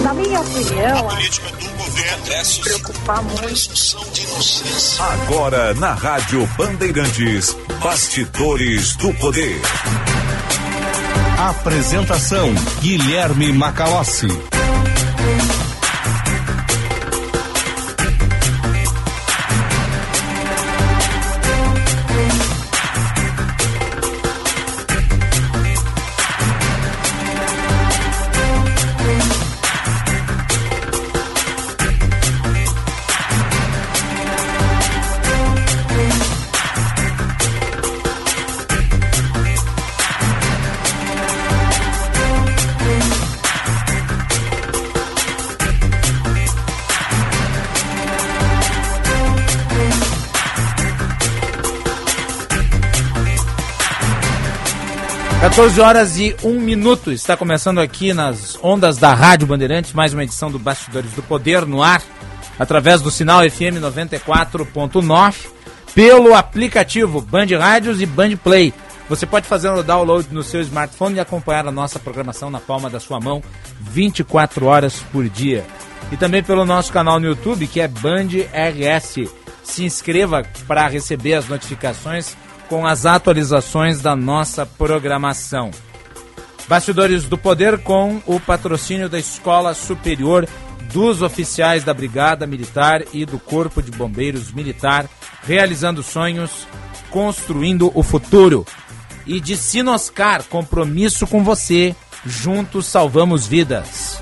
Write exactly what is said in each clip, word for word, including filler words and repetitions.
Na minha opinião, a política do governo se preocupar muito. Agora na Rádio Bandeirantes, Bastidores do Poder. Apresentação: Guilherme Macalossi. quatorze horas e um minuto, está começando aqui nas ondas da Rádio Bandeirantes, mais uma edição do Bastidores do Poder no ar, através do sinal F M noventa e quatro ponto nove, pelo aplicativo Band Rádios e Band Play. Você pode fazer o download no seu smartphone e acompanhar a nossa programação na palma da sua mão, vinte e quatro horas por dia. E também pelo nosso canal no YouTube, que é Band R S. Se inscreva para receber as notificações com as atualizações da nossa programação. Bastidores do Poder com o patrocínio da Escola Superior dos Oficiais da Brigada Militar e do Corpo de Bombeiros Militar, realizando sonhos, construindo o futuro. E de Sinoscar, compromisso com você, juntos salvamos vidas.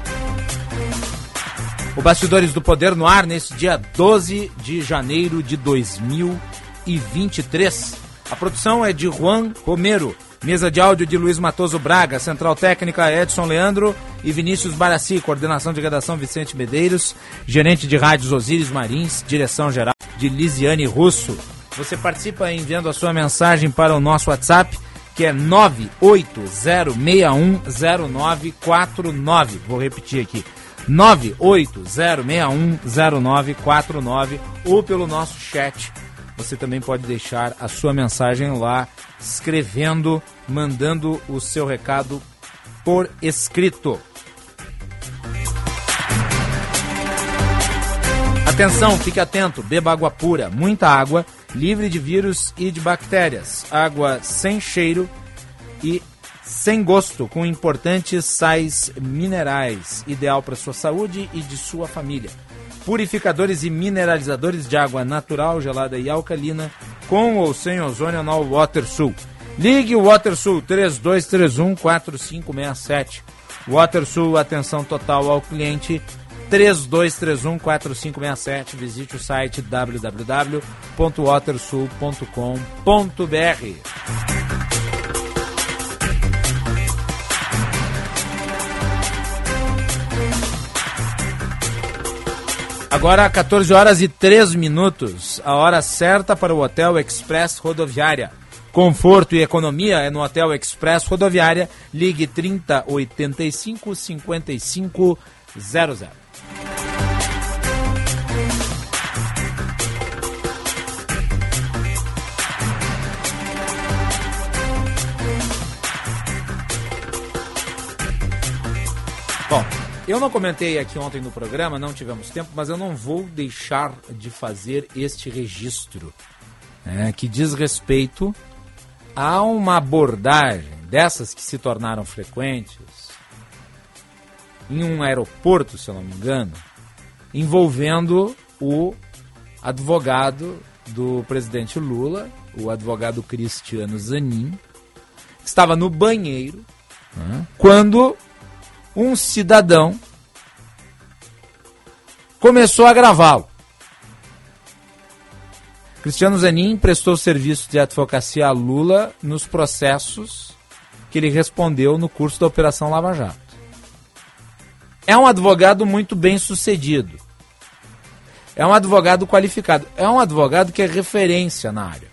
O Bastidores do Poder no ar nesse dia doze de janeiro de dois mil e vinte e três. A produção é de Juan Romero, mesa de áudio de Luiz Matoso Braga, central técnica Edson Leandro e Vinícius Barassi, coordenação de redação Vicente Medeiros, gerente de rádios Osíris Marins, direção geral de Lisiane Russo. Você participa enviando a sua mensagem para o nosso WhatsApp, que é nove oito zero seis um zero nove quatro nove. Vou repetir aqui, nove oito zero seis um zero nove quatro nove, ou pelo nosso chat. Você também pode deixar a sua mensagem lá, escrevendo, mandando o seu recado por escrito. Atenção, fique atento, beba água pura, muita água, livre de vírus e de bactérias. Água sem cheiro e sem gosto, com importantes sais minerais, ideal para sua saúde e de sua família. Purificadores e mineralizadores de água natural, gelada e alcalina, com ou sem ozônio na WaterSul. Ligue o WaterSul três dois três um quatro cinco seis sete. WaterSul, atenção total ao cliente, três dois três um quatro cinco seis sete. Visite o site w w w ponto watersul ponto com ponto b r. Agora, quatorze horas e três minutos, a hora certa para o Hotel Express Rodoviária. Conforto e economia é no Hotel Express Rodoviária. Ligue trinta, oitenta e cinco, cinquenta e cinco zero zero. Bom, eu não comentei aqui ontem no programa, não tivemos tempo, mas eu não vou deixar de fazer este registro, né, que diz respeito a uma abordagem dessas que se tornaram frequentes em um aeroporto, se eu não me engano, envolvendo o advogado do presidente Lula, o advogado Cristiano Zanin, que estava no banheiro, né, quando um cidadão começou a gravá-lo. Cristiano Zanin prestou serviço de advocacia a Lula nos processos que ele respondeu no curso da Operação Lava Jato. É um advogado muito bem sucedido. É um advogado qualificado. É um advogado que é referência na área.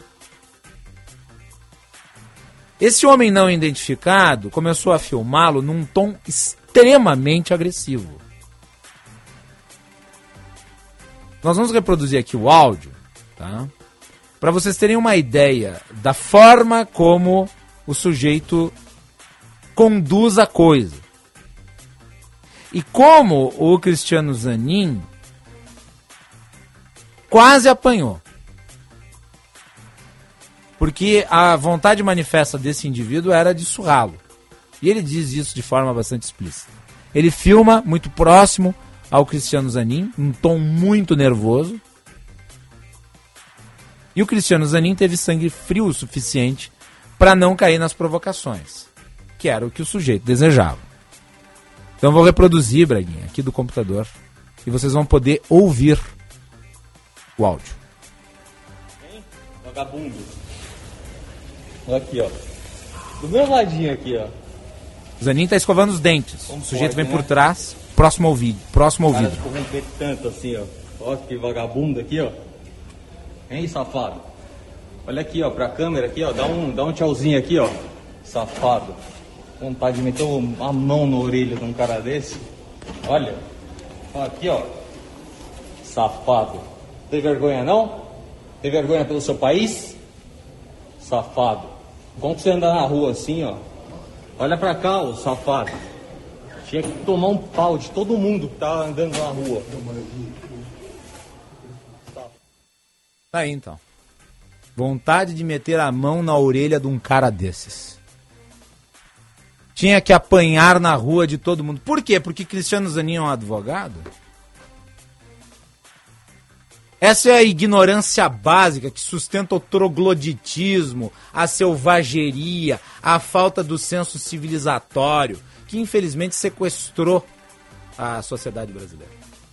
Esse homem não identificado começou a filmá-lo num tom extremamente agressivo. Nós vamos reproduzir aqui o áudio, tá? Para vocês terem uma ideia da forma como o sujeito conduz a coisa. E como o Cristiano Zanin quase apanhou. Porque a vontade manifesta desse indivíduo era de surrá-lo. E ele diz isso de forma bastante explícita. Ele filma muito próximo ao Cristiano Zanin, num tom muito nervoso. E o Cristiano Zanin teve sangue frio o suficiente para não cair nas provocações, que era o que o sujeito desejava. Então eu vou reproduzir, Braguinha, aqui do computador, e vocês vão poder ouvir o áudio. Hein? Vagabundo. Aqui, ó. Do meu ladinho aqui, ó. O Zanin tá escovando os dentes. Como o sujeito pode, vem por né? trás, próximo ao ouvido. Próximo ao Cara, ouvido. corromper tanto assim, ó. Ó que vagabundo aqui, ó. Hein, safado? Olha aqui, ó, pra câmera aqui, ó. Dá um, dá um tchauzinho aqui, ó. Safado. Vontade de meter a mão na orelha de um cara desse. Olha. Ó, aqui, ó. Safado. Tem vergonha, não? Tem vergonha pelo seu país? Safado. Como que você anda na rua assim, ó? Olha pra cá, ô safado. Tinha que tomar um pau de todo mundo que tá andando na rua. Tá aí, então. Vontade de meter a mão na orelha de um cara desses. Tinha que apanhar na rua de todo mundo. Por quê? Porque Cristiano Zanin é um advogado? Essa é a ignorância básica que sustenta o trogloditismo, a selvageria, a falta do senso civilizatório, que infelizmente sequestrou a sociedade brasileira.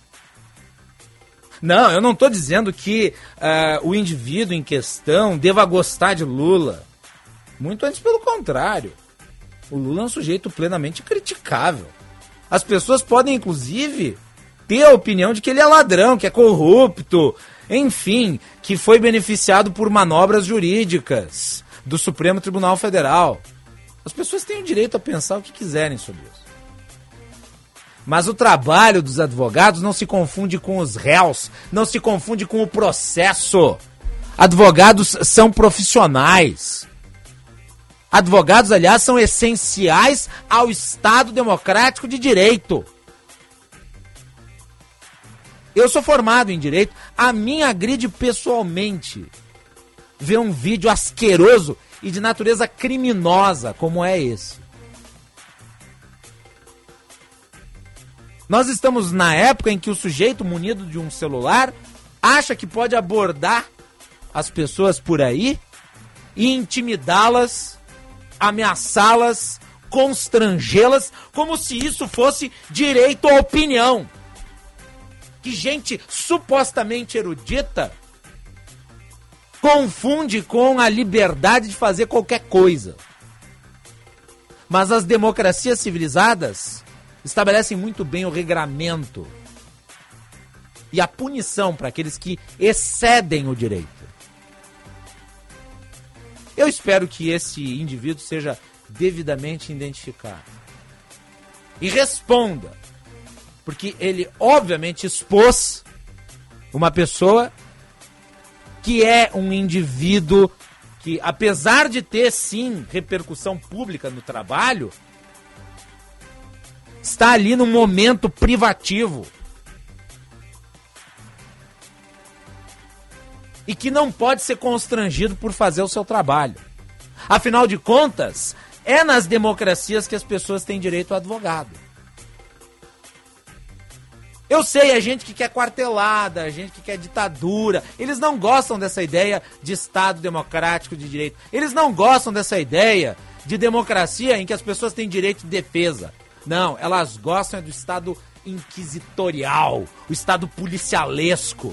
Não, eu não estou dizendo que uh, o indivíduo em questão deva gostar de Lula. Muito antes pelo contrário. O Lula é um sujeito plenamente criticável. As pessoas podem, inclusive, ter a opinião de que ele é ladrão, que é corrupto, enfim, que foi beneficiado por manobras jurídicas do Supremo Tribunal Federal. As pessoas têm o direito a pensar o que quiserem sobre isso. Mas o trabalho dos advogados não se confunde com os réus, não se confunde com o processo. Advogados são profissionais. Advogados, aliás, são essenciais ao Estado democrático de direito. Eu sou formado em direito, a mim agride pessoalmente ver um vídeo asqueroso e de natureza criminosa como é esse. Nós estamos na época em que o sujeito munido de um celular acha que pode abordar as pessoas por aí e intimidá-las, ameaçá-las, constrangê-las, como se isso fosse direito à opinião. Que gente supostamente erudita confunde com a liberdade de fazer qualquer coisa. Mas as democracias civilizadas estabelecem muito bem o regramento e a punição para aqueles que excedem o direito. Eu espero que esse indivíduo seja devidamente identificado e responda, porque ele obviamente expôs uma pessoa que é um indivíduo que, apesar de ter sim repercussão pública no trabalho, está ali num momento privativo. E que não pode ser constrangido por fazer o seu trabalho. Afinal de contas, é nas democracias que as pessoas têm direito a advogado. Eu sei, a gente que quer quartelada, a gente que quer ditadura, eles não gostam dessa ideia de Estado democrático de direito. Eles não gostam dessa ideia de democracia em que as pessoas têm direito de defesa. Não, elas gostam do Estado inquisitorial, o Estado policialesco.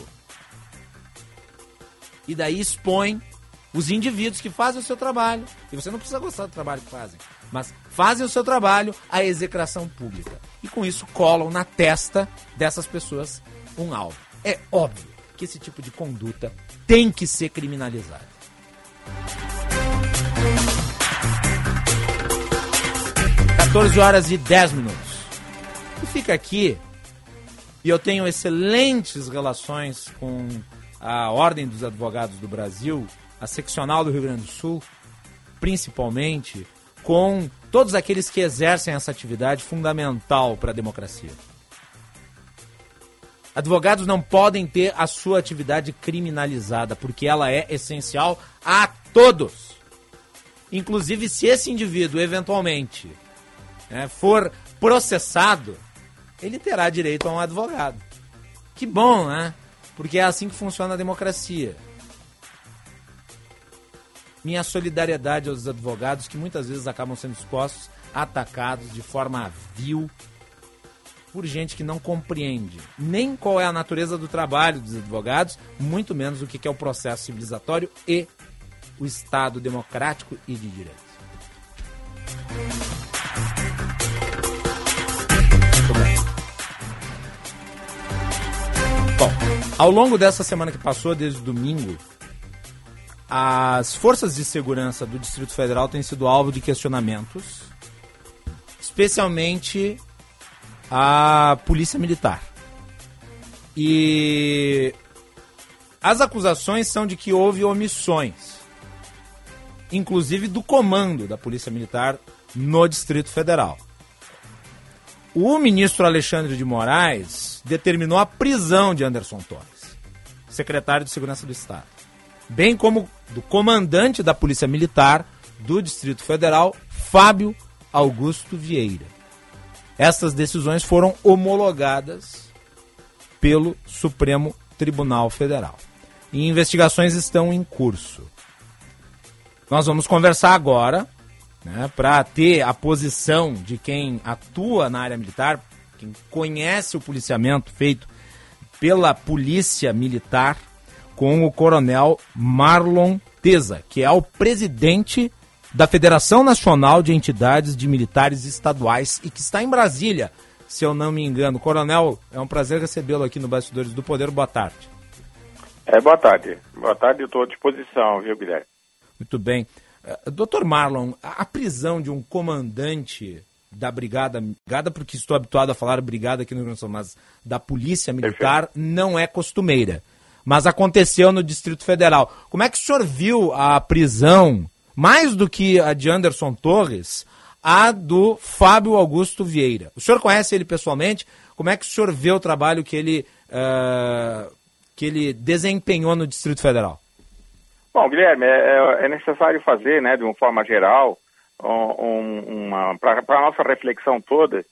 E daí expõe os indivíduos que fazem o seu trabalho, e você não precisa gostar do trabalho que fazem, mas fazem o seu trabalho à execração pública. E com isso colam na testa dessas pessoas um alvo. É óbvio que esse tipo de conduta tem que ser criminalizado. quatorze horas e dez minutos. E fica aqui, e eu tenho excelentes relações com a Ordem dos Advogados do Brasil, a seccional do Rio Grande do Sul, principalmente, com todos aqueles que exercem essa atividade fundamental para a democracia. Advogados não podem ter a sua atividade criminalizada, porque ela é essencial a todos. Inclusive, se esse indivíduo, eventualmente, né, for processado, ele terá direito a um advogado. Que bom, né? Porque é assim que funciona a democracia. Minha solidariedade aos advogados que muitas vezes acabam sendo expostos, atacados de forma vil, por gente que não compreende nem qual é a natureza do trabalho dos advogados, muito menos o que é o processo civilizatório e o Estado democrático e de direito. Bom, ao longo dessa semana que passou, desde domingo, as forças de segurança do Distrito Federal têm sido alvo de questionamentos, especialmente a Polícia Militar. E as acusações são de que houve omissões, inclusive do comando da Polícia Militar no Distrito Federal. O ministro Alexandre de Moraes determinou a prisão de Anderson Torres, secretário de Segurança do Estado, bem como do comandante da Polícia Militar do Distrito Federal, Fábio Augusto Vieira. Essas decisões foram homologadas pelo Supremo Tribunal Federal. E investigações estão em curso. Nós vamos conversar agora, né, para ter a posição de quem atua na área militar, quem conhece o policiamento feito pela Polícia Militar, com o coronel Marlon Teza, que é o presidente da Federação Nacional de Entidades de Militares Estaduais e que está em Brasília, se eu não me engano. Coronel, é um prazer recebê-lo aqui no Bastidores do Poder. Boa tarde. É, boa tarde. Boa tarde, eu estou à disposição, viu, Guilherme? Muito bem. Uh, doutor Marlon, a, a prisão de um comandante da brigada, brigada porque estou habituado a falar brigada aqui no Rio Grande do Sul, mas da Polícia Militar, perfeito, não é costumeira. Mas aconteceu no Distrito Federal. Como é que o senhor viu a prisão, mais do que a de Anderson Torres, a do Fábio Augusto Vieira? O senhor conhece ele pessoalmente? Como é que o senhor vê o trabalho que ele, uh, que ele desempenhou no Distrito Federal? Bom, Guilherme, é, é necessário fazer, né, de uma forma geral, um, uma, para a nossa reflexão toda,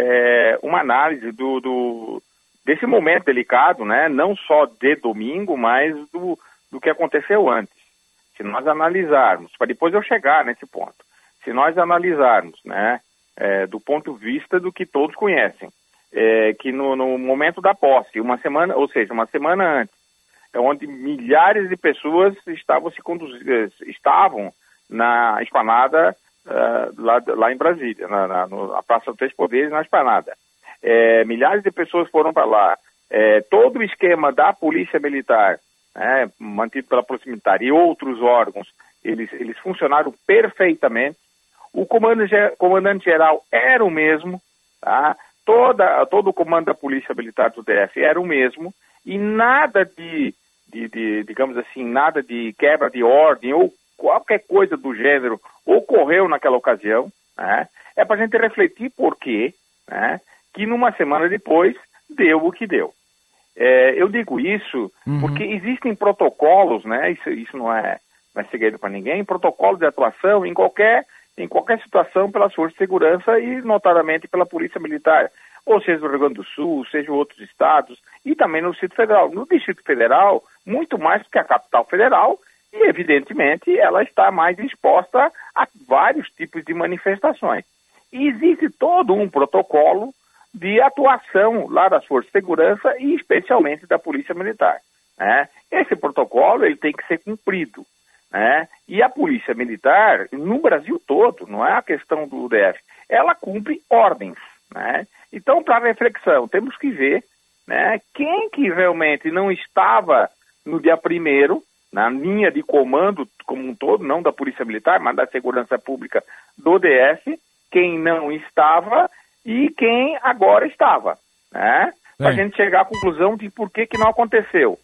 é, uma análise do, do, desse momento delicado, né, não só de domingo, mas do, do que aconteceu antes. Se nós analisarmos, para depois eu chegar nesse ponto, se nós analisarmos, né, é, do ponto de vista do que todos conhecem, é, que no, no momento da posse, uma semana, ou seja, uma semana antes, é onde milhares de pessoas estavam se conduzindo, estavam na esplanada uh, lá, lá em Brasília, na, na, na Praça dos Três Poderes, na esplanada. É, milhares de pessoas foram para lá. É, todo o esquema da Polícia Militar, né, mantido pela Polícia Militar e outros órgãos, eles, eles funcionaram perfeitamente. O comandante-geral era o mesmo, tá? Toda, todo o comando da Polícia Militar do D F era o mesmo, e nada de, de, de, digamos assim, nada de quebra de ordem ou qualquer coisa do gênero ocorreu naquela ocasião, né? É para a gente refletir por quê, né, que numa semana depois deu o que deu. É, eu digo isso uhum. porque existem protocolos, né, isso, isso não, é, não é segredo para ninguém, protocolos de atuação em qualquer, em qualquer situação pelas forças de segurança e notadamente pela Polícia Militar, ou seja do Rio Grande do Sul, seja outros estados, e também no Distrito Federal. No Distrito Federal, muito mais do que a capital federal, e evidentemente ela está mais exposta a vários tipos de manifestações. E existe todo um protocolo de atuação lá das forças de segurança e especialmente da Polícia Militar, né? Esse protocolo ele tem que ser cumprido, né? E a Polícia Militar, no Brasil todo, não é a questão do D F, ela cumpre ordens, né? Então, para reflexão, temos que ver, né, quem que realmente não estava no dia primeiro, na linha de comando como um todo, não da Polícia Militar, mas da Segurança Pública do D F, quem não estava e quem agora estava, né? Para a gente chegar à conclusão de por que que não aconteceu.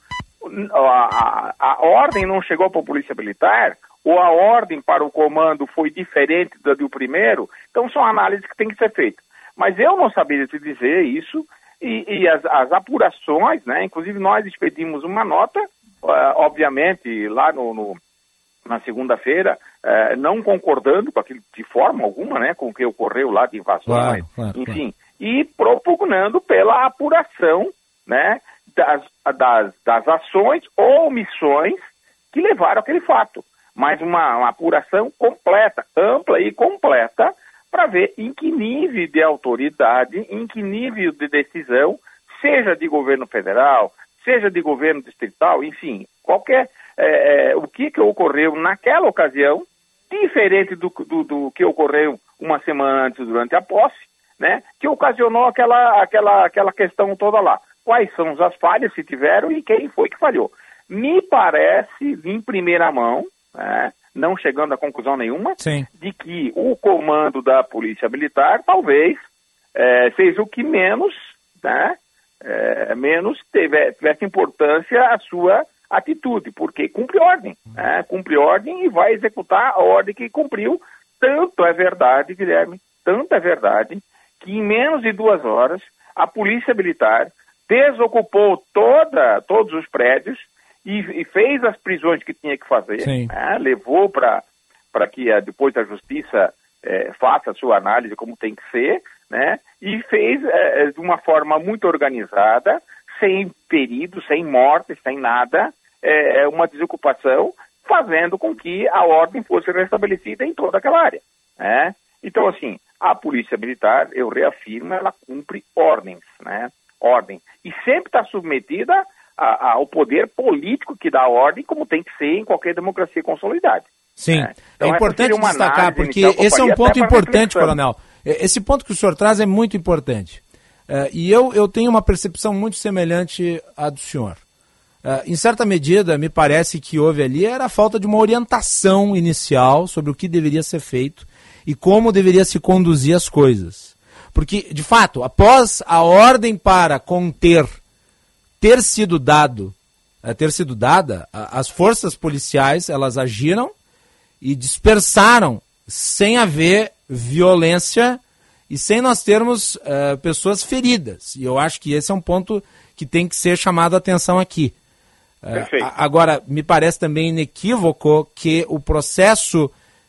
a, a, a ordem não chegou para a Polícia Militar, ou a ordem para o comando foi diferente da do primeiro, então são análises que têm que ser feitas. Mas eu não sabia te dizer isso, e, e as, as apurações, né, inclusive nós expedimos uma nota, uh, obviamente, lá no, no, na segunda-feira, uh, não concordando com aquilo de forma alguma, né, com o que ocorreu lá de invasões, claro, claro, enfim, claro. E propugnando pela apuração, né, das, das, das ações ou omissões que levaram àquele fato. Mas uma, uma apuração completa, ampla e completa, para ver em que nível de autoridade, em que nível de decisão, seja de governo federal, seja de governo distrital, enfim, qualquer, é, é, o que, que ocorreu naquela ocasião, diferente do, do, do que ocorreu uma semana antes durante a posse, né, que ocasionou aquela, aquela, aquela questão toda lá. Quais são as falhas que tiveram e quem foi que falhou. Me parece, em primeira mão, né, não chegando a conclusão nenhuma, Sim. de que o comando da Polícia Militar talvez é, seja o que menos, né, é, menos teve, tivesse importância a sua atitude, porque cumpre ordem, né, cumpre ordem e vai executar a ordem que cumpriu. Tanto é verdade, Guilherme, tanto é verdade, que em menos de duas horas a Polícia Militar desocupou toda, todos os prédios e, e fez as prisões que tinha que fazer, né? Levou para para que a, depois a Justiça é, faça a sua análise como tem que ser, né? E fez é, de uma forma muito organizada, sem feridos, sem mortes, sem nada, é, uma desocupação, fazendo com que a ordem fosse restabelecida em toda aquela área, né? Então, assim, a Polícia Militar, eu reafirmo, ela cumpre ordens, né? Ordem. E sempre está submetida a, a, ao poder político que dá a ordem, como tem que ser em qualquer democracia consolidada. Sim, é, então, é importante destacar, porque esse é um ponto importante, Coronel. Esse ponto que o senhor traz é muito importante. Uh, e eu, eu tenho uma percepção muito semelhante à do senhor. Uh, em certa medida, me parece que houve ali era a falta de uma orientação inicial sobre o que deveria ser feito e como deveria se conduzir as coisas. Porque, de fato, após a ordem para conter ter sido dado, ter sido dada, as forças policiais, elas agiram e dispersaram sem haver violência e sem nós termos uh, pessoas feridas. E eu acho que esse é um ponto que tem que ser chamado a atenção aqui. Uh, agora, me parece também inequívoco que o processo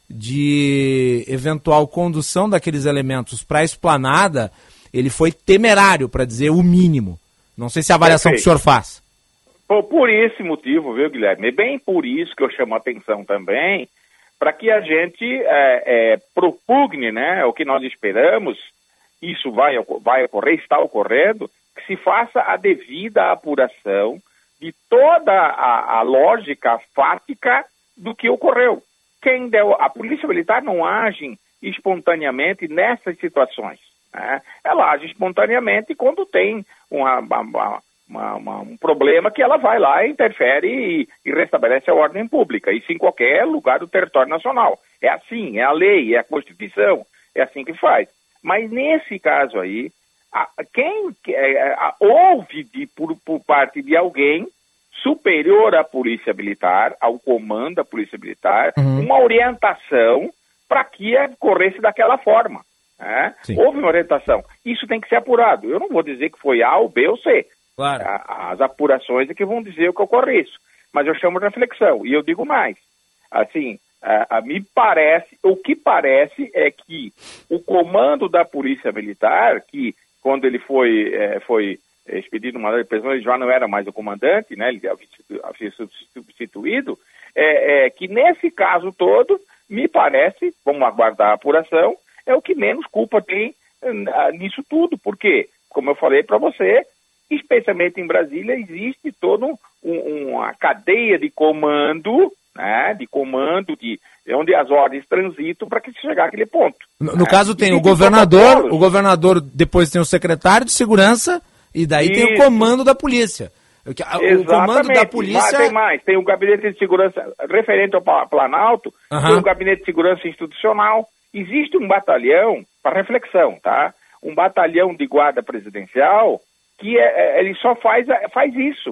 de eventual condução daqueles elementos para a esplanada, ele foi temerário, para dizer o mínimo. Não sei se a avaliação Perfeito. que o senhor faz. Por, por esse motivo, viu, Guilherme? É bem por isso que eu chamo a atenção também, para que a gente é, é, propugne, né, o que nós esperamos, isso vai, vai ocorrer, está ocorrendo, que se faça a devida apuração de toda a, a lógica fática do que ocorreu. Quem deu, a Polícia Militar não age espontaneamente nessas situações, né? Ela age espontaneamente quando tem uma, uma, uma, uma, um problema que ela vai lá, interfere e, e restabelece a ordem pública, isso em qualquer lugar do território nacional. É assim, é a lei, é a Constituição, é assim que faz. Mas nesse caso aí, a, quem a, a, houve de, por, por parte de alguém superior à Polícia Militar, ao comando da Polícia Militar, uhum. uma orientação para que ocorresse daquela forma. Né? Houve uma orientação. Isso tem que ser apurado. Eu não vou dizer que foi A ou B ou C. Claro. As apurações é que vão dizer o que ocorre isso. Mas eu chamo de reflexão. E eu digo mais. Assim, a, a, me parece, o que parece é que o comando da Polícia Militar, que quando ele foi... É, foi expedido uma ordem de prisão, ele já não era mais o comandante, né? Ele havia substituído, é, é, que nesse caso todo, me parece, vamos aguardar a apuração, é o que menos culpa tem uh, nisso tudo, porque, como eu falei para você, especialmente em Brasília, existe toda um, uma cadeia de comando, né? De comando, de onde as ordens transitam para que se chegar àquele ponto. No, no é, caso tem o governador, o governador depois tem o secretário de segurança, e daí Isso. tem o comando da polícia. O Exatamente. comando da polícia... Mas tem mais, tem o gabinete de segurança referente ao Planalto, uhum. tem o gabinete de segurança institucional. Existe um batalhão, para reflexão, tá? Um batalhão de guarda presidencial que é, ele só faz, faz isso.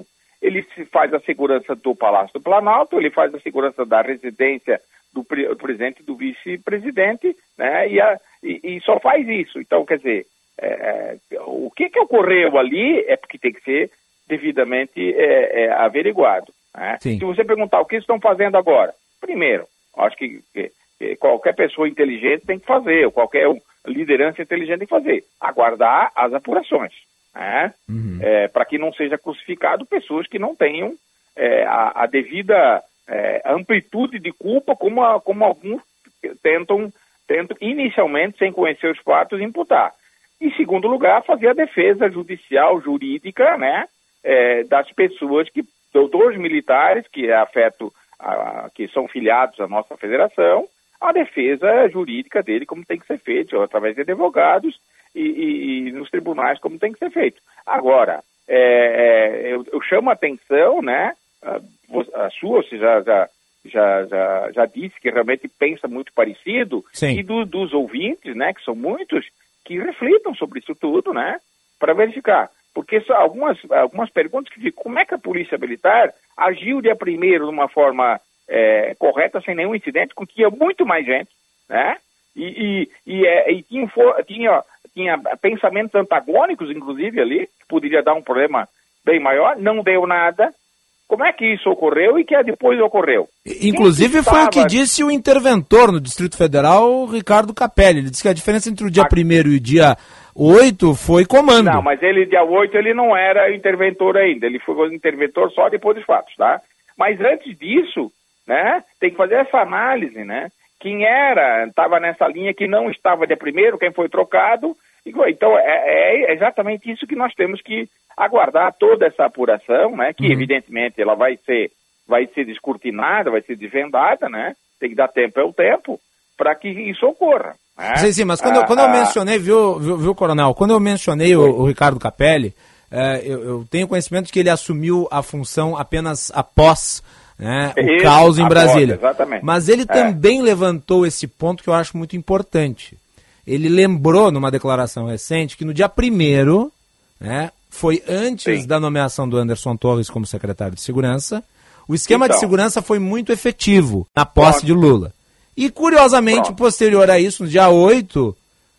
ele faz a segurança do Palácio do Planalto, ele faz a segurança da residência do, pre, do presidente e do vice-presidente, né? E, a, e, e só faz isso. Então, quer dizer, é, é, o que, que ocorreu ali é porque tem que ser devidamente é, é, averiguado. Né? Se você perguntar o que estão fazendo agora, primeiro, acho que, que, que qualquer pessoa inteligente tem que fazer, ou qualquer liderança inteligente tem que fazer, aguardar as apurações. Né? Uhum. É, para que não seja crucificado pessoas que não tenham é, a, a devida é, amplitude de culpa, como, a, como alguns tentam, tentam inicialmente, sem conhecer os fatos, imputar. Em segundo lugar, fazer a defesa judicial, jurídica, né, é, das pessoas que, dos militares que é afeto, a, que são filiados à nossa federação, a defesa jurídica dele como tem que ser feito, através de advogados, E, e, e nos tribunais como tem que ser feito. Agora, é, é, eu, eu chamo a atenção, né, a, a sua, você já, já, já, já, já disse que realmente pensa muito parecido, Sim. e do, dos ouvintes, né, que são muitos, que reflitam sobre isso tudo, né, para verificar. Porque são algumas, algumas perguntas que dizem como é que a Polícia Militar agiu dia primeiro de uma forma é, correta, sem nenhum incidente, com que tinha muito mais gente, né, e, e, e, é, e tinha, tinha tinha pensamentos antagônicos, inclusive, ali, que poderia dar um problema bem maior, não deu nada. Como é que isso ocorreu e que depois ocorreu? Inclusive foi estava... o que disse o interventor no Distrito Federal, Ricardo Capelli. Ele disse que a diferença entre o dia primeiro a... e o dia oito foi comando. Não, mas ele, dia oito, ele não era interventor ainda. Ele foi interventor só depois dos fatos, tá? Mas antes disso, né, tem que fazer essa análise, né? Quem era, estava nessa linha que não estava de primeiro, quem foi trocado. Então, é, é exatamente isso que nós temos que aguardar, toda essa apuração, né? Que, uhum. evidentemente, ela vai ser, vai ser descortinada, vai ser desvendada, né? Tem que dar tempo ao tempo para que isso ocorra. Né? Sim, sim, mas quando, ah, eu, quando eu mencionei, viu, viu, viu, Coronel, quando eu mencionei o, o Ricardo Capelli, é, eu, eu tenho conhecimento de que ele assumiu a função apenas após... Né, o Isso, caos em Brasília. Porta, mas ele é. também levantou esse ponto que eu acho muito importante. Ele lembrou numa declaração recente que no dia primeiro, né, foi antes Sim. da nomeação do Anderson Torres como secretário de Segurança, o esquema então, de segurança foi muito efetivo na posse pronto. de Lula. E curiosamente, pronto. posterior a isso, no dia oito,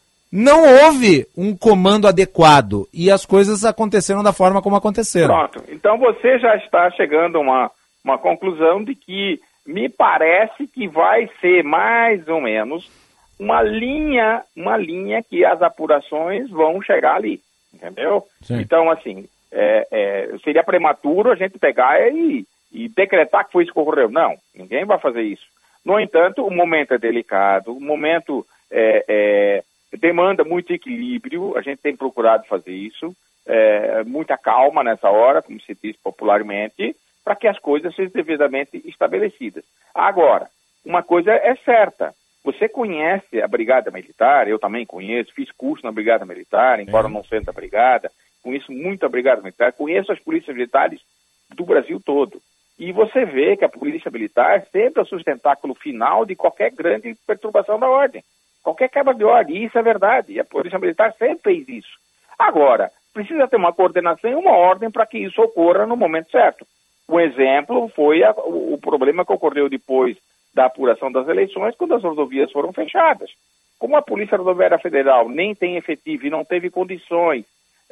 não houve um comando adequado e as coisas aconteceram da forma como aconteceram. Pronto. Então você já está chegando a uma uma conclusão de que me parece que vai ser mais ou menos uma linha, uma linha que as apurações vão chegar ali, entendeu? Sim. Então, assim, é, é, seria prematuro a gente pegar e, e decretar que foi isso que ocorreu. Não, ninguém vai fazer isso. No entanto, o momento é delicado, o momento é, é, demanda muito equilíbrio, a gente tem procurado fazer isso, é, muita calma nessa hora, como se diz popularmente, para que as coisas sejam devidamente estabelecidas. Agora, uma coisa é certa, você conhece a Brigada Militar, eu também conheço, fiz curso na Brigada Militar, embora é. não seja da Brigada, conheço muito a Brigada Militar, conheço as polícias militares do Brasil todo. E você vê que a Polícia Militar sempre é o sustentáculo final de qualquer grande perturbação da ordem, qualquer quebra de ordem, e isso é verdade, e a Polícia Militar sempre fez isso. Agora, precisa ter uma coordenação e uma ordem para que isso ocorra no momento certo. Um exemplo foi a, o, o problema que ocorreu depois da apuração das eleições, quando as rodovias foram fechadas. Como a Polícia Rodoviária Federal nem tem efetivo e não teve condições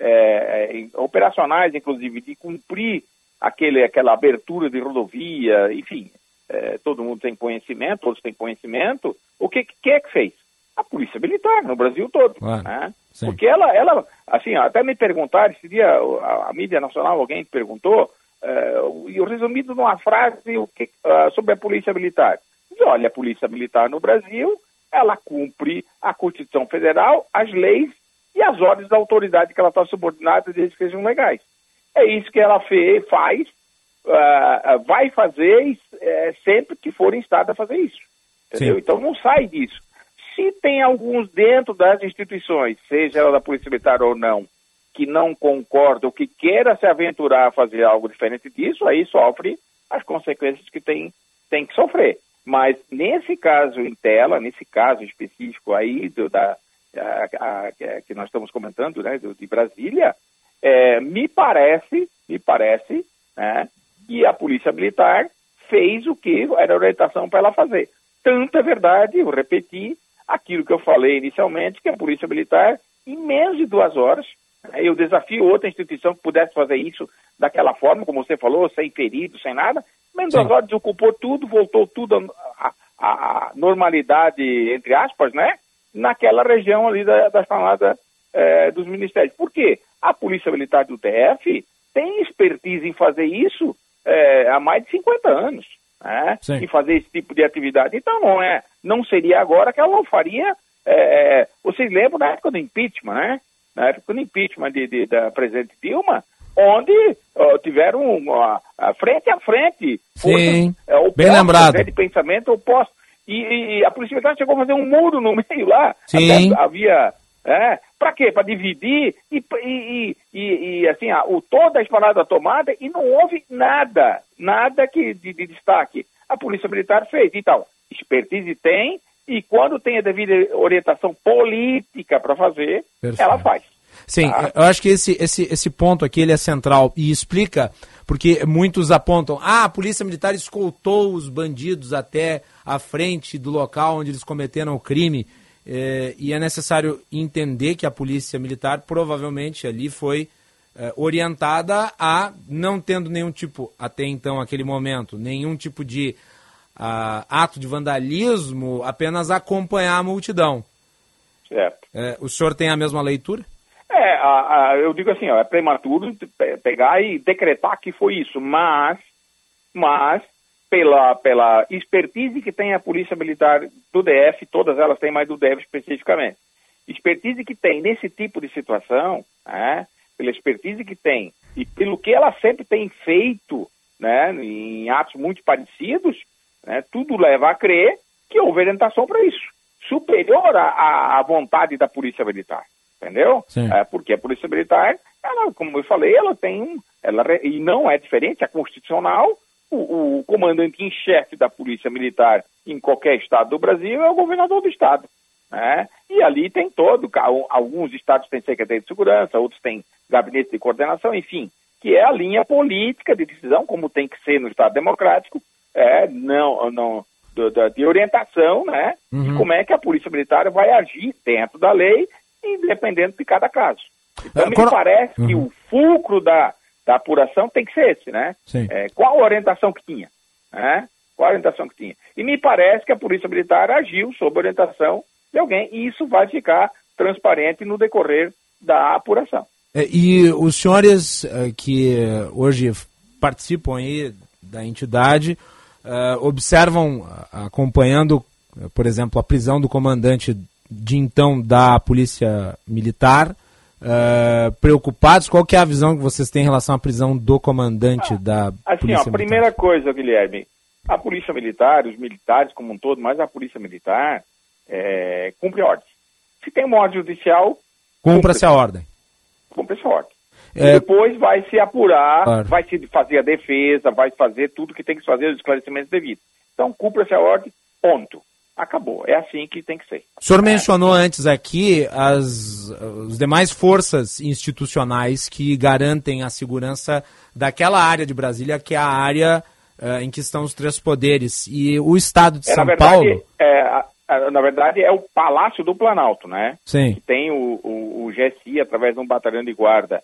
é, operacionais, inclusive, de cumprir aquele, aquela abertura de rodovia, enfim, é, todo mundo tem conhecimento, todos têm conhecimento, o que, que é que fez? A Polícia Militar, no Brasil todo. Claro, né? Porque ela, ela, assim, até me perguntaram, esse dia a, a mídia nacional, alguém perguntou, Uh, e resumido numa frase o que, uh, sobre a Polícia Militar. Diz, olha, a Polícia Militar no Brasil, ela cumpre a Constituição Federal, as leis e as ordens da autoridade que ela está subordinada, desde que sejam legais. É isso que ela fez, faz, uh, vai fazer uh, sempre que for instada a fazer isso. Entendeu? Então não sai disso. Se tem alguns dentro das instituições, seja ela da Polícia Militar ou não, que não concorda ou que queira se aventurar a fazer algo diferente disso, aí sofre as consequências que tem, tem que sofrer. Mas nesse caso em tela, nesse caso específico aí do, da, a, a, a, que nós estamos comentando, né, do, de Brasília, é, me parece, me parece, né? E a Polícia Militar fez o que era a orientação para ela fazer. Tanto é verdade, eu repeti, aquilo que eu falei inicialmente, que a Polícia Militar, em menos de duas horas, né, eu desafio outra instituição que pudesse fazer isso daquela forma, como você falou, sem ferido, sem nada, menos de duas horas desocupou tudo, voltou tudo a, a, a normalidade, entre aspas, né, naquela região ali da, da chamada eh, dos ministérios. Por quê? A Polícia Militar do T F tem expertise em fazer isso eh, há mais de cinquenta anos. Né, em fazer esse tipo de atividade. Então não é, não seria agora que ela não faria. É, vocês lembram da época do impeachment, né? Na época do impeachment de, de, da presidente Dilma, onde ó, tiveram ó, a frente a frente, Sim, forças, é, opostas, bem lembrado, né, de pensamento oposto. E, e a Polícia Militar chegou a fazer um muro no meio lá. Sim. Até havia É, para quê? Para dividir e, e, e, e assim, a, o, toda a esplanada tomada e não houve nada, nada que, de, de destaque. A Polícia Militar fez. Então, expertise tem e quando tem a devida orientação política para fazer, Perfeito. Ela faz. Sim, tá? Eu acho que esse, esse, esse ponto aqui ele é central e explica, porque muitos apontam, ah, a Polícia Militar escoltou os bandidos até a frente do local onde eles cometeram o crime. É, e é necessário entender que a Polícia Militar provavelmente ali foi é, orientada a, não tendo nenhum tipo, até então, aquele momento, nenhum tipo de a, ato de vandalismo, apenas acompanhar a multidão. Certo. É, o senhor tem a mesma leitura? É, a, a, eu digo assim, ó, é prematuro pegar e decretar que foi isso, mas, mas Pela, pela expertise que tem a Polícia Militar do D F, todas elas têm, mais do D F especificamente. Expertise que tem nesse tipo de situação, né, pela expertise que tem e pelo que ela sempre tem feito, né, em atos muito parecidos, né, tudo leva a crer que houve orientação para isso, superior à, à vontade da Polícia Militar, entendeu? É, porque a Polícia Militar, ela, como eu falei, ela tem um, ela, e não é diferente, é constitucional. O, o comandante em chefe da Polícia Militar em qualquer estado do Brasil é o governador do estado, né? E ali tem todo, alguns estados têm Secretaria de Segurança, outros têm Gabinete de Coordenação, enfim, que é a linha política de decisão, como tem que ser no Estado Democrático, é, não, não, de, de orientação, né? Uhum. De como é que a Polícia Militar vai agir dentro da lei, independente de cada caso. Então, me parece uhum. que o fulcro da da apuração tem que ser esse, né? É, qual a orientação que tinha? Né? Qual a orientação que tinha? E me parece que a Polícia Militar agiu sob orientação de alguém e isso vai ficar transparente no decorrer da apuração. É, e os senhores uh, que hoje participam aí da entidade uh, observam, uh, acompanhando, uh, por exemplo, a prisão do comandante de então da Polícia Militar, Uh, preocupados? Qual que é a visão que vocês têm em relação à prisão do comandante ah, da assim, Polícia ó, Militar? Primeira coisa, Guilherme, a Polícia Militar, os militares como um todo, mas a Polícia Militar é, cumpre ordem. Se tem uma ordem judicial... Cumpra-se a ordem. Cumpra-se a ordem. É... E depois vai se apurar, claro. Vai se fazer a defesa, vai fazer tudo que tem que fazer, os esclarecimentos devidos. Então, cumpra-se a ordem, ponto. Acabou. É assim que tem que ser. O senhor mencionou antes aqui as, as demais forças institucionais que garantem a segurança daquela área de Brasília, que é a área uh, em que estão os três poderes. E o Estado de é, São na verdade, Paulo... É, a, a, na verdade, é o Palácio do Planalto, né? Sim. Que tem o, o, o G S I, através de um batalhão de guarda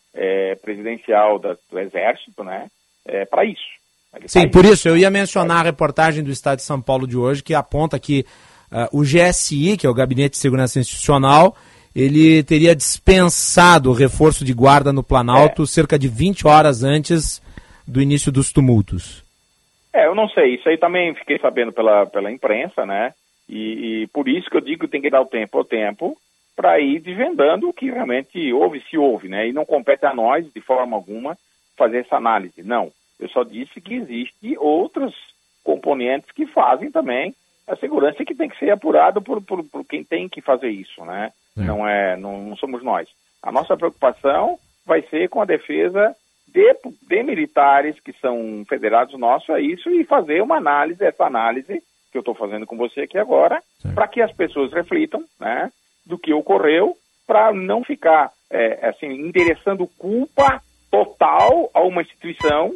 é, presidencial da, do Exército, né? É, para isso. Ele Sim, por isso eu ia mencionar a reportagem do Estado de São Paulo de hoje, que aponta que uh, o G S I, que é o Gabinete de Segurança Institucional, ele teria dispensado o reforço de guarda no Planalto é. cerca de vinte horas antes do início dos tumultos. É, eu não sei, isso aí também fiquei sabendo pela, pela imprensa, né? E, e por isso que eu digo que tem que dar o tempo ao tempo para ir desvendando o que realmente houve, se houve, né? E não compete a nós, de forma alguma, fazer essa análise, não. Eu só disse que existem outros componentes que fazem também a segurança que tem que ser apurado por, por, por quem tem que fazer isso, né? É. Não, é, não, não somos nós. A nossa preocupação vai ser com a defesa de, de militares que são federados nossos a isso e fazer uma análise, essa análise que eu estou fazendo com você aqui agora, para que as pessoas reflitam, né, do que ocorreu, para não ficar é, assim, endereçando culpa total a uma instituição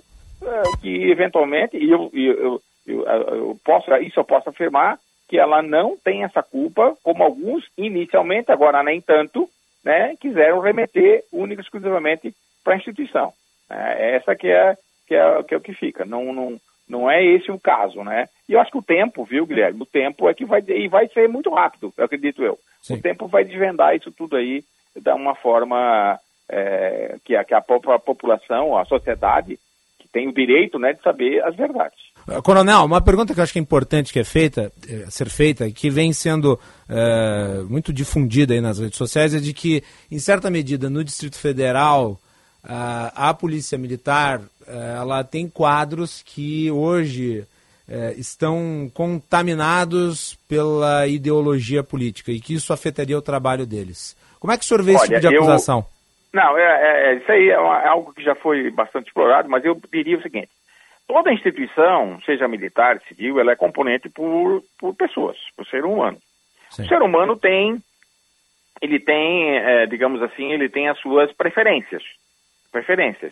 uh, que eventualmente, e eu, eu, eu, eu, eu posso, isso eu posso afirmar, que ela não tem essa culpa, como alguns inicialmente, agora nem tanto, né, quiseram remeter única e exclusivamente para a instituição. É, essa que é, que, é, que é o que fica, não, não, não é esse o caso, né? E eu acho que o tempo, viu, Guilherme, o tempo é que vai, e vai ser muito rápido, eu acredito eu. Sim. O tempo vai desvendar isso tudo aí de uma forma é, que, a, que a, a população, a sociedade, que tem o direito, né, de saber as verdades. Coronel, uma pergunta que eu acho que é importante que é feita, é, ser feita, que vem sendo é, muito difundida aí nas redes sociais, é de que, em certa medida, no Distrito Federal, a, a Polícia Militar, ela tem quadros que hoje é, estão contaminados pela ideologia política e que isso afetaria o trabalho deles. Como é que o senhor vê esse tipo de acusação? Eu, não, é, é, isso aí é, uma, é algo que já foi bastante explorado, mas eu diria o seguinte: toda instituição, seja militar, civil, ela é componente por, por pessoas, por ser humano. Sim. O ser humano tem, ele tem, é, digamos assim, ele tem as suas preferências. Preferências.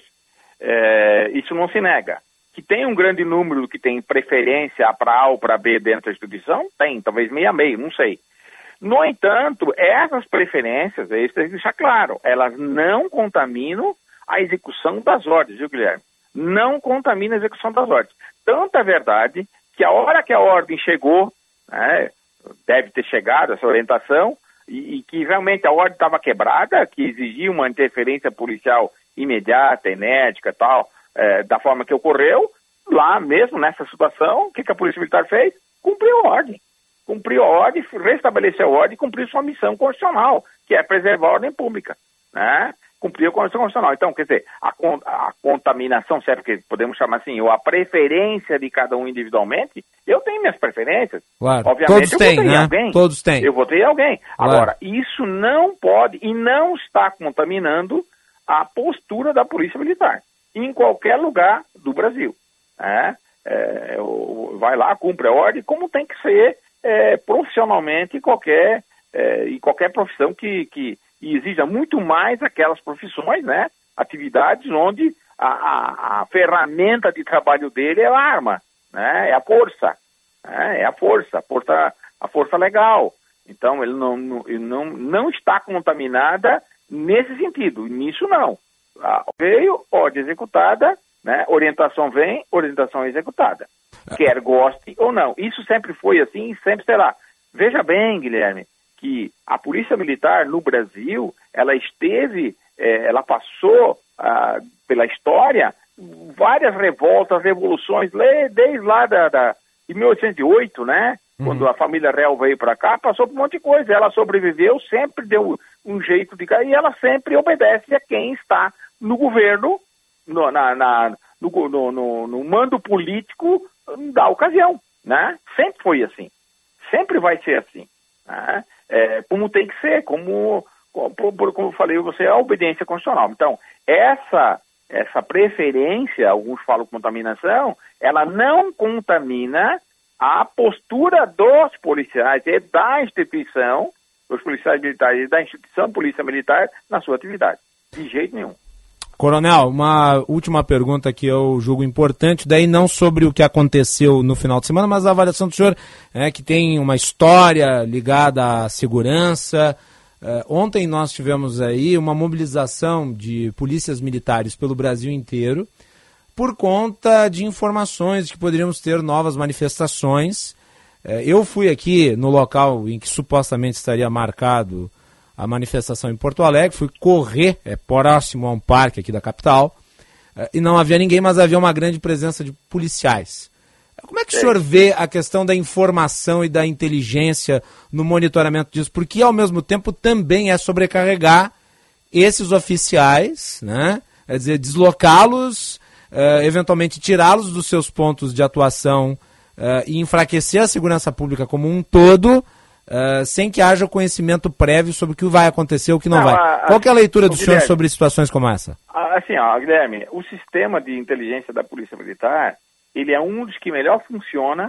É, isso não se nega. Que tem um grande número que tem preferência para A ou para B dentro da instituição? Tem, talvez meio a meio, não sei. No entanto, essas preferências, é isso que tem que deixar claro, elas não contaminam a execução das ordens, viu, Guilherme? Não contamina a execução das ordens. Tanto é verdade que a hora que a ordem chegou, né, deve ter chegado essa orientação, e, e que realmente a ordem estava quebrada, que exigia uma interferência policial imediata, enérgica e tal, é, da forma que ocorreu, lá mesmo nessa situação, o que, que a Polícia Militar fez? Cumpriu a ordem. Cumpriu a ordem, restabeleceu a ordem e cumpriu sua missão constitucional, que é preservar a ordem pública, né? Cumpriu a Constituição Constitucional. Então, quer dizer, a, a contaminação, certo, que podemos chamar assim, ou a preferência de cada um individualmente, eu tenho minhas preferências. Claro. Obviamente, todos eu têm, votei né? em alguém. Todos têm. Eu votei em alguém. Claro. Agora, isso não pode e não está contaminando a postura da Polícia Militar, em qualquer lugar do Brasil. Né? É, vai lá, cumpre a ordem, como tem que ser é, profissionalmente em qualquer, é, em qualquer profissão que... que e exija muito mais aquelas profissões, né, atividades onde a, a, a ferramenta de trabalho dele é a arma, né, é a força, né, é a força, a força, a força legal. Então, ele não, não, ele não, não está contaminada nesse sentido, nisso não. Ah, veio, ordem executada, né, orientação vem, orientação é executada, quer goste ou não. Isso sempre foi assim e sempre será. Veja bem, Guilherme, que a Polícia Militar no Brasil, ela esteve, eh, ela passou ah, pela história várias revoltas, revoluções, desde lá da, da, de mil oitocentos e oito, né? Uhum. Quando a família real veio para cá, passou por um monte de coisa. Ela sobreviveu, sempre deu um jeito de cair, e ela sempre obedece a quem está no governo, no, na, na, no, no, no, no mando político da ocasião, né? Sempre foi assim. Sempre vai ser assim, né? É, como tem que ser, como, como, como eu falei, você é a obediência constitucional. Então, essa, essa preferência, alguns falam contaminação, ela não contamina a postura dos policiais e da instituição, dos policiais militares e da instituição Polícia Militar na sua atividade. De jeito nenhum. Coronel, uma última pergunta que eu julgo importante, daí não sobre o que aconteceu no final de semana, mas a avaliação do senhor, é, que tem uma história ligada à segurança. É, ontem nós tivemos aí uma mobilização de polícias militares pelo Brasil inteiro por conta de informações de que poderíamos ter novas manifestações. É, eu fui aqui no local em que supostamente estaria marcado a manifestação em Porto Alegre, fui correr, é próximo a um parque aqui da capital, e não havia ninguém, mas havia uma grande presença de policiais. Como é que o senhor vê a questão da informação e da inteligência no monitoramento disso? Porque, ao mesmo tempo, também é sobrecarregar esses oficiais, né? Quer dizer, deslocá-los, uh, eventualmente tirá-los dos seus pontos de atuação uh, e enfraquecer a segurança pública como um todo, Uh, sem que haja conhecimento prévio sobre o que vai acontecer ou o que não, não vai. A, a, Qual que é a leitura do Guilherme, senhor sobre situações como essa? Assim, ó, Guilherme, o sistema de inteligência da Polícia Militar, ele é um dos que melhor funciona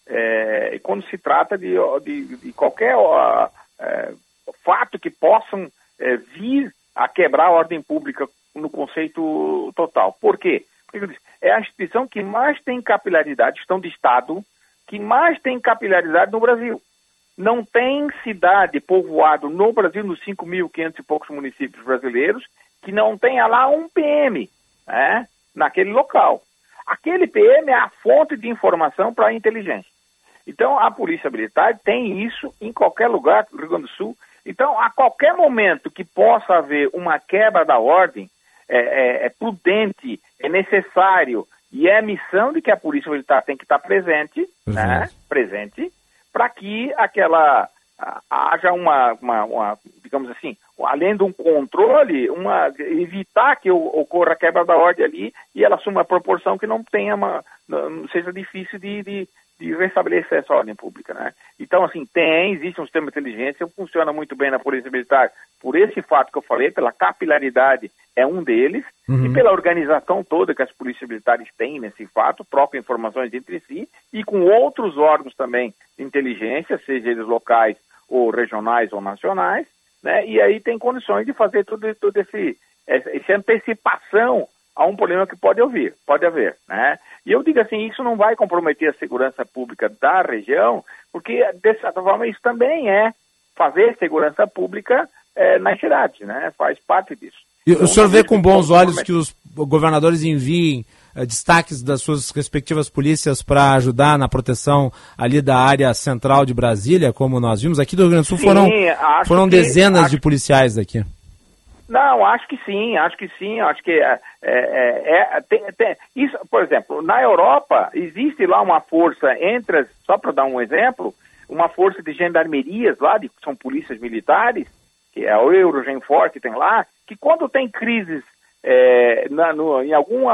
é, quando se trata de, de, de qualquer ó, é, fato que possam é, vir a quebrar a ordem pública no conceito total. Por quê? é a instituição que mais tem capilaridade, instituição de Estado, que mais tem capilaridade no Brasil. Não tem cidade, povoado no Brasil, nos cinco mil e quinhentos e poucos municípios brasileiros, que não tenha lá um P M, né, naquele local. Aquele P M é a fonte de informação para a inteligência. Então, a Polícia Militar tem isso em qualquer lugar do Rio Grande do Sul. Então, a qualquer momento que possa haver uma quebra da ordem, é, é, é prudente, é necessário, e é a missão de que a Polícia Militar tem que estar presente, né, presente, para que aquela haja uma, uma, uma, digamos assim, além de um controle, uma, evitar que ocorra a quebra da ordem ali e ela assuma uma proporção que não tenha uma, não seja difícil de, de, de restabelecer essa ordem pública, né? Então, assim, tem, existe um sistema de inteligência, funciona muito bem na Polícia Militar por esse fato que eu falei, pela capilaridade é um deles, uhum. e pela organização toda que as polícias militares têm nesse fato, trocam informações entre si, e com outros órgãos também de inteligência, seja eles locais ou regionais ou nacionais, né? E aí tem condições de fazer tudo, tudo esse, essa antecipação a um problema que pode haver, pode haver, né? E eu digo assim, isso não vai comprometer a segurança pública da região, porque, de certa forma, isso também é fazer segurança pública é, nas cidades, né? Faz parte disso. E então, o senhor vê com bons olhos que os governadores enviem uh, destaques das suas respectivas polícias para ajudar na proteção ali da área central de Brasília, como nós vimos? Aqui do Rio Grande do Sul sim, foram, foram que, dezenas acho... de policiais daqui. Não, acho que sim, acho que sim, acho que é, é, é, tem, tem, isso, por exemplo, na Europa existe lá uma força entre, as, só para dar um exemplo, uma força de gendarmerias lá, de, são polícias militares, que é o Eurogenfor que tem lá, que quando tem crises é, na, no, em algum,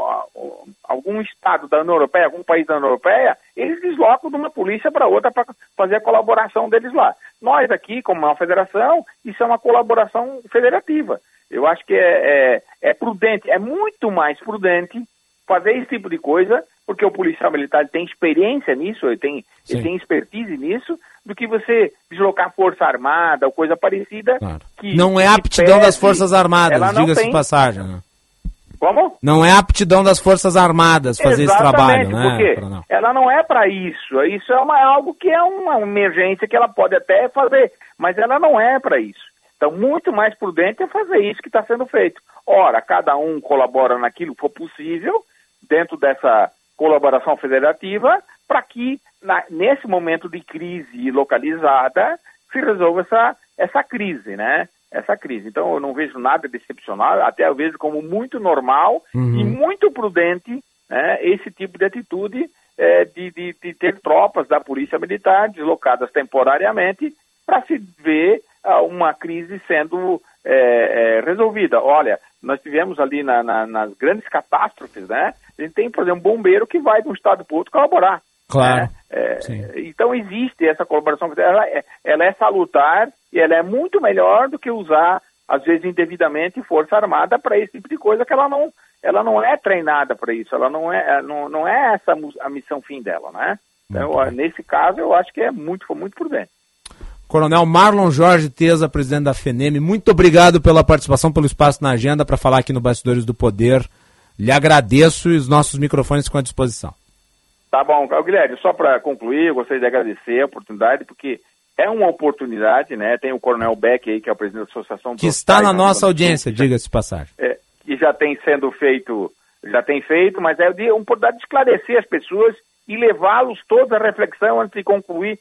algum estado da União Europeia, algum país da União Europeia, eles deslocam de uma polícia para outra para fazer a colaboração deles lá. Nós aqui, como uma federação, isso é uma colaboração federativa. Eu acho que é, é, é prudente, é muito mais prudente fazer esse tipo de coisa, porque o policial militar tem experiência nisso, ele tem, ele tem expertise nisso, do que você deslocar força armada ou coisa parecida. Claro. Que, não é que aptidão pede, das forças armadas, diga-se de passagem. Né? Como? Não é aptidão das forças armadas fazer esse trabalho, né? Porque não. Ela não é para isso. Isso é uma, algo que é uma emergência que ela pode até fazer, mas ela não é para isso. Então, muito mais prudente é fazer isso que está sendo feito. Ora, cada um colabora naquilo que for possível, dentro dessa colaboração federativa, para que, na, nesse momento de crise localizada, se resolva essa, essa crise, né? Essa crise. Então, eu não vejo nada de excepcional, até eu vejo como muito normal uhum. e muito prudente, né, esse tipo de atitude é, de, de, de ter tropas da Polícia Militar deslocadas temporariamente para se ver uh, uma crise sendo é, é, resolvida. Olha, nós tivemos ali na, na, nas grandes catástrofes, né? A gente tem, por exemplo, um bombeiro que vai de um estado para o outro colaborar. Claro. Né? É, então existe essa colaboração, ela é, ela é salutar e ela é muito melhor do que usar, às vezes indevidamente, força armada para esse tipo de coisa que ela não, ela não é treinada para isso, ela não é, não, não é essa a missão fim dela, né? Então, nesse caso, eu acho que é muito, foi muito prudente. Coronel Marlon Jorge Teza, presidente da FENEM, muito obrigado pela participação, pelo espaço na agenda para falar aqui no Bastidores do Poder. Lhe agradeço e os nossos microfones ficam à disposição. Tá bom, Guilherme, só para concluir, eu gostaria de agradecer a oportunidade, porque é uma oportunidade, né? Tem o Coronel Beck aí, que é o presidente da Associação... Que está na nossa audiência, diga-se de passagem. É, que já tem sendo feito, já tem feito, mas é uma oportunidade de esclarecer as pessoas e levá-los todos à reflexão antes de concluir.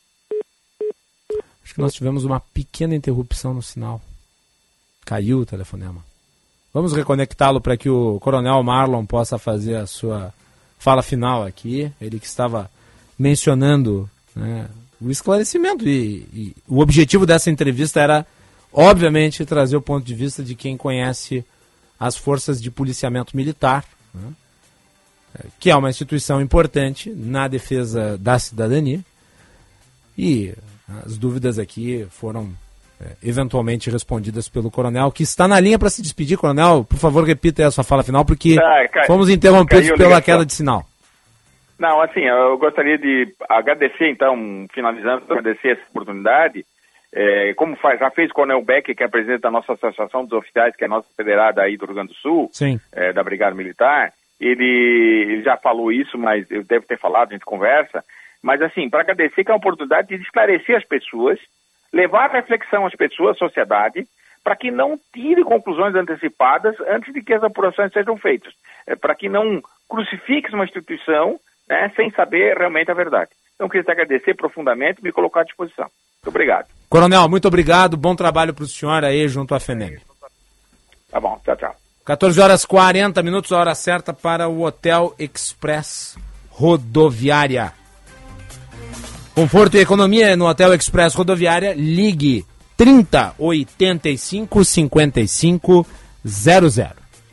Acho que nós tivemos uma pequena interrupção no sinal. Caiu o telefonema. Vamos reconectá-lo para que o Coronel Marlon possa fazer a sua fala final aqui. Ele que estava mencionando, né, o esclarecimento. E, e o objetivo dessa entrevista era, obviamente, trazer o ponto de vista de quem conhece as forças de policiamento militar, né, que é uma instituição importante na defesa da cidadania. E as dúvidas aqui foram é, eventualmente respondidas pelo Coronel, que está na linha para se despedir. Coronel, por favor, repita aí a sua fala final, porque ah, cai, fomos interrompidos pela queda de sinal. Não, assim, eu gostaria de agradecer, então, finalizando, agradecer essa oportunidade. É, como faz, já fez o Coronel Beck, que é presidente da nossa Associação dos Oficiais, que é a nossa federada aí do Rio Grande do Sul, Sim. É, da Brigada Militar. ele, ele já falou isso, mas eu deve ter falado, a gente conversa, mas assim, para agradecer que é uma oportunidade de esclarecer as pessoas, levar a reflexão às pessoas, à sociedade, para que não tire conclusões antecipadas antes de que as apurações sejam feitas, é, para que não crucifique uma instituição, né, sem saber realmente a verdade. Então, queria te agradecer profundamente e me colocar à disposição. Muito obrigado. Coronel, muito obrigado, bom trabalho para o senhor aí junto à FENEM. Tá bom, tchau, tchau. quatorze horas e quarenta minutos, a hora certa para o Hotel Express Rodoviária. Conforto e economia no Hotel Express Rodoviária, ligue trinta, oitenta e cinco, cinquenta e cinco, zero zero.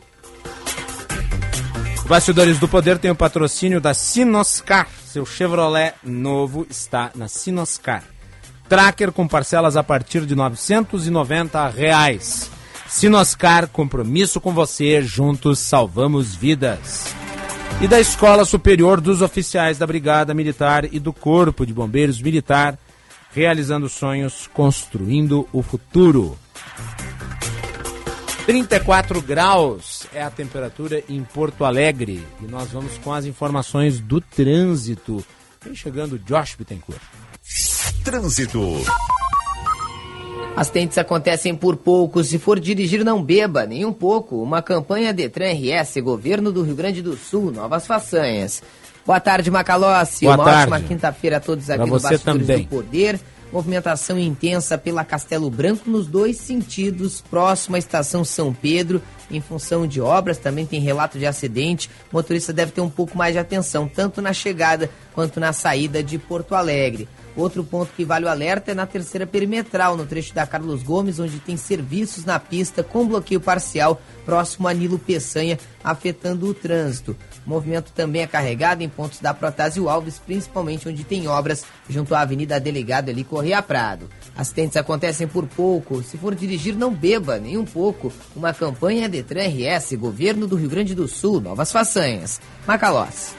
Bastidores do Poder tem o patrocínio da Sinoscar. Seu Chevrolet novo está na Sinoscar. Tracker com parcelas a partir de novecentos e noventa reais. Sinoscar, compromisso com você, juntos salvamos vidas. E da Escola Superior dos Oficiais da Brigada Militar e do Corpo de Bombeiros Militar, realizando sonhos, construindo o futuro. trinta e quatro graus é a temperatura em Porto Alegre. E nós vamos com as informações do trânsito. Vem chegando Josh Bittencourt. Trânsito. Acidentes acontecem por pouco. Se for dirigir, não beba, nem um pouco. Uma campanha Detran R S, Governo do Rio Grande do Sul, novas façanhas. Boa tarde, Macalossi. Boa Uma tarde. ótima quinta-feira a todos aqui Pra no você Bastidores também. do Poder. Movimentação intensa pela Castelo Branco nos dois sentidos, próximo à estação São Pedro, em função de obras. Também tem relato de acidente. O motorista deve ter um pouco mais de atenção, tanto na chegada quanto na saída de Porto Alegre. Outro ponto que vale o alerta é na terceira perimetral, no trecho da Carlos Gomes, onde tem serviços na pista com bloqueio parcial próximo a Nilo Peçanha, afetando o trânsito. O movimento também é carregado em pontos da Protásio Alves, principalmente onde tem obras junto à Avenida Delegado ali Correia Prado. Acidentes acontecem por pouco. Se for dirigir, não beba, nem um pouco. Uma campanha Detran R S, Governo do Rio Grande do Sul, novas façanhas. Macalós.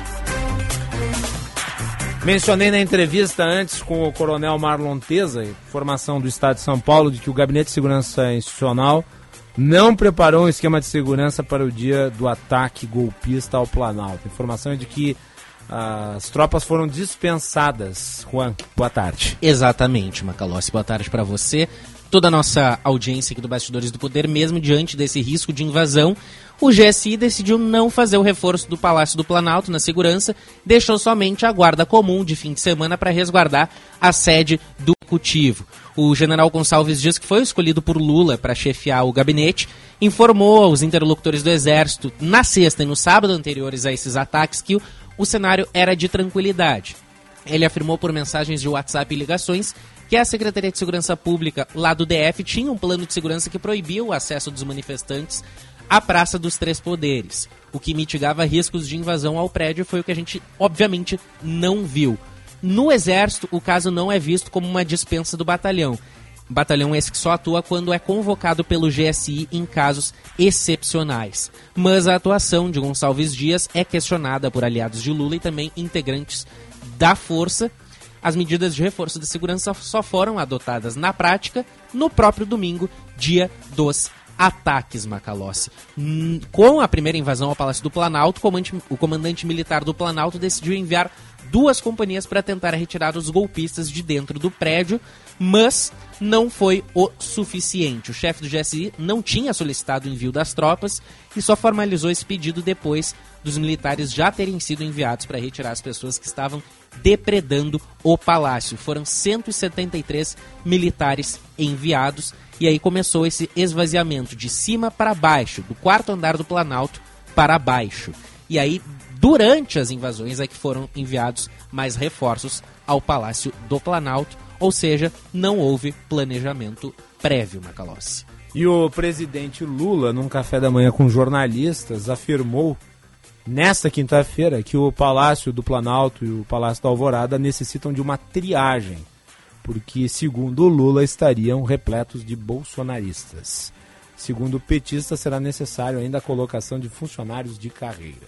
Mencionei na entrevista antes com o Coronel Marlon Teza, informação do Estado de São Paulo, de que o Gabinete de Segurança Institucional não preparou um esquema de segurança para o dia do ataque golpista ao Planalto. A informação é de que ah, as tropas foram dispensadas. Juan, boa tarde. Exatamente, Macalossi. Boa tarde para você. Toda a nossa audiência aqui do Bastidores do Poder, mesmo diante desse risco de invasão, o G S I decidiu não fazer o reforço do Palácio do Planalto na segurança, deixou somente a guarda comum de fim de semana para resguardar a sede do Executivo. O general Gonçalves Dias, que foi escolhido por Lula para chefiar o gabinete, informou aos interlocutores do Exército na sexta e no sábado anteriores a esses ataques que o, o cenário era de tranquilidade. Ele afirmou por mensagens de WhatsApp e ligações que a Secretaria de Segurança Pública lá do D F tinha um plano de segurança que proibia o acesso dos manifestantes à Praça dos Três Poderes. O que mitigava riscos de invasão ao prédio foi o que a gente, obviamente, não viu. No Exército, o caso não é visto como uma dispensa do batalhão. Batalhão esse que só atua quando é convocado pelo G S I em casos excepcionais. Mas a atuação de Gonçalves Dias é questionada por aliados de Lula e também integrantes da Força. As medidas de reforço da segurança só foram adotadas na prática no próprio domingo, dia dos ataques, Macalossi. Hum, com a primeira invasão ao Palácio do Planalto, o comandante, o comandante militar do Planalto decidiu enviar duas companhias para tentar retirar os golpistas de dentro do prédio, mas não foi o suficiente. O chefe do G S I não tinha solicitado o envio das tropas e só formalizou esse pedido depois dos militares já terem sido enviados para retirar as pessoas que estavam depredando o palácio. Foram cento e setenta e três militares enviados e aí começou esse esvaziamento de cima para baixo, do quarto andar do Planalto para baixo. E aí, durante as invasões, é que foram enviados mais reforços ao Palácio do Planalto, ou seja, não houve planejamento prévio, Macalossi. E o presidente Lula, num café da manhã com jornalistas, afirmou nesta quinta-feira que o Palácio do Planalto e o Palácio da Alvorada necessitam de uma triagem, porque, segundo o Lula, estariam repletos de bolsonaristas. Segundo o petista, será necessário ainda a colocação de funcionários de carreira.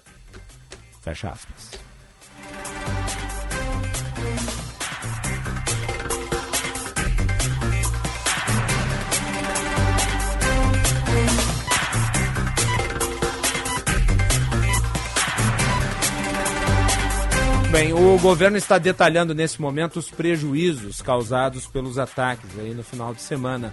Fecha aspas. Bem, o governo está detalhando nesse momento os prejuízos causados pelos ataques aí no final de semana.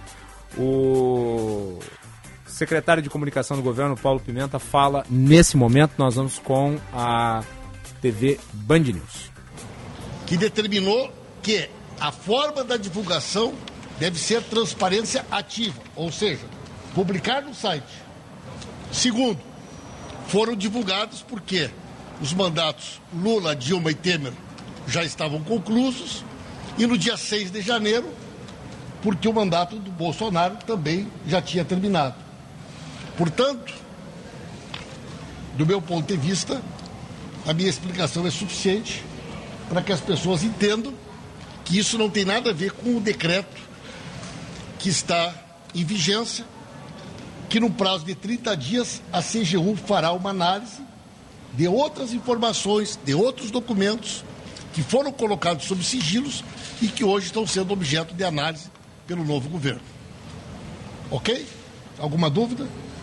O secretário de comunicação do governo, Paulo Pimenta, fala nesse momento. Nós vamos com a T V Band News. Que determinou que a forma da divulgação deve ser transparência ativa, ou seja, publicar no site. Segundo, foram divulgados porque os mandatos Lula, Dilma e Temer já estavam conclusos e no dia seis de janeiro, porque o mandato do Bolsonaro também já tinha terminado. Portanto, do meu ponto de vista, a minha explicação é suficiente para que as pessoas entendam que isso não tem nada a ver com o decreto que está em vigência, que no prazo de trinta dias a C G U fará uma análise de outras informações, de outros documentos que foram colocados sob sigilos e que hoje estão sendo objeto de análise pelo novo governo. Ok? Alguma dúvida?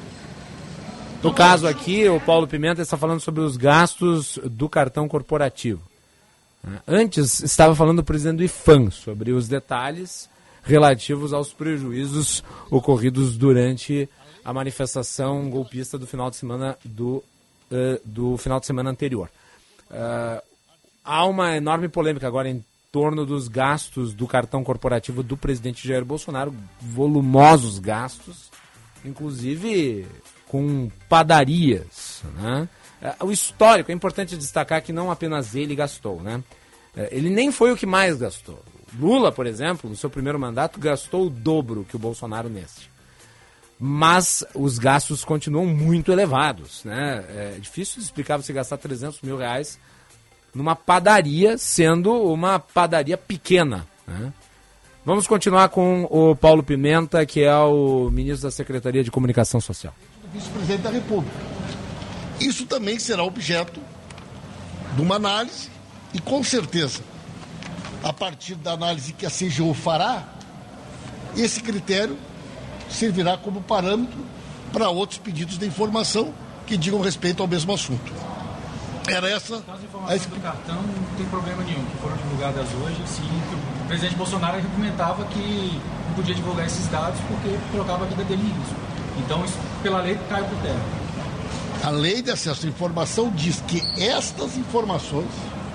No caso aqui, o Paulo Pimenta está falando sobre os gastos do cartão corporativo. Antes, estava falando o presidente do IFAM sobre os detalhes relativos aos prejuízos ocorridos durante a manifestação golpista do final de semana do, uh, do final de semana anterior. Uh, há uma enorme polêmica agora em torno dos gastos do cartão corporativo do presidente Jair Bolsonaro, volumosos gastos, inclusive com padarias, né? O histórico, é importante destacar que não apenas ele gastou, né? Ele nem foi o que mais gastou. Lula, por exemplo, no seu primeiro mandato, gastou o dobro que o Bolsonaro neste. Mas os gastos continuam muito elevados, né? É difícil de explicar você gastar trezentos mil reais numa padaria, sendo uma padaria pequena, né? Vamos continuar com o Paulo Pimenta, que é o ministro da Secretaria de Comunicação Social. Vice-presidente da República. Isso também será objeto de uma análise e, com certeza, a partir da análise que a C G U fará, esse critério servirá como parâmetro para outros pedidos de informação que digam respeito ao mesmo assunto. Era essa... As informações do cartão não tem problema nenhum, que foram divulgadas hoje, sim, que o presidente Bolsonaro argumentava que não podia divulgar esses dados porque colocava a vida dele em risco. Então, isso, pela lei, cai por terra. A lei de acesso à informação diz que estas informações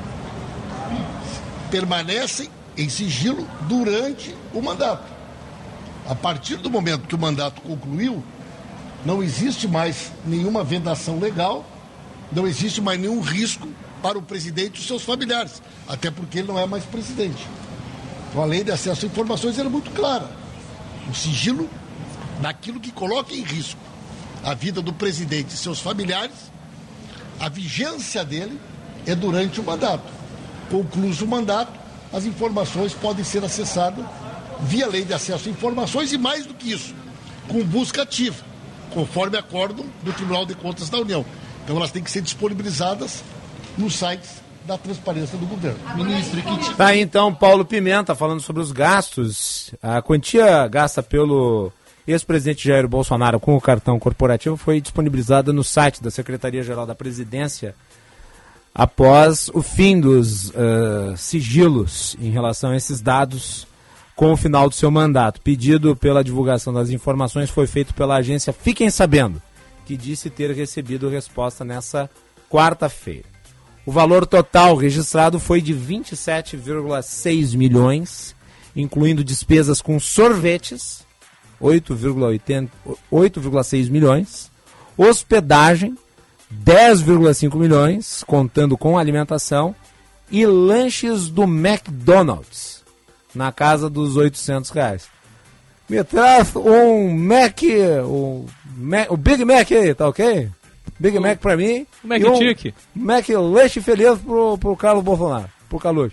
permanecem em sigilo durante o mandato. A partir do momento que o mandato concluiu, não existe mais nenhuma vedação legal, não existe mais nenhum risco para o presidente e os seus familiares, até porque ele não é mais presidente. Então, a lei de acesso à informações era muito clara. O sigilo daquilo que coloca em risco a vida do presidente e seus familiares, a vigência dele é durante o mandato. Concluído o mandato, as informações podem ser acessadas via lei de acesso a informações e, mais do que isso, com busca ativa, conforme acórdão do Tribunal de Contas da União. Então elas têm que ser disponibilizadas nos sites da transparência do governo. Ministro, que tipo... Tá aí então Paulo Pimenta falando sobre os gastos. A quantia gasta pelo ex-presidente Jair Bolsonaro com o cartão corporativo foi disponibilizada no site da Secretaria-Geral da Presidência após o fim dos uh, sigilos em relação a esses dados com o final do seu mandato. Pedido pela divulgação das informações foi feito pela agência Fiquem Sabendo, que disse ter recebido resposta nessa quarta-feira. O valor total registrado foi de vinte e sete vírgula seis milhões, incluindo despesas com sorvetes, oito vírgula seis milhões, hospedagem, dez vírgula cinco milhões, contando com alimentação, e lanches do McDonald's, na casa dos oitocentos reais. Me traz um Mac, um Mac, o Big Mac aí, tá ok? Big o, Mac pra mim. O Mac e um Tique. Mac lanche feliz pro, pro Carlos Bolsonaro, pro Caluxo.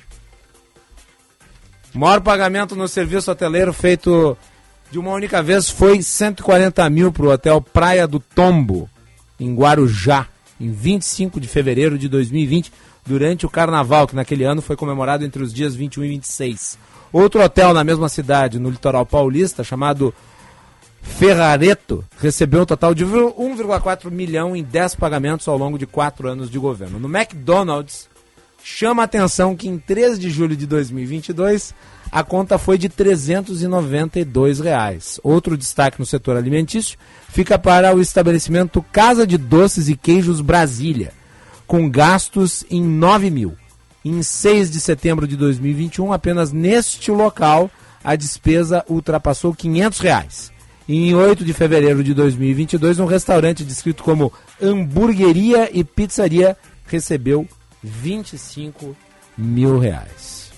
O maior pagamento no serviço hoteleiro feito de uma única vez foi cento e quarenta mil para o hotel Praia do Tombo, em Guarujá, em vinte e cinco de fevereiro de dois mil e vinte, durante o carnaval, que naquele ano foi comemorado entre os dias vinte e um e vinte e seis. Outro hotel na mesma cidade, no litoral paulista, chamado Ferrareto, recebeu um total de um vírgula quatro milhão em dez pagamentos ao longo de quatro anos de governo. No McDonald's, Chama a atenção que em três de julho de dois mil e vinte e dois, a conta foi de trezentos e noventa e dois reais. Outro destaque no setor alimentício fica para o estabelecimento Casa de Doces e Queijos Brasília, com gastos em nove mil. Em seis de setembro de dois mil e vinte e um, apenas neste local, a despesa ultrapassou quinhentos reais. E em oito de fevereiro de dois mil e vinte e dois, um restaurante descrito como hamburgueria e pizzaria recebeu vinte e cinco mil reais.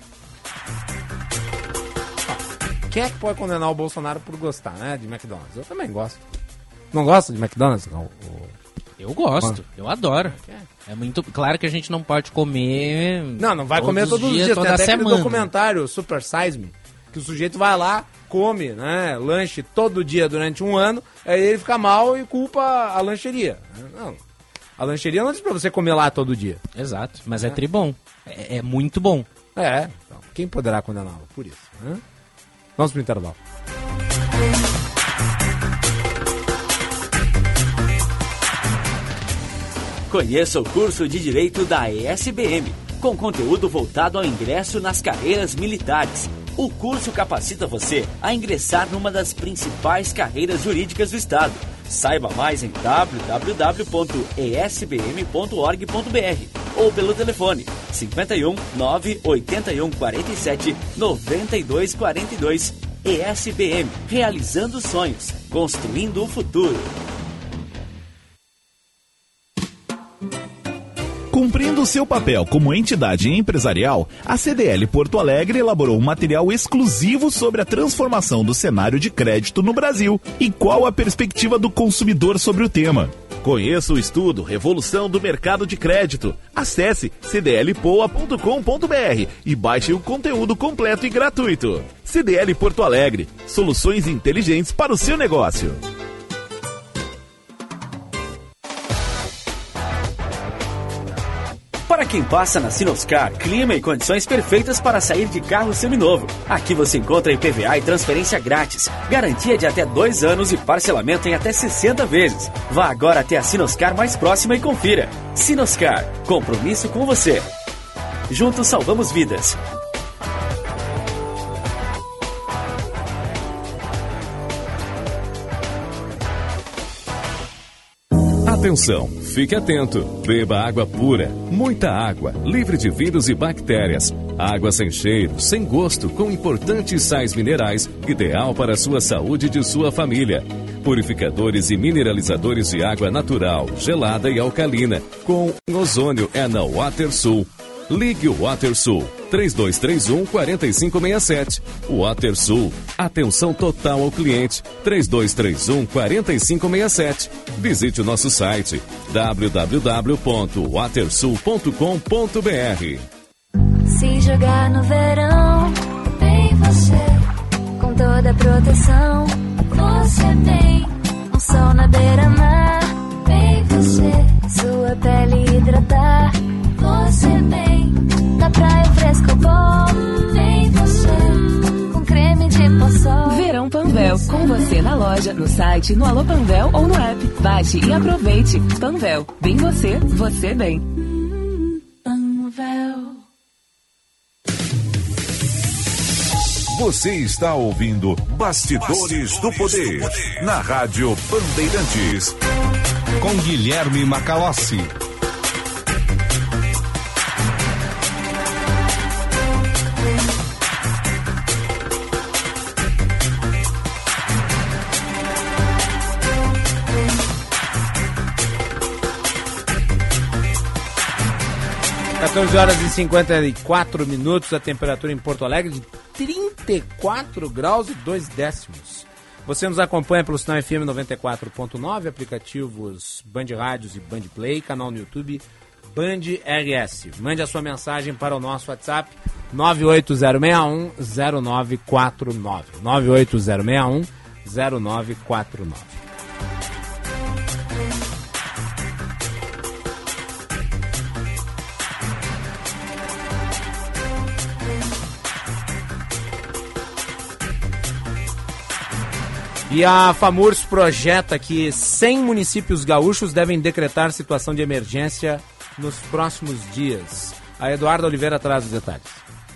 Quem é que pode condenar o Bolsonaro por gostar, né, de McDonald's? Eu também gosto. Não gosta de McDonald's? Não, o... Eu gosto, eu adoro. É muito claro que a gente não pode comer. Não, não vai comer todos os dias. Toda Tem até semana. aquele documentário Super Size Me, que o sujeito vai lá, come, né, lanche todo dia durante um ano, aí ele fica mal e culpa a lancheria. Não, a lancheria não diz pra você comer lá todo dia. Exato, mas é, é tribom. É, é muito bom. É, então, quem poderá condená-lo por isso? Né? Vamos pro intervalo. Conheça o curso de Direito da E S B M, com conteúdo voltado ao ingresso nas carreiras militares. O curso capacita você a ingressar numa das principais carreiras jurídicas do Estado. Saiba mais em w w w ponto e s b m ponto org ponto b r ou pelo telefone cinquenta e um, nove oitenta e um, quarenta e sete, noventa e dois, quarenta e dois. E S B M, realizando sonhos, construindo o futuro. Cumprindo seu papel como entidade empresarial, a C D L Porto Alegre elaborou um material exclusivo sobre a transformação do cenário de crédito no Brasil e qual a perspectiva do consumidor sobre o tema. Conheça o estudo Revolução do Mercado de Crédito. Acesse c d l poa ponto com ponto b r e baixe o conteúdo completo e gratuito. C D L Porto Alegre, soluções inteligentes para o seu negócio. Para quem passa na Sinoscar, clima e condições perfeitas para sair de carro seminovo. Aqui você encontra I P V A e transferência grátis, garantia de até dois anos e parcelamento em até sessenta vezes. Vá agora até a Sinoscar mais próxima e confira. Sinoscar, compromisso com você. Juntos salvamos vidas. Atenção, fique atento. Beba água pura, muita água, livre de vírus e bactérias. Água sem cheiro, sem gosto, com importantes sais minerais, ideal para a sua saúde e de sua família. Purificadores e mineralizadores de água natural, gelada e alcalina. Com ozônio é na WaterSul. Ligue o WaterSul três dois três um, quatro cinco seis sete. WaterSul, atenção total ao cliente três dois três um, quatro cinco seis sete. Visite o nosso site w w w ponto watersul ponto com ponto b r. Se jogar no verão, vem você, com toda a proteção, você tem um sol na beira-mar, vem você, sua pele hidratar, você vem, da praia fresco bom, vem você, com creme de poçol. Verão Panvel, com você na loja, no site, no Alô Panvel ou no app. Baixe e aproveite. Panvel, bem você, você bem. Panvel. Você está ouvindo Bastidores, Bastidores do, Poder, do Poder, na Rádio Bandeirantes, com Guilherme Macalossi. quatorze horas e cinquenta e quatro minutos, a temperatura em Porto Alegre de trinta e quatro graus e dois décimos. Você nos acompanha pelo sinal F M noventa e quatro ponto nove, aplicativos Band Rádios e Band Play, canal no YouTube Band R S. Mande a sua mensagem para o nosso WhatsApp nove oito zero seis um zero nove quatro nove. nove oito zero seis um zero nove quatro nove. E a FAMURS projeta que cem municípios gaúchos devem decretar situação de emergência nos próximos dias. A Eduarda Oliveira traz os detalhes.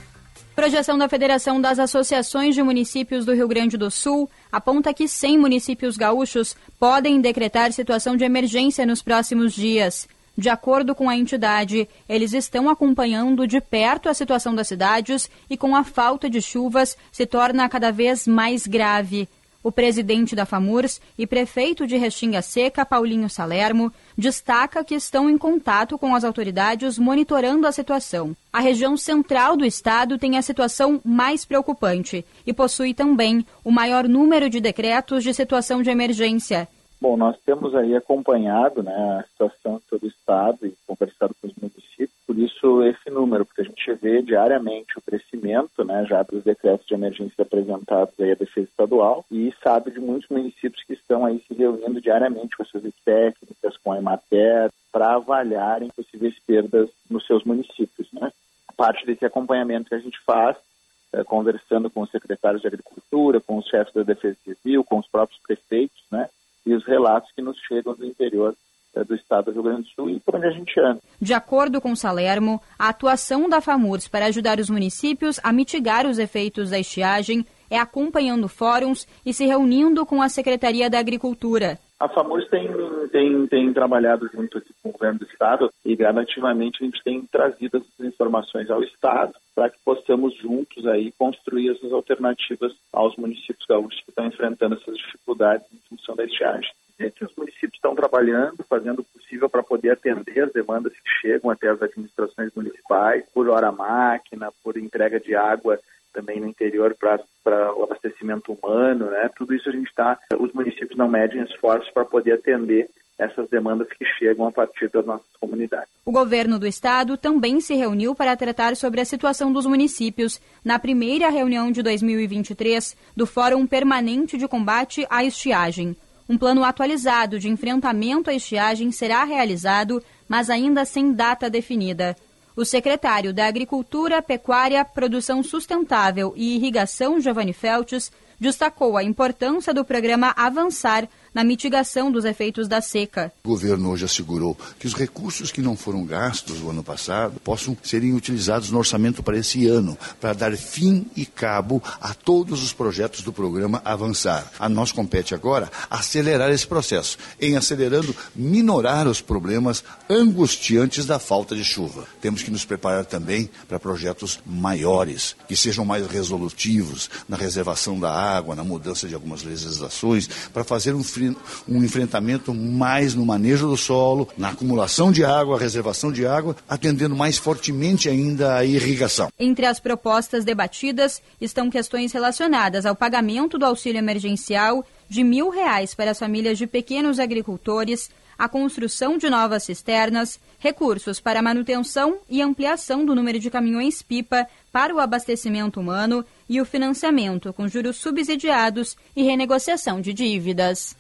Projeção da Federação das Associações de Municípios do Rio Grande do Sul aponta que cem municípios gaúchos podem decretar situação de emergência nos próximos dias. De acordo com a entidade, eles estão acompanhando de perto a situação das cidades e, com a falta de chuvas, se torna cada vez mais grave. O presidente da FAMURS e prefeito de Restinga Seca, Paulinho Salermo, destaca que estão em contato com as autoridades monitorando a situação. A região central do estado tem a situação mais preocupante e possui também o maior número de decretos de situação de emergência. Bom, nós temos aí acompanhado, né, a situação de todo o estado e conversado com os municípios, por isso esse número, porque a gente vê diariamente o crescimento, né, já dos decretos de emergência apresentados aí à Defesa Estadual e sabe de muitos municípios que estão aí se reunindo diariamente com as suas técnicas, com a Emater, para avaliarem possíveis perdas nos seus municípios, né. Parte desse acompanhamento que a gente faz, é, conversando com os secretários de Agricultura, com os chefes da Defesa Civil, com os próprios prefeitos, né, e os relatos que nos chegam do interior é, do estado do Rio Grande do Sul e por onde a gente anda. De acordo com Salermo, a atuação da FAMURS para ajudar os municípios a mitigar os efeitos da estiagem é acompanhando fóruns e se reunindo com a Secretaria da Agricultura. A FAMURS tem, tem, tem trabalhado junto aqui com o governo do estado e gradativamente a gente tem trazido essas informações ao estado para que possamos juntos aí construir essas alternativas aos municípios gaúchos que estão enfrentando essas dificuldades em função da estiagem. E que os municípios estão trabalhando, fazendo o possível para poder atender as demandas que chegam até as administrações municipais, por hora-máquina, por entrega de água também no interior para o abastecimento humano, né? Tudo isso a gente está, os municípios não medem esforços para poder atender essas demandas que chegam a partir das nossas comunidades. O governo do estado também se reuniu para tratar sobre a situação dos municípios na primeira reunião de dois mil e vinte e três do Fórum Permanente de Combate à Estiagem. Um plano atualizado de enfrentamento à estiagem será realizado, mas ainda sem data definida. O secretário da Agricultura, Pecuária, Produção Sustentável e Irrigação, Giovanni Feltes, destacou a importância do programa Avançar na mitigação dos efeitos da seca. O governo hoje assegurou que os recursos que não foram gastos no ano passado possam serem utilizados no orçamento para esse ano, para dar fim e cabo a todos os projetos do programa Avançar. A nós compete agora acelerar esse processo, em acelerando, minorar os problemas angustiantes da falta de chuva. Temos que nos preparar também para projetos maiores, que sejam mais resolutivos na reservação da água, na mudança de algumas legislações, para fazer um um enfrentamento mais no manejo do solo, na acumulação de água, reservação de água, atendendo mais fortemente ainda a irrigação. Entre as propostas debatidas estão questões relacionadas ao pagamento do auxílio emergencial de mil reais para as famílias de pequenos agricultores, a construção de novas cisternas, recursos para manutenção e ampliação do número de caminhões-pipa para o abastecimento humano e o financiamento com juros subsidiados e renegociação de dívidas.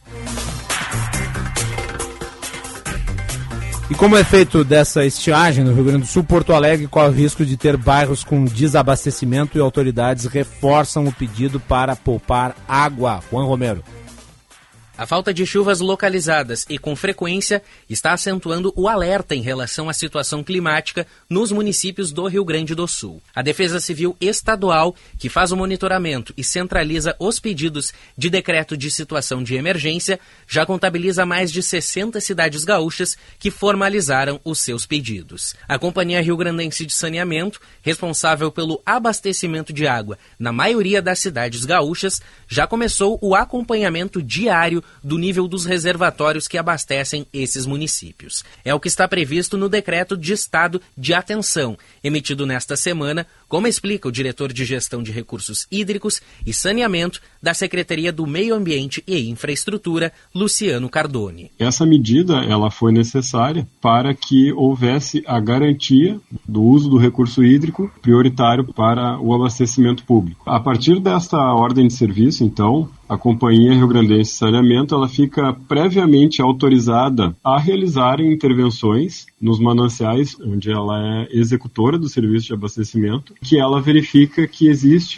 E como efeito dessa estiagem no Rio Grande do Sul, Porto Alegre corre o risco de ter bairros com desabastecimento e autoridades reforçam o pedido para poupar água. Juan Romero. A falta de chuvas localizadas e com frequência está acentuando o alerta em relação à situação climática nos municípios do Rio Grande do Sul. A Defesa Civil Estadual, que faz o monitoramento e centraliza os pedidos de decreto de situação de emergência, já contabiliza mais de sessenta cidades gaúchas que formalizaram os seus pedidos. A Companhia Rio Grandense de Saneamento, responsável pelo abastecimento de água na maioria das cidades gaúchas, já começou o acompanhamento diário do nível dos reservatórios que abastecem esses municípios. É o que está previsto no Decreto de Estado de Atenção, emitido nesta semana, como explica o diretor de Gestão de Recursos Hídricos e Saneamento da Secretaria do Meio Ambiente e Infraestrutura, Luciano Cardoni. Essa medida ela foi necessária para que houvesse a garantia do uso do recurso hídrico prioritário para o abastecimento público. A partir desta ordem de serviço, então, a Companhia Rio Grandense de Saneamento ela fica previamente autorizada a realizar intervenções nos mananciais onde ela é executora do serviço de abastecimento, que ela verifica que existe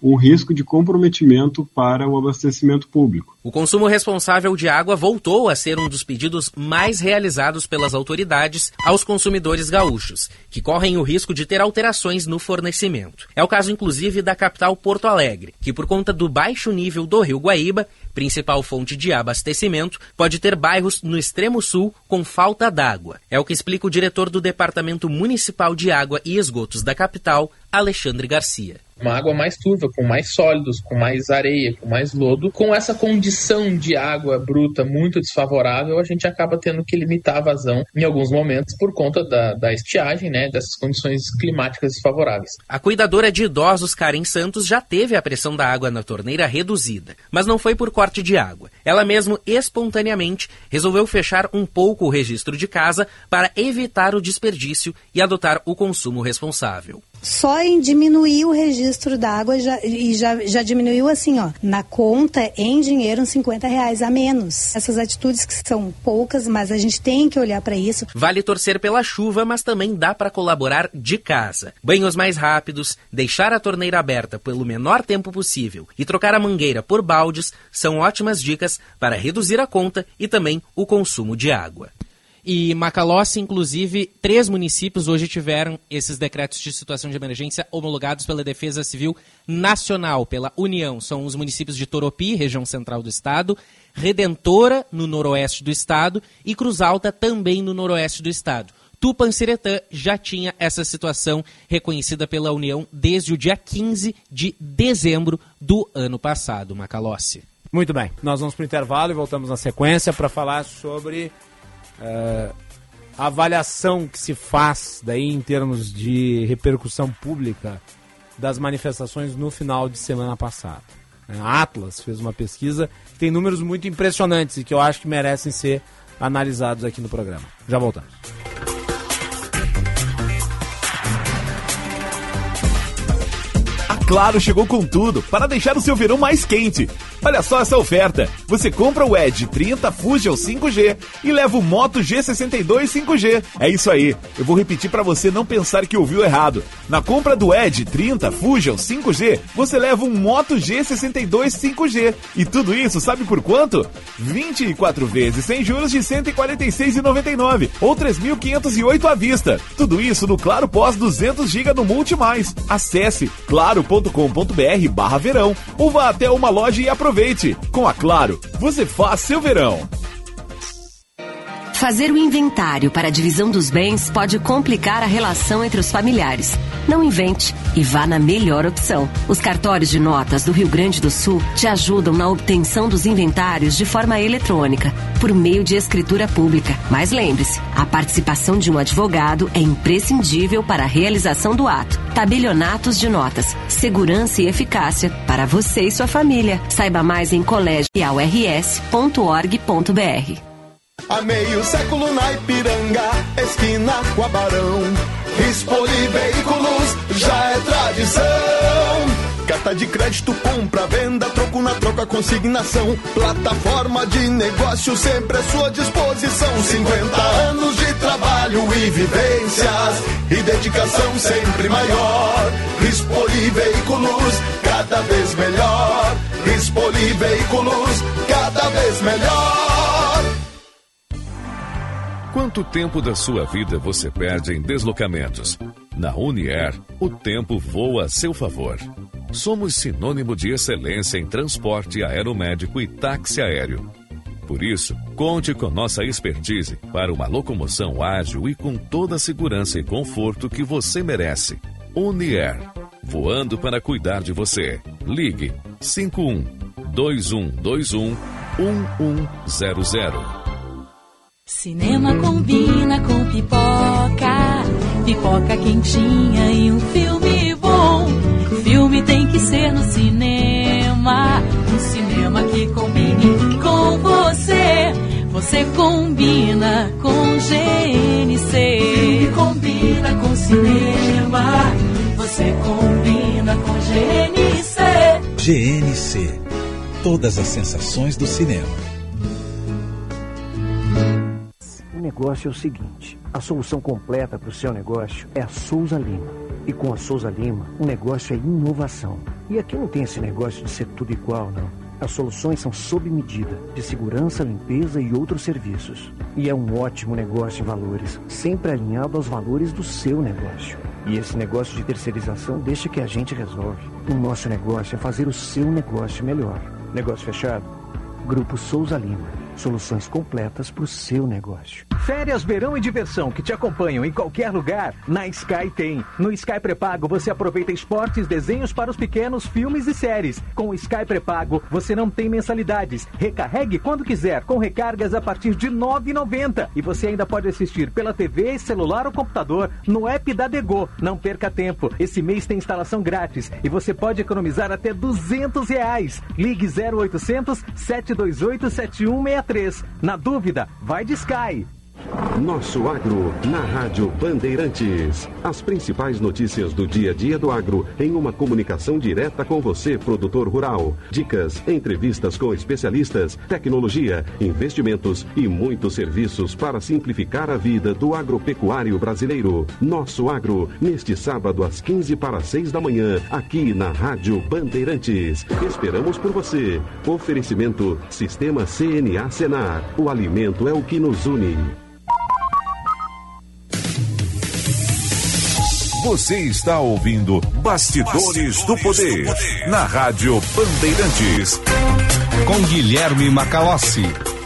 um risco de comprometimento para o abastecimento público. O consumo responsável de água voltou a ser um dos pedidos mais realizados pelas autoridades aos consumidores gaúchos, que correm o risco de ter alterações no fornecimento. É o caso, inclusive, da capital Porto Alegre, que, por conta do baixo nível do Rio Guaíba, principal fonte de abastecimento, pode ter bairros no extremo sul com falta d'água. É o que explica o diretor do Departamento Municipal de Água e Esgotos da capital, Alexandre Garcia. Uma água mais turva, com mais sólidos, com mais areia, com mais lodo. Com essa condição de água bruta muito desfavorável, a gente acaba tendo que limitar a vazão em alguns momentos por conta da, da estiagem, né, dessas condições climáticas desfavoráveis. A cuidadora de idosos, Karen Santos, já teve a pressão da água na torneira reduzida, mas não foi por corte de água. Ela mesmo, espontaneamente, resolveu fechar um pouco o registro de casa para evitar o desperdício e adotar o consumo responsável. Só em diminuir o registro d'água já, e já, já diminuiu assim, ó, na conta em dinheiro uns cinquenta reais a menos. Essas atitudes que são poucas, mas a gente tem que olhar para isso. Vale torcer pela chuva, mas também dá para colaborar de casa. Banhos mais rápidos, deixar a torneira aberta pelo menor tempo possível e trocar a mangueira por baldes são ótimas dicas para reduzir a conta e também o consumo de água. E Macalossi, inclusive, três municípios hoje tiveram esses decretos de situação de emergência homologados pela Defesa Civil Nacional, pela União. São os municípios de Toropi, região central do estado, Redentora, no noroeste do estado, e Cruz Alta, também no noroeste do estado. Tupanciretã já tinha essa situação reconhecida pela União desde o dia quinze de dezembro do ano passado, Macalossi. Muito bem, nós vamos para o intervalo e voltamos na sequência para falar sobre... Uh, a avaliação que se faz daí em termos de repercussão pública das manifestações no final de semana passada. A Atlas fez uma pesquisa que tem números muito impressionantes e que eu acho que merecem ser analisados aqui no programa. Já voltamos. Claro, chegou com tudo para deixar o seu verão mais quente. Olha só essa oferta. Você compra o Edge trinta Fusion cinco G e leva o Moto G sessenta e dois cinco G. É isso aí. Eu vou repetir para você não pensar que ouviu errado. Na compra do Edge trinta Fusion cinco G, você leva um Moto G sessenta e dois cinco G. E tudo isso, sabe por quanto? vinte e quatro vezes sem juros de cento e quarenta e seis reais e noventa e nove centavos ou três mil quinhentos e oito à vista. Tudo isso no Claro Pós duzentos gigabytes no Multi Mais. Acesse claro ponto com ponto br barra verão ou vá até uma loja e aproveite. Com a Claro, você faz seu verão. Fazer o inventário para a divisão dos bens pode complicar a relação entre os familiares. Não invente e vá na melhor opção. Os cartórios de notas do Rio Grande do Sul te ajudam na obtenção dos inventários de forma eletrônica, por meio de escritura pública. Mas lembre-se, a participação de um advogado é imprescindível para a realização do ato. Tabelionatos de notas, segurança e eficácia para você e sua família. Saiba mais em colégio r s ponto org ponto b r. Há meio século na Ipiranga, esquina com a Barão. Rispoli Veículos já é tradição. Carta de crédito, compra, venda, troco na troca, consignação. Plataforma de negócio sempre à sua disposição. cinquenta anos de trabalho e vivências e dedicação sempre maior. Rispoli Veículos, cada vez melhor. Rispoli Veículos, cada vez melhor. Quanto tempo da sua vida você perde em deslocamentos? Na Unier, o tempo voa a seu favor. Somos sinônimo de excelência em transporte aeromédico e táxi aéreo. Por isso, conte com nossa expertise para uma locomoção ágil e com toda a segurança e conforto que você merece. Unier, voando para cuidar de você. Ligue cinco um dois um dois um um um zero zero. Cinema combina com pipoca, pipoca quentinha e um filme bom. Filme tem que ser no cinema, um cinema que combine com você. Você combina com G N C. Filme combina com cinema, você combina com G N C. G N C, todas as sensações do cinema. O negócio é o seguinte, A solução completa para o seu negócio é a Souza Lima. E com a Souza Lima, o negócio é inovação. E aqui não tem esse negócio de ser tudo igual, não. As soluções são sob medida, de segurança, limpeza e outros serviços. E é um ótimo negócio em valores, sempre alinhado aos valores do seu negócio. E esse negócio de terceirização deixa que a gente resolve. O nosso negócio é fazer o seu negócio melhor. Negócio fechado? Grupo Souza Lima. Soluções completas para o seu negócio. Férias, verão e diversão que te acompanham em qualquer lugar, na Sky tem. No Sky Pré-Pago você aproveita esportes, desenhos para os pequenos, filmes e séries. Com o Sky Pré-Pago você não tem mensalidades. Recarregue quando quiser, com recargas a partir de nove reais e noventa centavos. E você ainda pode assistir pela T V, celular ou computador no app da Dego. Não perca tempo, esse mês tem instalação grátis e você pode economizar até duzentos reais. Ligue zero oitocentos, sete dois oito, sete um seis três. Na dúvida, vai de Sky. Nosso Agro, na Rádio Bandeirantes. As principais notícias do dia a dia do agro em uma comunicação direta com você, produtor rural. Dicas, entrevistas com especialistas, tecnologia, investimentos e muitos serviços para simplificar a vida do agropecuário brasileiro. Nosso Agro, neste sábado às quinze para as seis da manhã, aqui na Rádio Bandeirantes. Esperamos por você. Oferecimento Sistema C N A Senar. O alimento é o que nos une. Você está ouvindo Bastidores, Bastidores do, Poder, do Poder, na Rádio Bandeirantes, com Guilherme Macalossi.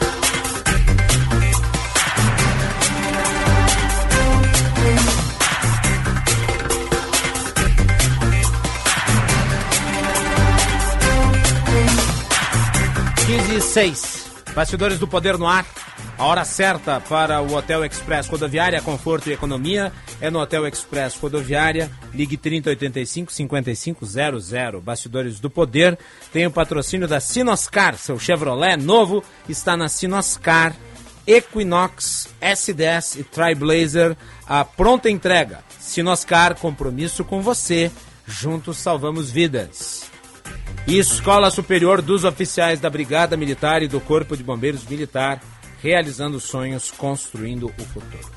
quinze e seis, Bastidores do Poder no ar. A hora certa para o Hotel Express Rodoviária, conforto e economia é no Hotel Express Rodoviária. Ligue trinta, oitenta e cinco, cinquenta e cinco zero zero. Bastidores do Poder tem o patrocínio da Sinoscar. Seu Chevrolet novo está na Sinoscar. Equinox, S dez e Trailblazer, a pronta entrega. Sinoscar, compromisso com você. Juntos salvamos vidas. E Escola Superior dos Oficiais da Brigada Militar e do Corpo de Bombeiros Militar, realizando sonhos, construindo o futuro.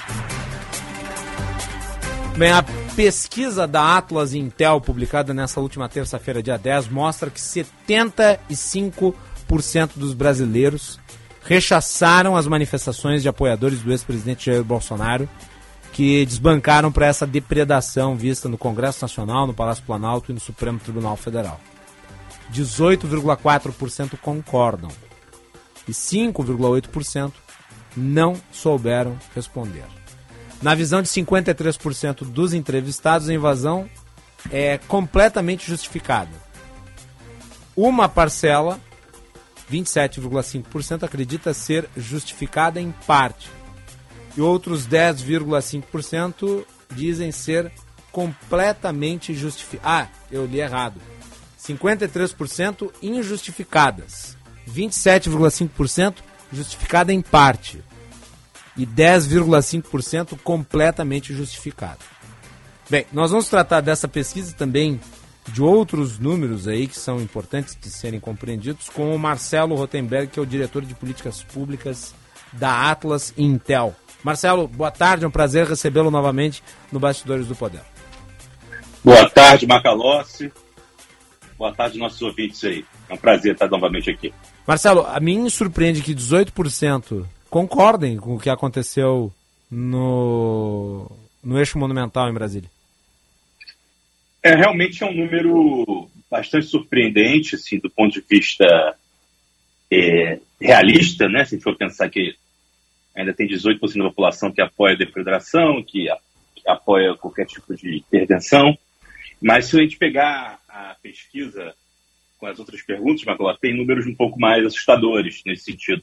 Bem, a pesquisa da Atlas Intel, publicada nessa última terça-feira, dia dez, mostra que setenta e cinco por cento dos brasileiros rechaçaram as manifestações de apoiadores do ex-presidente Jair Bolsonaro, que desbancaram para essa depredação vista no Congresso Nacional, no Palácio Planalto e no Supremo Tribunal Federal. dezoito vírgula quatro por cento concordam e cinco vírgula oito por cento não souberam responder. Na visão de cinquenta e três por cento dos entrevistados, a invasão é completamente justificada. Uma parcela, vinte e sete vírgula cinco por cento, acredita ser justificada em parte. E outros dez vírgula cinco por cento dizem ser completamente justificada. Ah, eu li errado. cinquenta e três por cento injustificadas. vinte e sete vírgula cinco por cento justificada em parte. E dez vírgula cinco por cento completamente justificada. Bem, nós vamos tratar dessa pesquisa também de outros números aí que são importantes de serem compreendidos com o Marcelo Rotenberg, que é o diretor de políticas públicas da Atlas Intel. Marcelo, boa tarde, é um prazer recebê-lo novamente no Bastidores do Poder. Boa tarde, Macalossi. Boa tarde, nossos ouvintes aí. É um prazer estar novamente aqui. Marcelo, a mim me surpreende que dezoito por cento concordem com o que aconteceu no, no Eixo Monumental em Brasília. É, realmente é um número bastante surpreendente, assim, do ponto de vista é, realista, né? Se a gente for pensar que ainda tem dezoito por cento da população que apoia a defenestração, que, a, que apoia qualquer tipo de intervenção. Mas se a gente pegar a pesquisa com as outras perguntas, Macalossi, tem números um pouco mais assustadores nesse sentido.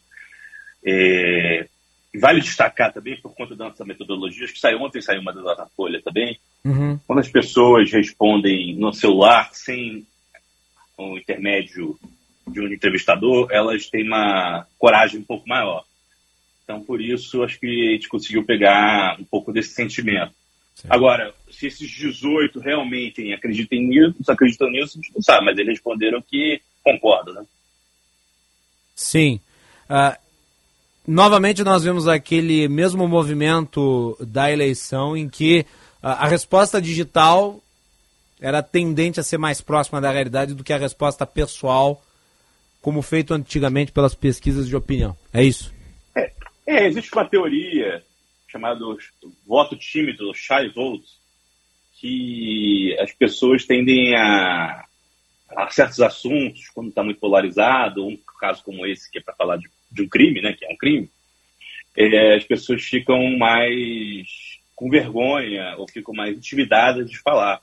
É, vale destacar também, por conta da nossa metodologia, acho que saiu ontem, saiu uma da Datafolha também, uhum. Quando as pessoas respondem no celular sem o intermédio de um entrevistador, elas têm uma coragem um pouco maior. Então, por isso, acho que a gente conseguiu pegar um pouco desse sentimento. Sim. Agora, se esses dezoito realmente acreditam nisso, acreditam nisso, a gente não sabe, mas eles responderam que concordam, né? Sim. Uh, novamente nós vemos aquele mesmo movimento da eleição em que a, a resposta digital era tendente a ser mais próxima da realidade do que a resposta pessoal, como feito antigamente pelas pesquisas de opinião. É isso? É, é existe uma teoria chamada voto tímido, shy vote, que as pessoas tendem a, a certos assuntos, quando está muito polarizado, um caso como esse, que é para falar de, de um crime, né, que é um crime, é, as pessoas ficam mais com vergonha ou ficam mais intimidadas de falar.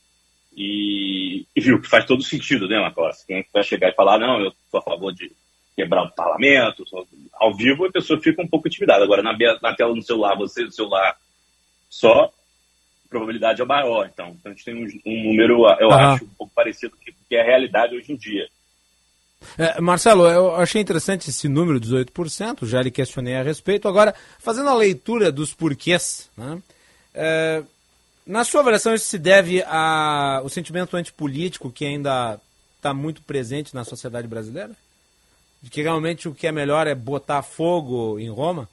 E, e viu que faz todo sentido, né, Marcos? Quem é que vai chegar e falar, não, eu sou a favor de quebrar o parlamento, sou... ao vivo a pessoa fica um pouco intimidada. Agora, na, na tela do celular, você do celular só, a probabilidade é maior. Então, a gente tem um, um número, eu Aham. acho, um pouco parecido com o que é a realidade hoje em dia. É, Marcelo, eu achei interessante esse número, dezoito por cento, já lhe questionei a respeito. Agora, fazendo a leitura dos porquês, né, é, na sua avaliação, isso se deve ao sentimento antipolítico que ainda está muito presente na sociedade brasileira? De que realmente o que é melhor é botar fogo em Roma?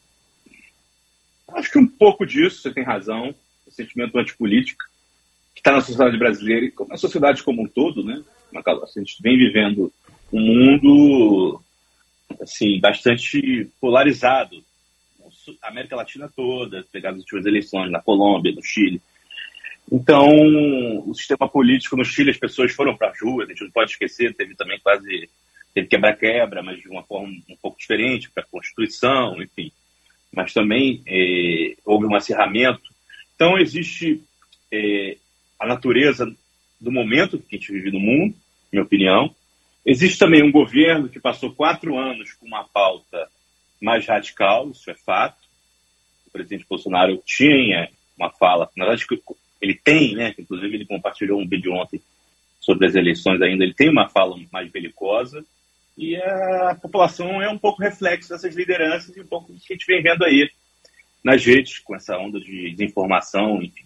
Acho que um pouco disso, você tem razão, o sentimento antipolítico que está na sociedade brasileira e na sociedade como um todo, né? A gente vem vivendo um mundo assim, bastante polarizado. A América Latina toda, pegar as últimas eleições na Colômbia, no Chile. Então, o sistema político no Chile, as pessoas foram para as ruas, a gente não pode esquecer, teve também quase, teve quebra-quebra, mas de uma forma um pouco diferente, para a Constituição, enfim. Mas também é, houve um acirramento. Então, existe é, a natureza do momento que a gente vive no mundo, minha opinião. Existe também um governo que passou quatro anos com uma pauta mais radical, isso é fato. O presidente Bolsonaro tinha uma fala, na verdade, ele tem, né, inclusive ele compartilhou um vídeo ontem sobre as eleições ainda, ele tem uma fala mais belicosa, e a população é um pouco reflexo dessas lideranças e um pouco do que a gente vem vendo aí nas redes, com essa onda de desinformação, enfim.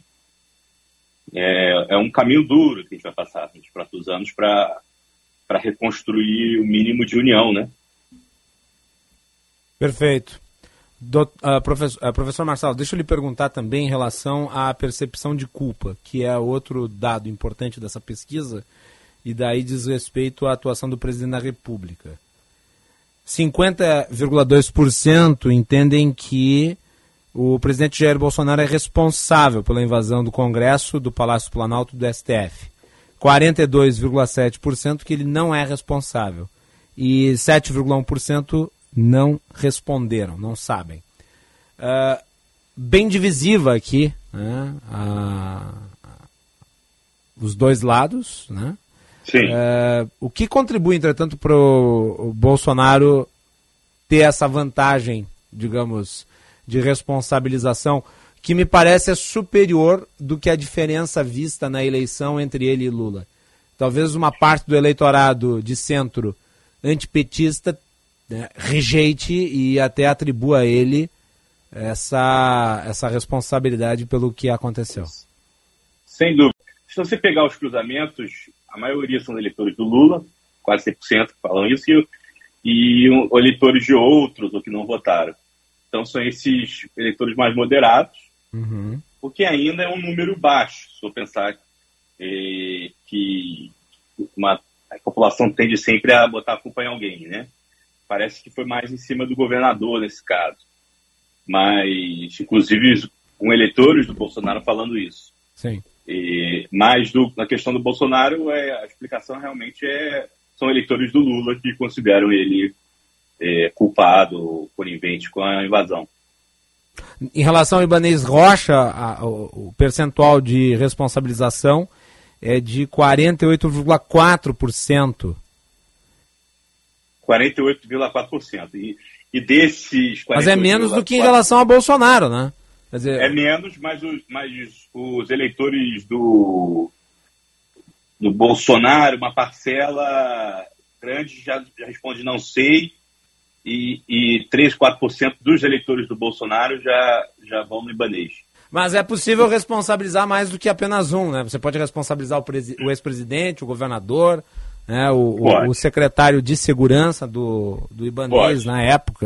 É, é um caminho duro que a gente vai passar nos próximos anos para para reconstruir o mínimo de união, né? Perfeito. Do, uh, professor, uh, professor Marcelo, deixa eu lhe perguntar também em relação à percepção de culpa, que é outro dado importante dessa pesquisa, e daí diz respeito à atuação do presidente da República. cinquenta vírgula dois por cento entendem que o presidente Jair Bolsonaro é responsável pela invasão do Congresso, do Palácio do Planalto e do S T F. quarenta e dois vírgula sete por cento que ele não é responsável. E sete vírgula um por cento não responderam, não sabem. Uh, bem divisiva aqui, né, a, a, os dois lados, né? Sim. Uh, o que contribui, entretanto, para o Bolsonaro ter essa vantagem, digamos, de responsabilização, que me parece é superior do que a diferença vista na eleição entre ele e Lula. Talvez uma parte do eleitorado de centro antipetista, né, rejeite e até atribua a ele essa, essa responsabilidade pelo que aconteceu. Sem dúvida. Se você pegar os cruzamentos, a maioria são eleitores do Lula, quase cem por cento falam isso, e, e um, eleitores de outros ou que não votaram. Então são esses eleitores mais moderados, uhum. porque ainda é um número baixo, se eu pensar é, que uma, a população tende sempre a botar a culpa em alguém, né? Parece que foi mais em cima do governador nesse caso. Mas, inclusive, com eleitores do Bolsonaro falando isso. Sim. E, mas do, na questão do Bolsonaro, é, a explicação realmente é são eleitores do Lula que consideram ele é, culpado, conivente com a invasão. Em relação ao Ibanez Rocha, a, o, o percentual de responsabilização é de quarenta e oito vírgula quatro por cento. quarenta e oito vírgula quatro por cento. E, e desses quarenta e oito vírgula quatro por cento... Mas é menos do que em relação a Bolsonaro, né? Quer dizer... É menos, mas os, mas os eleitores do, do Bolsonaro, uma parcela grande, já, já responde não sei, e, e três, quatro por cento dos eleitores do Bolsonaro já, já vão no Ibanez. Mas é possível responsabilizar mais do que apenas um, né? Você pode responsabilizar o, presi- o ex-presidente, o governador, né? o, o, o secretário de segurança do, do Ibanez pode. Na época.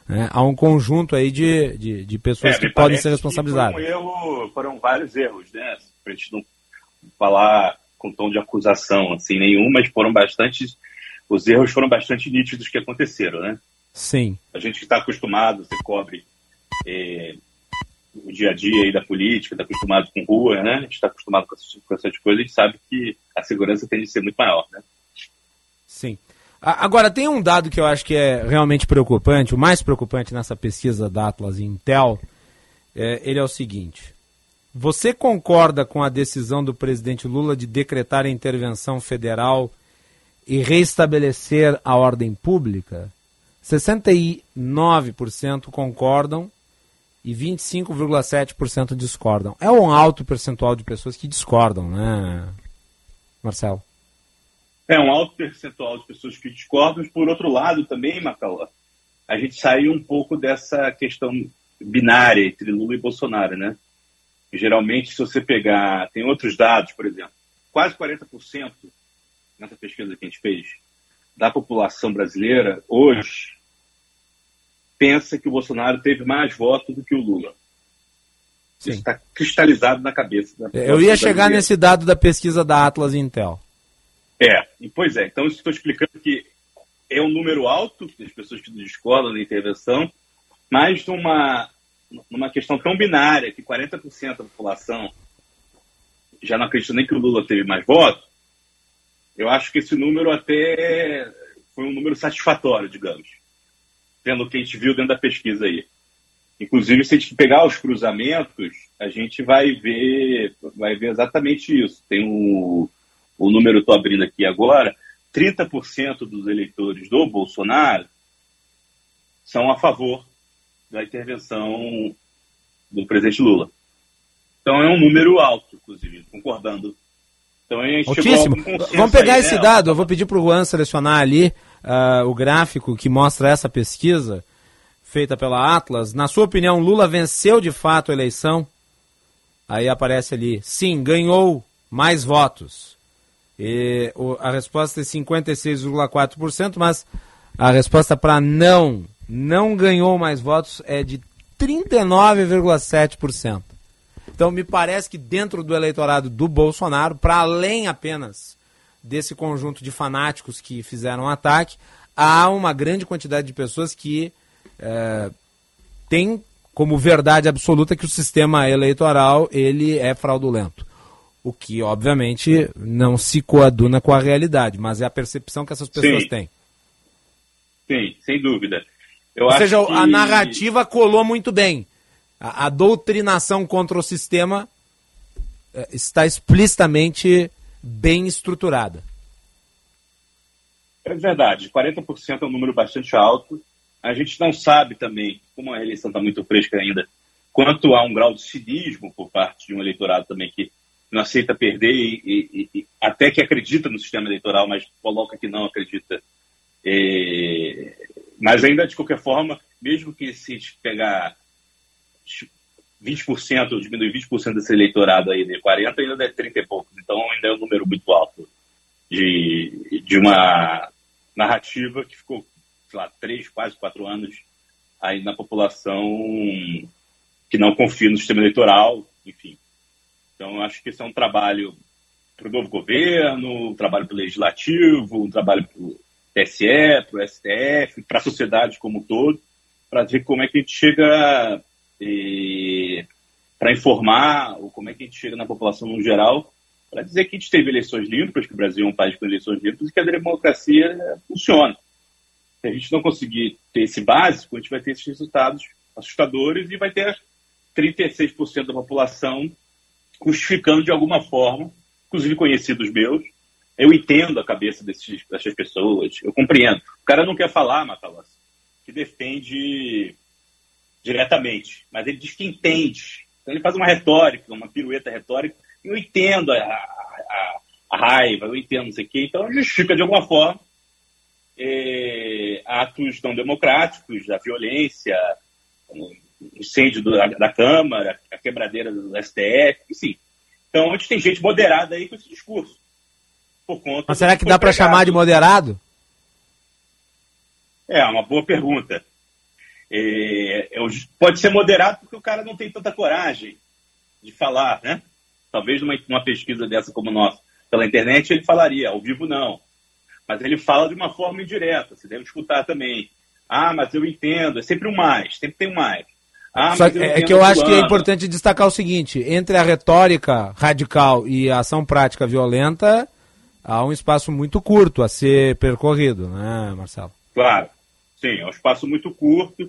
Né? Há um conjunto aí de, de, de pessoas é, que podem ser responsabilizadas. Foi um erro, foram vários erros, né? Pra gente não falar com tom de acusação, assim, nenhum, mas foram bastante, os erros foram bastante nítidos que aconteceram, né? Sim. A gente que está acostumado, você cobre é, o dia a dia aí da política, está acostumado com rua, né? A gente está acostumado com essas, com essas coisas, a gente sabe que a segurança tende a ser muito maior, né? Sim. Agora, tem um dado que eu acho que é realmente preocupante, o mais preocupante nessa pesquisa da Atlas e Intel, é, ele é o seguinte: você concorda com a decisão do presidente Lula de decretar a intervenção federal e reestabelecer a ordem pública? sessenta e nove por cento concordam e vinte e cinco vírgula sete por cento discordam. É um alto percentual de pessoas que discordam, né, Marcelo? É um alto percentual de pessoas que discordam, mas por outro lado também, Macau, a gente saiu um pouco dessa questão binária entre Lula e Bolsonaro, né? Geralmente, se você pegar, tem outros dados, por exemplo, quase quarenta por cento nessa pesquisa que a gente fez da população brasileira hoje pensa que o Bolsonaro teve mais votos do que o Lula. Sim. Isso está cristalizado na cabeça da população Eu ia chegar brasileira. nesse dado da pesquisa da Atlas e Intel. É, e pois é, então estou explicando que é um número alto das pessoas que discordam da intervenção, mas numa, numa questão tão binária que quarenta por cento da população já não acredita nem que o Lula teve mais votos. Eu acho que esse número até foi um número satisfatório, digamos, pelo que a gente viu dentro da pesquisa aí. Inclusive, se a gente pegar os cruzamentos, a gente vai ver, vai ver exatamente isso. Tem um... O número eu estou abrindo aqui agora, trinta por cento dos eleitores do Bolsonaro são a favor da intervenção do presidente Lula. Então é um número alto, inclusive, concordando. Então a gente Altíssimo. chegou a um consenso. Vamos pegar aí, esse né? dado, eu vou pedir para o Juan selecionar ali uh, o gráfico que mostra essa pesquisa feita pela Atlas. Na sua opinião, Lula venceu de fato a eleição? Aí aparece ali, sim, ganhou mais votos. E o, a resposta é cinquenta e seis vírgula quatro por cento, mas a resposta para não, não ganhou mais votos é de trinta e nove vírgula sete por cento. Então me parece que dentro do eleitorado do Bolsonaro, para além apenas desse conjunto de fanáticos que fizeram o ataque, há uma grande quantidade de pessoas que é, tem como verdade absoluta que o sistema eleitoral ele é fraudulento. O que, obviamente, não se coaduna com a realidade, mas é a percepção que essas pessoas Sim. têm. Sim, sem dúvida. Eu Ou acho seja, que... a narrativa colou muito bem. A, a doutrinação contra o sistema é, está explicitamente bem estruturada. É verdade, quarenta por cento é um número bastante alto. A gente não sabe também, como a eleição está muito fresca ainda, quanto há um grau de cinismo por parte de um eleitorado também que não aceita perder e, e, e até que acredita no sistema eleitoral, mas coloca que não acredita. É, mas ainda, de qualquer forma, mesmo que se pegar vinte por cento, diminuir vinte por cento desse eleitorado aí de quarenta, ainda é trinta e poucos. Então ainda é um número muito alto de, de uma narrativa que ficou, sei lá, três, quase quatro anos aí na população que não confia no sistema eleitoral, enfim. Então, eu acho que esse é um trabalho para o novo governo, um trabalho para o Legislativo, um trabalho para o T S E, para o S T F, para a sociedade como um todo, para ver como é que a gente chega eh, para informar, ou como é que a gente chega na população no geral, para dizer que a gente teve eleições limpas, que o Brasil é um país com eleições limpas e que a democracia funciona. Se a gente não conseguir ter esse básico, a gente vai ter esses resultados assustadores e vai ter trinta e seis por cento da população justificando de alguma forma, inclusive conhecidos meus. Eu entendo a cabeça desses, dessas pessoas, eu compreendo. O cara não quer falar, Matalas, que defende diretamente, mas ele diz que entende. Então ele faz uma retórica, uma pirueta retórica, e eu entendo a, a, a raiva, eu entendo não sei o quê, então justifica de alguma forma é, atos não democráticos, da violência, o incêndio do, da, da Câmara, a quebradeira do S T F, enfim. Então, a gente tem gente moderada aí com esse discurso. Por conta Mas será que dá para chamar de moderado? É, uma boa pergunta. É, é, pode ser moderado porque o cara não tem tanta coragem de falar, né? Talvez numa, numa pesquisa dessa como nossa, pela internet, ele falaria, ao vivo não. Mas ele fala de uma forma indireta, você deve escutar também. Ah, mas eu entendo, é sempre um mais, sempre tem um mais. Ah, Só que, é que eu acho que é importante destacar o seguinte, entre a retórica radical e a ação prática violenta, há um espaço muito curto a ser percorrido, né, Marcelo? Claro, sim, é um espaço muito curto.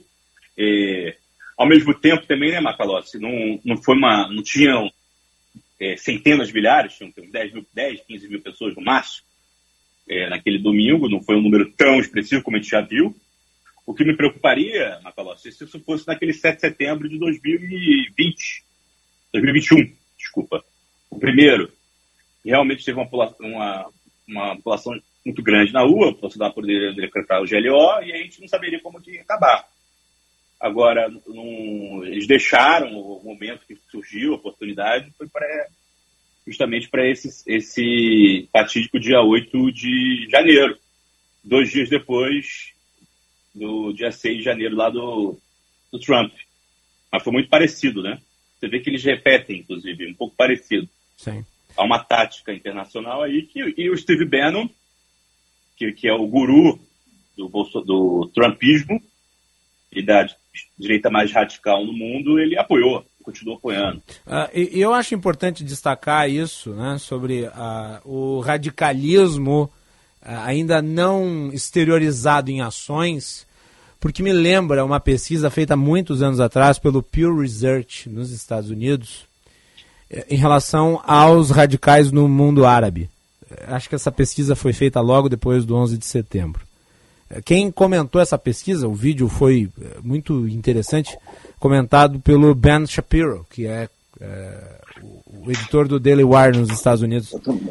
É, ao mesmo tempo também, né, Macalossi, não, não foi uma, não tinham é, centenas de milhares, tinham dez, mil, dez, quinze mil pessoas no máximo é, naquele domingo, não foi um número tão expressivo como a gente já viu. O que me preocuparia, Macalossi, se isso fosse naquele sete de setembro de dois mil e vinte, dois mil e vinte e um, desculpa, o primeiro, realmente teve uma, uma, uma população muito grande na rua, a população poderia decretar o G L O e a gente não saberia como que ia acabar. Agora, num, eles deixaram o momento que surgiu, a oportunidade, foi pra, justamente para esse, esse fatídico dia oito de janeiro, dois dias depois do dia seis de janeiro lá do, do Trump. Mas foi muito parecido, né? Você vê que eles repetem, inclusive, um pouco parecido. Sim. Há uma tática internacional aí que e o Steve Bannon, que, que é o guru do, Bolso, do trumpismo e da direita mais radical no mundo, ele apoiou, continuou apoiando. Uh, e, e eu acho importante destacar isso, né, sobre uh, o radicalismo uh, ainda não exteriorizado em ações, porque me lembra uma pesquisa feita há muitos anos atrás pelo Pew Research nos Estados Unidos, em relação aos radicais no mundo árabe. Acho que essa pesquisa foi feita logo depois do onze de setembro. Quem comentou essa pesquisa, o vídeo foi muito interessante, comentado pelo Ben Shapiro, que é, é o, o editor do Daily Wire nos Estados Unidos.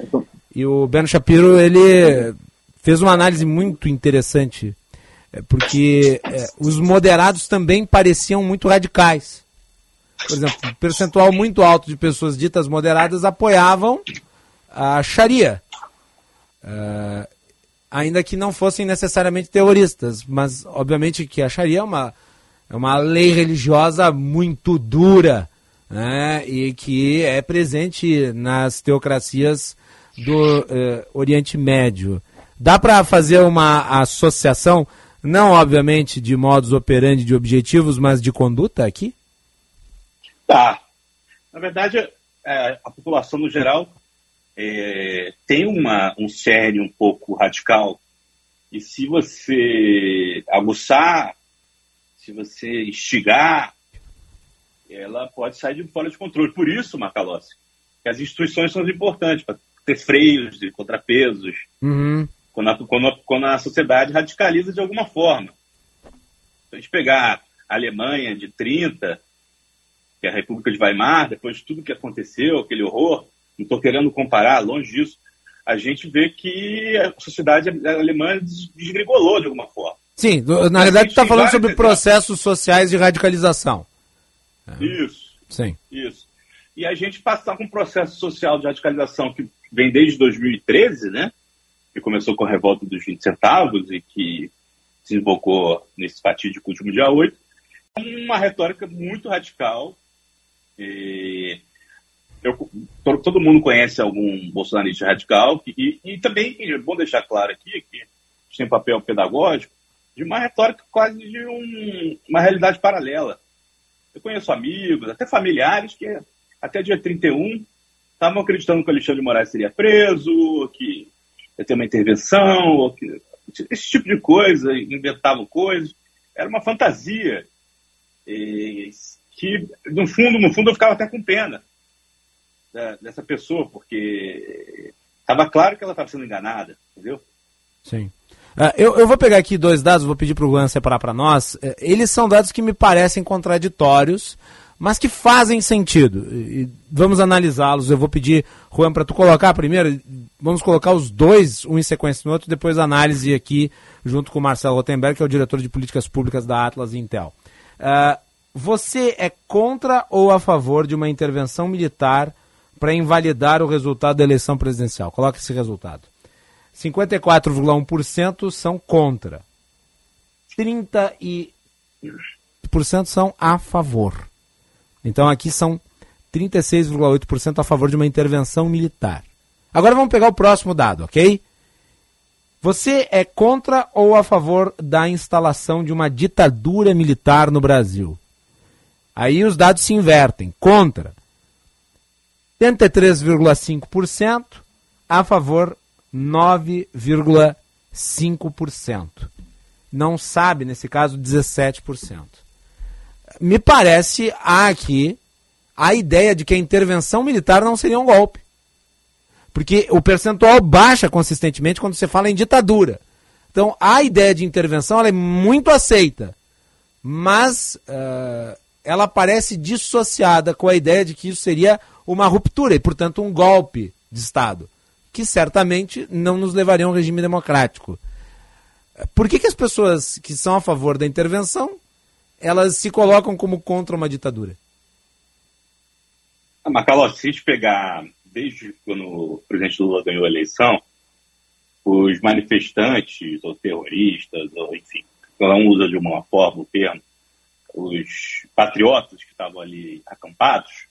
E o Ben Shapiro, ele fez uma análise muito interessante, é, porque é, os moderados também pareciam muito radicais. Por exemplo, um percentual muito alto de pessoas ditas moderadas apoiavam a Sharia. Uh, ainda que não fossem necessariamente terroristas, mas obviamente que a Sharia é uma, é uma lei religiosa muito dura, né, e que é presente nas teocracias do uh, Oriente Médio. Dá para fazer uma associação, não obviamente de modus operandi, de objetivos, mas de conduta aqui? Tá. Na verdade, é, a população no geral é, tem uma, um cerne um pouco radical. E se você aguçar, se você instigar, ela pode sair de fora de controle. Por isso, Macalossi, que as instituições são importantes, para ter freios e contrapesos, uhum. quando, a, quando, a, quando a sociedade radicaliza de alguma forma. Se a gente pegar a Alemanha de trinta, que é a República de Weimar, depois de tudo que aconteceu, aquele horror, não estou querendo comparar, longe disso, a gente vê que a sociedade alemã desgregolou de alguma forma. Sim, na verdade tu está falando sobre processos sociais de radicalização. Isso. Sim. Isso. E a gente passar com um processo social de radicalização que vem desde dois mil e treze, né? Que começou com a revolta dos vinte centavos e que se invocou nesse fatídico último dia oito. Uma retórica muito radical. E eu, todo mundo conhece algum bolsonarista radical e, e também é bom deixar claro aqui que a gente tem um papel pedagógico de uma retórica quase de um, uma realidade paralela. Eu conheço amigos, até familiares, que até dia trinta e um estavam acreditando que o Alexandre de Moraes seria preso, que ia ter uma intervenção, ou que, esse tipo de coisa, inventavam coisas. Era uma fantasia. E, que, no fundo, no fundo, eu ficava até com pena da, dessa pessoa, porque estava claro que ela estava sendo enganada, entendeu? Sim. Uh, eu, eu vou pegar aqui dois dados, vou pedir para o Juan separar para nós. Uh, eles são dados que me parecem contraditórios, mas que fazem sentido. E, e vamos analisá-los. Eu vou pedir, Juan, para tu colocar primeiro, vamos colocar os dois, um em sequência no outro, depois a análise aqui, junto com o Marcelo Rotenberg, que é o diretor de políticas públicas da Atlas Intel. Uh, Você é contra ou a favor de uma intervenção militar para invalidar o resultado da eleição presidencial? Coloque esse resultado. cinquenta e quatro vírgula um por cento são contra. trinta e por cento são a favor. Então aqui são trinta e seis vírgula oito por cento a favor de uma intervenção militar. Agora vamos pegar o próximo dado, ok? Você é contra ou a favor da instalação de uma ditadura militar no Brasil? Aí os dados se invertem. Contra, setenta e três vírgula cinco por cento, a favor, nove vírgula cinco por cento. Não sabe, nesse caso, dezessete por cento. Me parece há aqui a ideia de que a intervenção militar não seria um golpe. Porque o percentual baixa consistentemente quando você fala em ditadura. Então, a ideia de intervenção ela é muito aceita, mas uh, ela parece dissociada com a ideia de que isso seria uma ruptura e, portanto, um golpe de Estado, que certamente não nos levaria a um regime democrático. Por que que as pessoas que são a favor da intervenção, elas se colocam como contra uma ditadura? Ah, Macalossi, se a gente pegar desde quando o presidente Lula ganhou a eleição, os manifestantes ou terroristas, ou enfim, cada um usa de uma forma o termo, os patriotas que estavam ali acampados,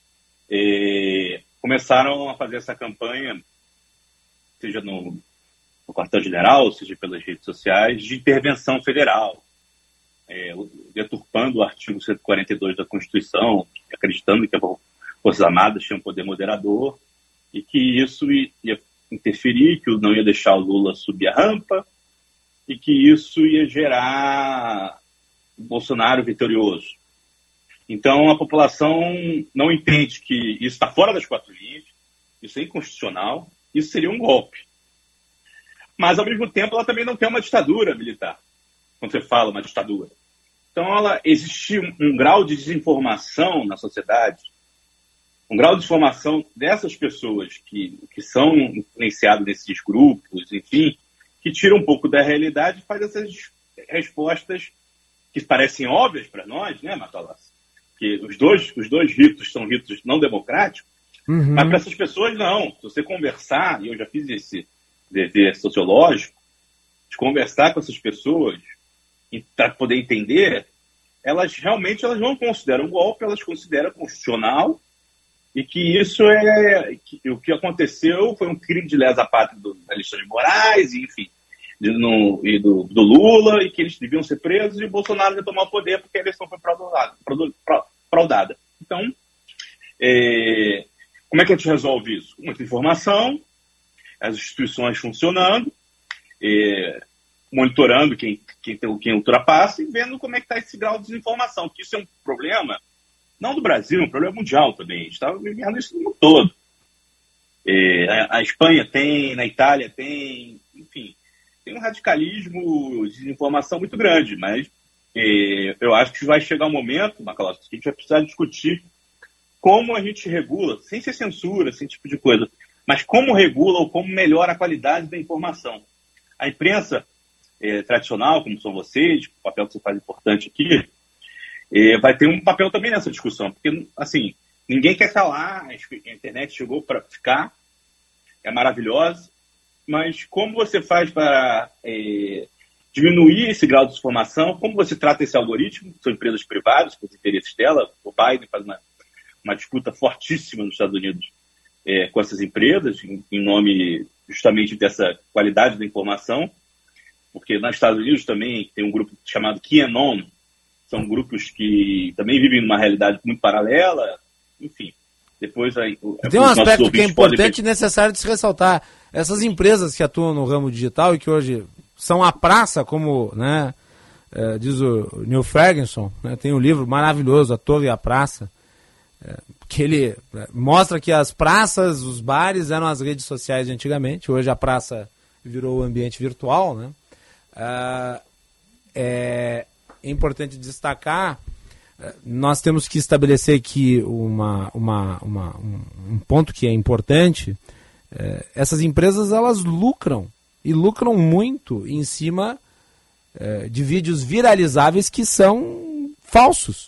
eh, começaram a fazer essa campanha, seja no no quartel-general, seja pelas redes sociais, de intervenção federal, é, deturpando o artigo cento e quarenta e dois da Constituição, acreditando que as Forças Armadas tinham poder moderador e que isso ia interferir, que não ia deixar o Lula subir a rampa e que isso ia gerar o Bolsonaro vitorioso. Então a população não entende que isso está fora das quatro linhas, isso é inconstitucional, isso seria um golpe. Mas, ao mesmo tempo, ela também não quer uma ditadura militar, quando você fala uma ditadura. Então, ela, existe um, um grau de desinformação na sociedade, um grau de desinformação dessas pessoas que, que são influenciadas nesses grupos, enfim, que tira um pouco da realidade e faz essas respostas que parecem óbvias para nós, né, Macalossi? Que os dois, os dois ritos são ritos não democráticos, uhum. Mas para essas pessoas, não. Se você conversar, e eu já fiz esse dever sociológico, de conversar com essas pessoas e para poder entender, elas realmente elas não consideram um golpe, elas consideram constitucional e que isso é que, o que aconteceu foi um crime de lesa pátria do Alexandre de Moraes, e, enfim, de, no, e do, do Lula, e que eles deviam ser presos e o Bolsonaro ia tomar o poder porque a eleição foi fraudada. fraudada. Então, é, como é que a gente resolve isso? Muita informação, as instituições funcionando, é, monitorando quem, quem, quem ultrapassa e vendo como é que está esse grau de desinformação, que isso é um problema, não do Brasil, é um problema mundial também, a gente está vivendo isso no mundo todo. É, a, a Espanha tem, na Itália tem, enfim, tem um radicalismo de desinformação muito grande, mas é, eu acho que vai chegar um momento, Macalossi, que a gente vai precisar discutir como a gente regula, sem ser censura, sem tipo de coisa, mas como regula ou como melhora a qualidade da informação. A imprensa é, tradicional, como são vocês, o papel que você faz importante aqui, é, vai ter um papel também nessa discussão, porque, assim, ninguém quer calar, a internet chegou para ficar, é maravilhosa, mas como você faz para é, diminuir esse grau de desinformação, como você trata esse algoritmo, são empresas privadas, com os interesses dela, o Biden faz uma, uma disputa fortíssima nos Estados Unidos, É, com essas empresas, em, em nome justamente dessa qualidade da informação, porque nos Estados Unidos também tem um grupo chamado QAnon, são grupos que também vivem numa realidade muito paralela, enfim. Depois aí, tem um aspecto que é importante e necessário de se ressaltar. Essas empresas que atuam no ramo digital e que hoje são a praça, como, né, é, diz o Neil Ferguson, né, tem um livro maravilhoso, A Torre e a Praça, é, que ele mostra que as praças, os bares eram as redes sociais de antigamente, hoje a praça virou o ambiente virtual, né? Ah, é importante destacar, nós temos que estabelecer aqui uma, uma, uma, um, um ponto que é importante, é, essas empresas elas lucram, e lucram muito em cima é, de vídeos viralizáveis que são falsos.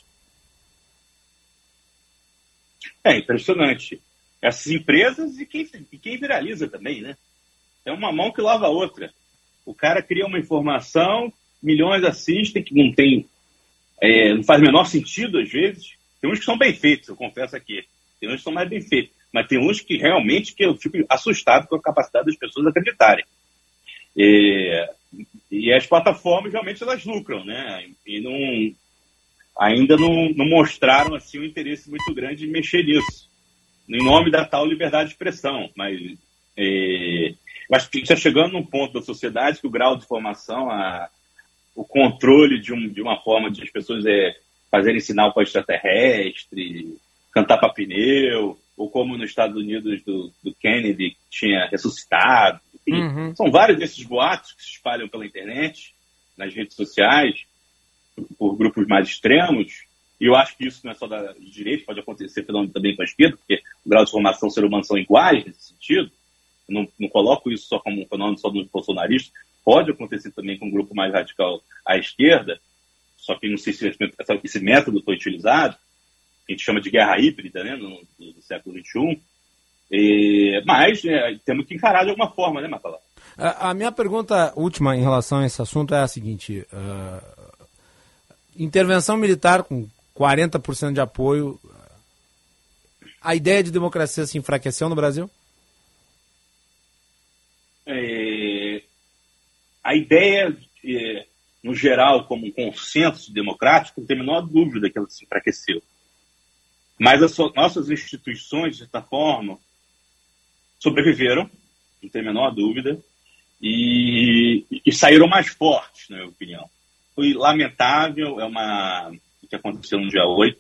É impressionante. Essas empresas e quem, e quem viraliza também, né? É uma mão que lava a outra. O cara cria uma informação, milhões assistem, que não tem é, não faz o menor sentido às vezes. Tem uns que são bem feitos, eu confesso aqui. Tem uns que são mais bem feitos. Mas tem uns que realmente que eu fico assustado com a capacidade das pessoas acreditarem. E, e as plataformas realmente elas lucram, né? E não, ainda não, não mostraram assim, um interesse muito grande em mexer nisso, em nome da tal liberdade de expressão. Mas é, eu acho que está chegando num ponto da sociedade que o grau de formação, a, o controle de, um, de uma forma de as pessoas é, fazerem sinal para extraterrestre, cantar para pneu, ou como nos Estados Unidos do, do Kennedy, que tinha ressuscitado. Enfim, uhum. São vários desses boatos que se espalham pela internet, nas redes sociais, por grupos mais extremos, e eu acho que isso não é só da direita, pode acontecer também com a esquerda, porque o grau de formação ser humano são iguais nesse sentido. Eu não, não coloco isso só como um fenômeno só dos bolsonaristas, pode acontecer também com um grupo mais radical à esquerda, só que não sei se esse método foi utilizado, que a gente chama de guerra híbrida, né, no, no século vinte e um, e, mas é, temos que encarar de alguma forma, né, Marcelo? A, a minha pergunta última em relação a esse assunto é a seguinte, uh, intervenção militar com quarenta por cento de apoio, a ideia de democracia se enfraqueceu no Brasil? É, a ideia, é, no geral, como um consenso democrático, não tem a menor dúvida que ela se enfraqueceu. Mas as so- nossas instituições, de certa forma, sobreviveram, não tem a menor dúvida, e, e saíram mais fortes, na minha opinião. Foi lamentável, é uma, o que aconteceu no dia oito.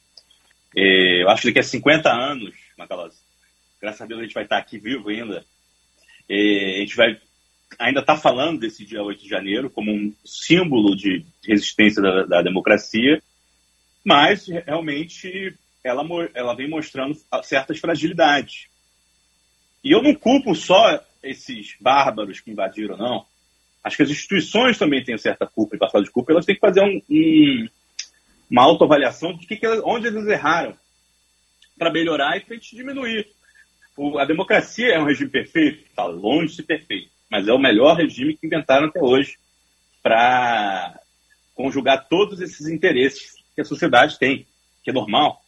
É, eu acho que daqui a cinquenta anos, Macalossi, graças a Deus a gente vai estar aqui vivo ainda, é, a gente vai ainda estar falando desse dia oito de janeiro como um símbolo de resistência da, da democracia, mas realmente ela, ela vem mostrando certas fragilidades. E eu não culpo só esses bárbaros que invadiram, não. Acho que as instituições também têm certa culpa e passado de culpa. Elas têm que fazer um, um, uma autoavaliação de que que elas, onde eles erraram para melhorar e para a gente diminuir. O, a democracia é um regime perfeito? Está longe de ser perfeito, mas é o melhor regime que inventaram até hoje para conjugar todos esses interesses que a sociedade tem, que é normal.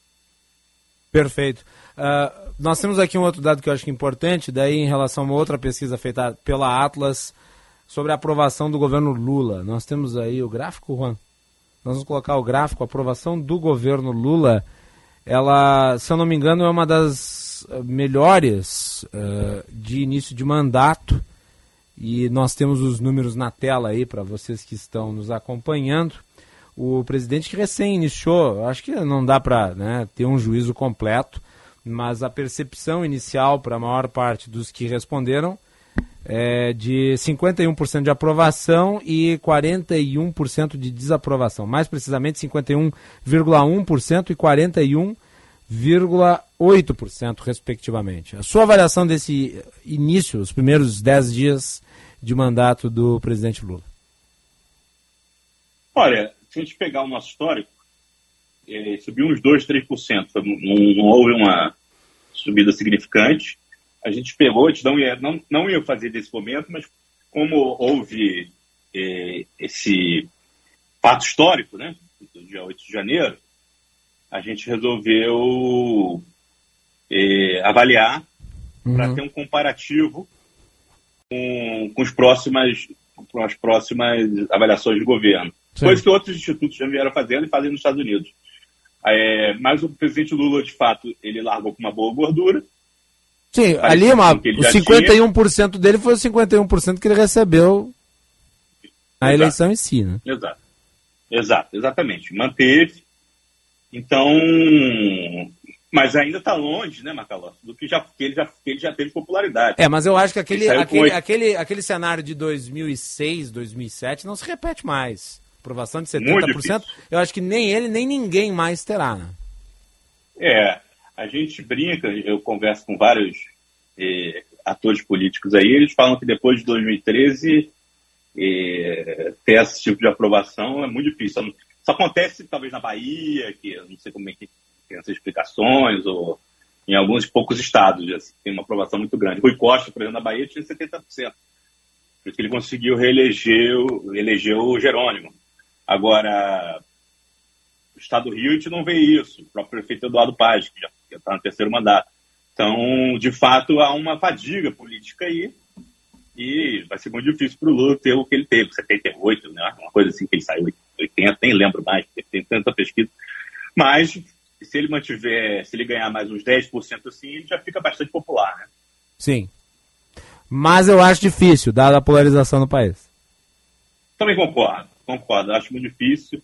Perfeito. Uh, nós temos aqui um outro dado que eu acho que é importante, daí em relação a uma outra pesquisa feita pela Atlas sobre a aprovação do governo Lula. Nós temos aí o gráfico, Juan? Nós vamos colocar o gráfico, a aprovação do governo Lula, ela, se eu não me engano, é uma das melhores uh, de início de mandato, e nós temos os números na tela aí para vocês que estão nos acompanhando. O presidente que recém iniciou, acho que não dá para, né, ter um juízo completo, mas a percepção inicial para a maior parte dos que responderam é de cinquenta e um por cento de aprovação e quarenta e um por cento de desaprovação. Mais precisamente, cinquenta e um vírgula um por cento e quarenta e um vírgula oito por cento, respectivamente. A sua avaliação desse início, os primeiros dez dias de mandato do presidente Lula? Olha, se a gente pegar o nosso histórico, é, subiu uns dois, três por cento. Não, não houve uma subida significante. A gente pegou, a gente não ia, não, não ia fazer desse momento, mas como houve é, esse fato histórico, né, do dia oito de janeiro, a gente resolveu é, avaliar uhum. para ter um comparativo com, com, os próximas, com as próximas avaliações de governo. Sim. Coisa que outros institutos já vieram fazendo e fazem nos Estados Unidos. É, mas o presidente Lula, de fato, ele largou com uma boa gordura. Sim, ali uma, o cinquenta e um por cento dele foi o cinquenta e um por cento que ele recebeu na Exato. eleição em si, né? Exato, Exato, exatamente. Manteve. Então, mas ainda está longe, né, Macalossi, do que, já, que, ele já, que ele já teve popularidade. É, mas eu acho que aquele, aquele, aquele, aquele cenário de dois mil e seis, dois mil e sete não se repete mais. Aprovação de setenta por cento, eu acho que nem ele, nem ninguém mais terá, né? É, a gente brinca, eu converso com vários eh, atores políticos aí, eles falam que depois de dois mil e treze eh, ter esse tipo de aprovação é muito difícil. Só, só acontece talvez na Bahia, que eu não sei como é que tem essas explicações, ou em alguns poucos estados assim, tem uma aprovação muito grande. Rui Costa, por exemplo, na Bahia tinha setenta por cento. Por isso que ele conseguiu reeleger eleger o Jerônimo. Agora, no estado do Rio a gente não vê isso. O próprio prefeito Eduardo Paes, que já está no terceiro mandato. Então, de fato, há uma fadiga política aí e vai ser muito difícil para o Lula ter o que ele teve, setenta e oito, né? Uma coisa assim que ele saiu, oitenta, nem lembro mais, porque tem tanta pesquisa. Mas, se ele mantiver, se ele ganhar mais uns dez por cento assim, ele já fica bastante popular, né? Sim. Mas eu acho difícil, dada a polarização no país. Também concordo, concordo. Eu acho muito difícil.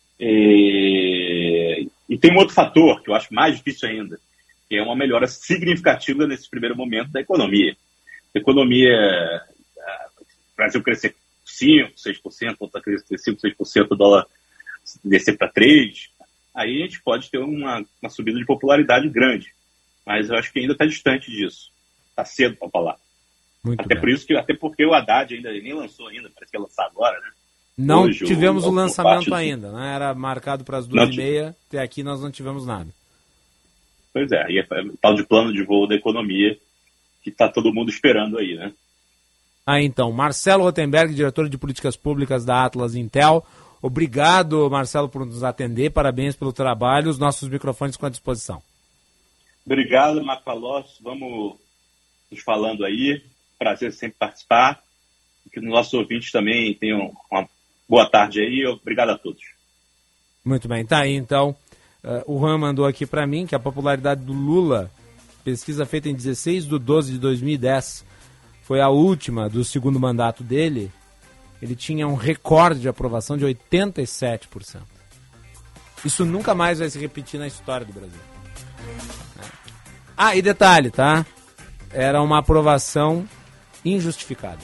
E... e tem um outro fator que eu acho mais difícil ainda, que é uma melhora significativa nesse primeiro momento da economia. A economia, o Brasil crescer cinco, seis por cento, voltar a crescer cinco, seis por cento, o dólar descer para três por cento, aí a gente pode ter uma, uma subida de popularidade grande. Mas eu acho que ainda está distante disso. Está cedo para falar. Muito até, bem. por isso que, até porque o Haddad ainda nem lançou ainda, parece que ia lançar agora, né? Não Hoje, tivemos o, o lançamento do... ainda, né? Era marcado para as duas e meia, até aqui nós não tivemos nada. Pois é, e é tal de plano de voo da economia que está todo mundo esperando aí, né? Ah, então, Marcelo Rotenberg, diretor de políticas públicas da Atlas Intel. Obrigado, Marcelo, por nos atender, parabéns pelo trabalho, os nossos microfones estão à disposição. Obrigado, Marco Palocci, vamos nos falando aí, prazer sempre participar, que os nossos ouvintes também tenham uma boa tarde aí, obrigado a todos. Muito bem, tá aí então, uh, o Juan mandou aqui para mim que a popularidade do Lula, pesquisa feita em dezesseis de doze de dois mil e dez, foi a última do segundo mandato dele, ele tinha um recorde de aprovação de oitenta e sete por cento. Isso nunca mais vai se repetir na história do Brasil. Ah, e detalhe, tá? Era uma aprovação injustificada.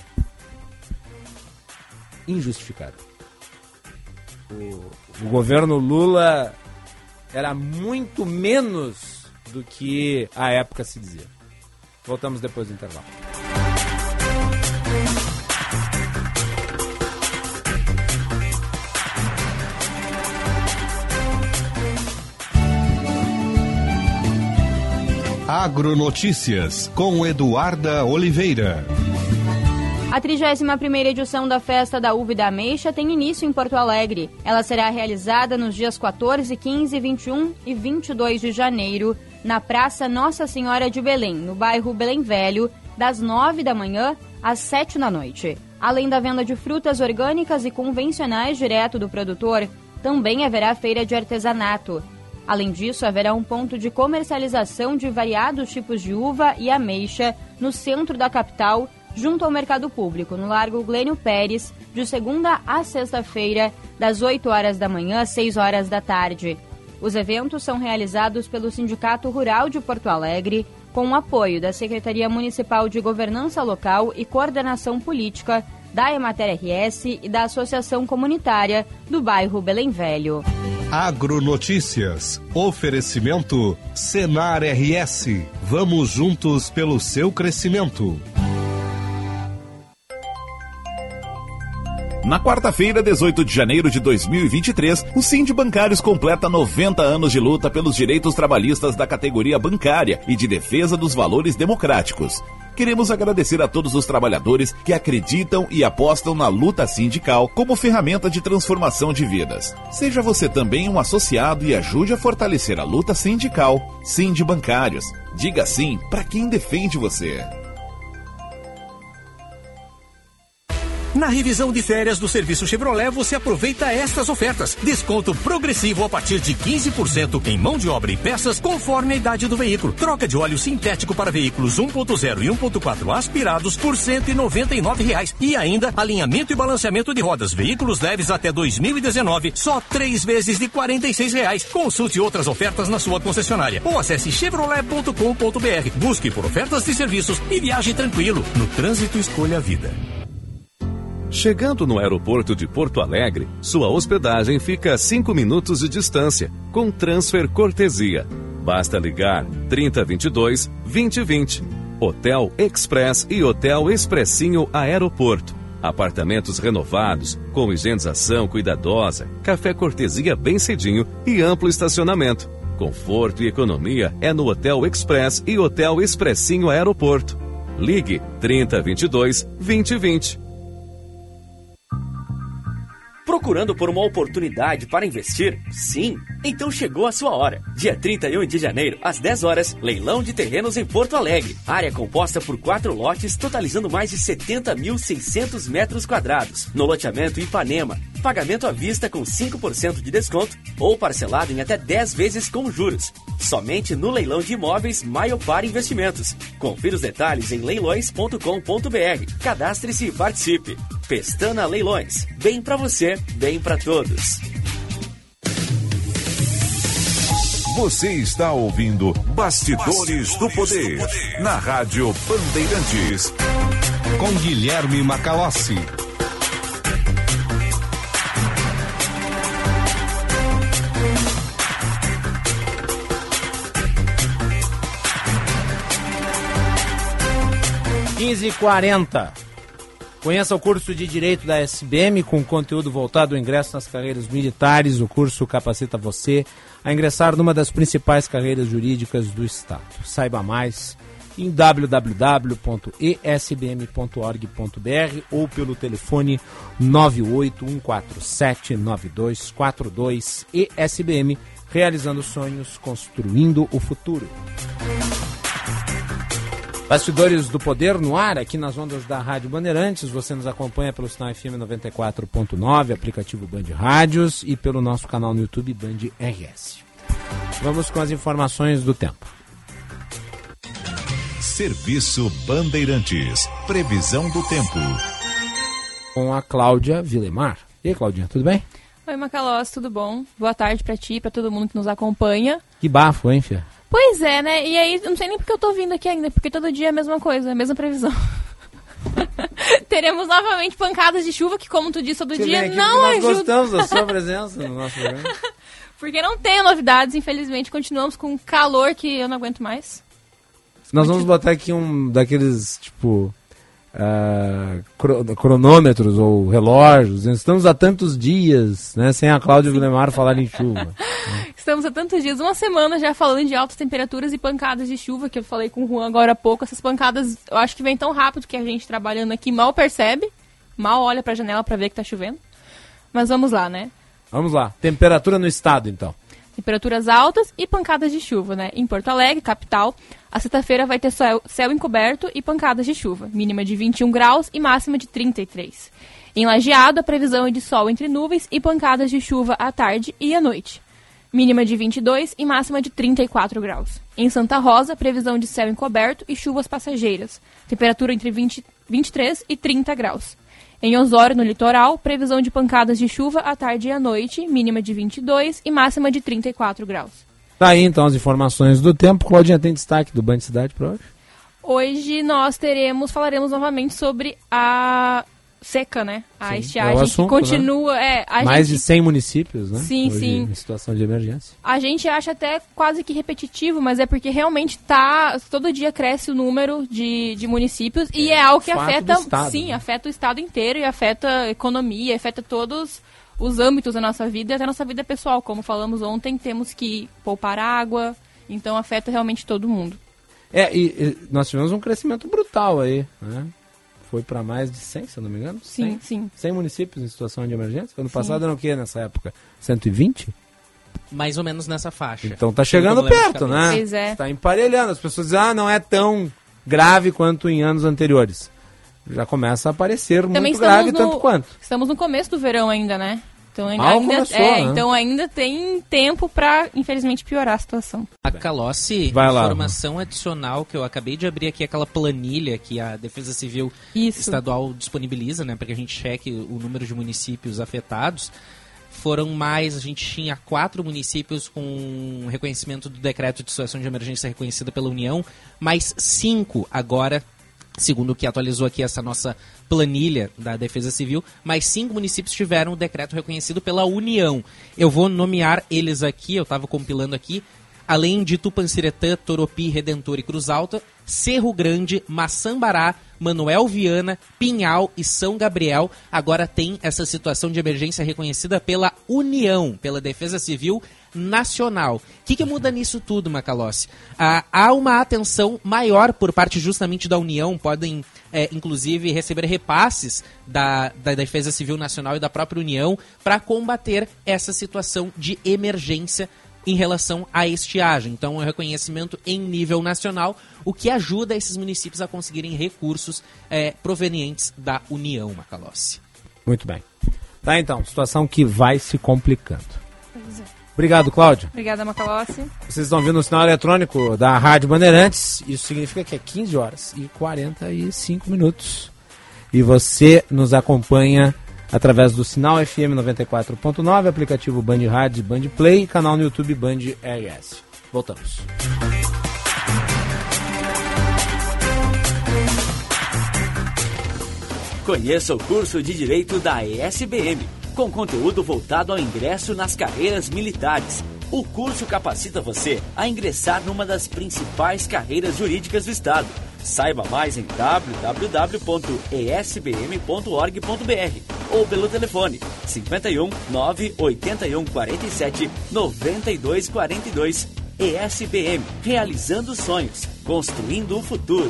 Injustificada. O, o governo Lula era muito menos do que à época se dizia. Voltamos depois do intervalo. Agronotícias, com Eduarda Oliveira. A trigésima primeira edição da Festa da Uva e da Ameixa tem início em Porto Alegre. Ela será realizada nos dias quatorze, quinze, vinte e um e vinte e dois de janeiro, na Praça Nossa Senhora de Belém, no bairro Belém Velho, das nove da manhã às sete da noite. Além da venda de frutas orgânicas e convencionais direto do produtor, também haverá feira de artesanato. Além disso, haverá um ponto de comercialização de variados tipos de uva e ameixa no centro da capital, junto ao mercado público, no Largo Glênio Pérez, de segunda a sexta-feira, das oito horas da manhã às seis horas da tarde. Os eventos são realizados pelo Sindicato Rural de Porto Alegre, com o apoio da Secretaria Municipal de Governança Local e Coordenação Política, da Emater R S e da Associação Comunitária do bairro Belém Velho. Agronotícias. Oferecimento Senar R S. Vamos juntos pelo seu crescimento. Na quarta-feira, dezoito de janeiro de dois mil e vinte e três, o Sind Bancários completa noventa anos de luta pelos direitos trabalhistas da categoria bancária e de defesa dos valores democráticos. Queremos agradecer a todos os trabalhadores que acreditam e apostam na luta sindical como ferramenta de transformação de vidas. Seja você também um associado e ajude a fortalecer a luta sindical. Sind Bancários. Diga sim para quem defende você. Na revisão de férias do serviço Chevrolet, você aproveita estas ofertas. Desconto progressivo a partir de quinze por cento em mão de obra e peças, conforme a idade do veículo. Troca de óleo sintético para veículos um ponto zero e um ponto quatro aspirados por cento e noventa e nove reais. E ainda, alinhamento e balanceamento de rodas. Veículos leves até dois mil e dezenove, só três vezes de quarenta e seis reais. Consulte outras ofertas na sua concessionária. Ou acesse chevrolet ponto com ponto br. Busque por ofertas de serviços e viaje tranquilo. No trânsito, escolha a vida. Chegando no aeroporto de Porto Alegre, sua hospedagem fica a cinco minutos de distância, com transfer cortesia. Basta ligar trinta, vinte e dois, vinte, vinte. Hotel Express e Hotel Expressinho Aeroporto. Apartamentos renovados, com higienização cuidadosa, café cortesia bem cedinho e amplo estacionamento. Conforto e economia é no Hotel Express e Hotel Expressinho Aeroporto. Ligue trinta, vinte e dois, vinte, vinte. Procurando por uma oportunidade para investir? Sim? Então chegou a sua hora. Dia trinta e um de janeiro, às dez horas, leilão de terrenos em Porto Alegre. Área composta por quatro lotes, totalizando mais de setenta mil e seiscentos metros quadrados. No loteamento Ipanema. Pagamento à vista com cinco por cento de desconto ou parcelado em até dez vezes com juros. Somente no leilão de imóveis Maiopar Investimentos. Confira os detalhes em leilões ponto com ponto b r. Cadastre-se e participe. Pestana Leilões. Bem pra você, bem pra todos. Você está ouvindo Bastidores do Poder, na Rádio Bandeirantes. Com Guilherme Macalossi. quinze e quarenta. Conheça o curso de Direito da S B M com conteúdo voltado ao ingresso nas carreiras militares. O curso capacita você a ingressar numa das principais carreiras jurídicas do Estado. Saiba mais em w w w ponto e s b m ponto org ponto b r ou pelo telefone nove oito um quatro sete nove dois quatro dois. E S B M, realizando sonhos, construindo o futuro. Bastidores do Poder no ar, aqui nas ondas da Rádio Bandeirantes. Você nos acompanha pelo sinal F M noventa e quatro ponto nove, aplicativo Band Rádios e pelo nosso canal no YouTube Band R S. Vamos com as informações do tempo. Serviço Bandeirantes. Previsão do tempo. Com a Cláudia Vilemar. E aí, Claudinha, tudo bem? Oi, Macalossi, tudo bom? Boa tarde pra ti e pra todo mundo que nos acompanha. Que bafo, hein, fia? Pois é, né? E aí, não sei nem porque eu tô vindo aqui ainda, porque todo dia é a mesma coisa, a mesma previsão. Teremos novamente pancadas de chuva, que como tu disse todo Você dia, aqui, não nós ajuda. Nós gostamos da sua presença no nosso programa. Porque não tem novidades, infelizmente, continuamos com calor que eu não aguento mais. Nós vamos botar aqui um daqueles, tipo, uh, cro- cronômetros ou relógios. Estamos há tantos dias, né, sem a Cláudia Vilemar falar em chuva. Estamos há tantos dias, uma semana já falando de altas temperaturas e pancadas de chuva, que eu falei com o Juan agora há pouco. Essas pancadas, eu acho que vem tão rápido que a gente trabalhando aqui mal percebe, mal olha pra janela pra ver que tá chovendo. Mas vamos lá, né? Vamos lá, temperatura no estado, então. Temperaturas altas e pancadas de chuva, né? Em Porto Alegre, capital, a sexta-feira vai ter céu, céu encoberto e pancadas de chuva. Mínima de vinte e um graus e máxima de trinta e três. Em Lajeado, a previsão é de sol entre nuvens e pancadas de chuva à tarde e à noite. Mínima de vinte e dois e máxima de trinta e quatro graus. Em Santa Rosa, previsão de céu encoberto e chuvas passageiras. Temperatura entre vinte, vinte e três e trinta graus. Em Osório, no litoral, previsão de pancadas de chuva à tarde e à noite, mínima de vinte e dois e máxima de trinta e quatro graus. Tá aí então as informações do tempo. Claudinha, tem destaque do Band Cidade para hoje? Hoje nós teremos, falaremos novamente sobre a seca, né? A Sim, estiagem é o assunto, que continua... Né? É, a Mais gente... de cem municípios, né? Sim, hoje, sim. Em situação de emergência. A gente acha até quase que repetitivo, mas é porque realmente tá... Todo dia cresce o número de, de municípios é, e é algo que afeta... Estado, sim, né? afeta o estado inteiro e afeta a economia, afeta todos os âmbitos da nossa vida e até a nossa vida pessoal. Como falamos ontem, temos que poupar água, então afeta realmente todo mundo. É, e, e nós tivemos um crescimento brutal aí, né? Foi para mais de cem, se eu não me engano? Sim, cem, sim. cem municípios em situação de emergência? Ano Sim. passado era o que nessa época? cento e vinte? Mais ou menos nessa faixa. Então tá chegando perto, né? Pois é. Está emparelhando. As pessoas dizem, ah, não é tão grave quanto em anos anteriores. Já começa a aparecer Também muito grave no, tanto quanto. Estamos no começo do verão ainda, né? Então ainda, Mal ainda, começou, é, né? então ainda tem tempo para, infelizmente, piorar a situação. A Calossi, Vai lá, informação adicional que eu acabei de abrir aqui, aquela planilha que a Defesa Civil Isso. Estadual disponibiliza, né, para que a gente cheque o número de municípios afetados. Foram mais, a gente tinha quatro municípios com reconhecimento do decreto de situação de emergência reconhecida pela União, mais cinco agora, segundo o que atualizou aqui essa nossa planilha da Defesa Civil, mais cinco municípios tiveram o decreto reconhecido pela União. Eu vou nomear eles aqui, eu estava compilando aqui, além de Tupanciretã, Toropi, Redentor e Cruz Alta, Cerro Grande, Maçambará, Manoel Viana, Pinhal e São Gabriel, agora tem essa situação de emergência reconhecida pela União, pela Defesa Civil, nacional. O que, que muda nisso tudo, Macalossi? Ah, há uma atenção maior por parte justamente da União, podem é, inclusive receber repasses da, da Defesa Civil Nacional e da própria União para combater essa situação de emergência em relação à estiagem. Então, é um reconhecimento em nível nacional, o que ajuda esses municípios a conseguirem recursos é, provenientes da União, Macalossi. Muito bem. Tá, então, situação que vai se complicando. Pois é. Obrigado, Cláudia. Obrigada, Macalossi. Vocês estão vendo o sinal eletrônico da Rádio Bandeirantes. Isso significa que é quinze horas e quarenta e cinco minutos. E você nos acompanha através do sinal F M noventa e quatro ponto nove, aplicativo Band Rádio, Band Play e canal no YouTube Band R S. Voltamos. Conheça o curso de Direito da E S B M, com conteúdo voltado ao ingresso nas carreiras militares. O curso capacita você a ingressar numa das principais carreiras jurídicas do Estado. Saiba mais em w w w ponto e s b m ponto org ponto b r ou pelo telefone cinquenta e um, nove oitenta e um, quarenta e sete, noventa e dois quarenta e dois. E S B M, realizando sonhos, construindo o futuro.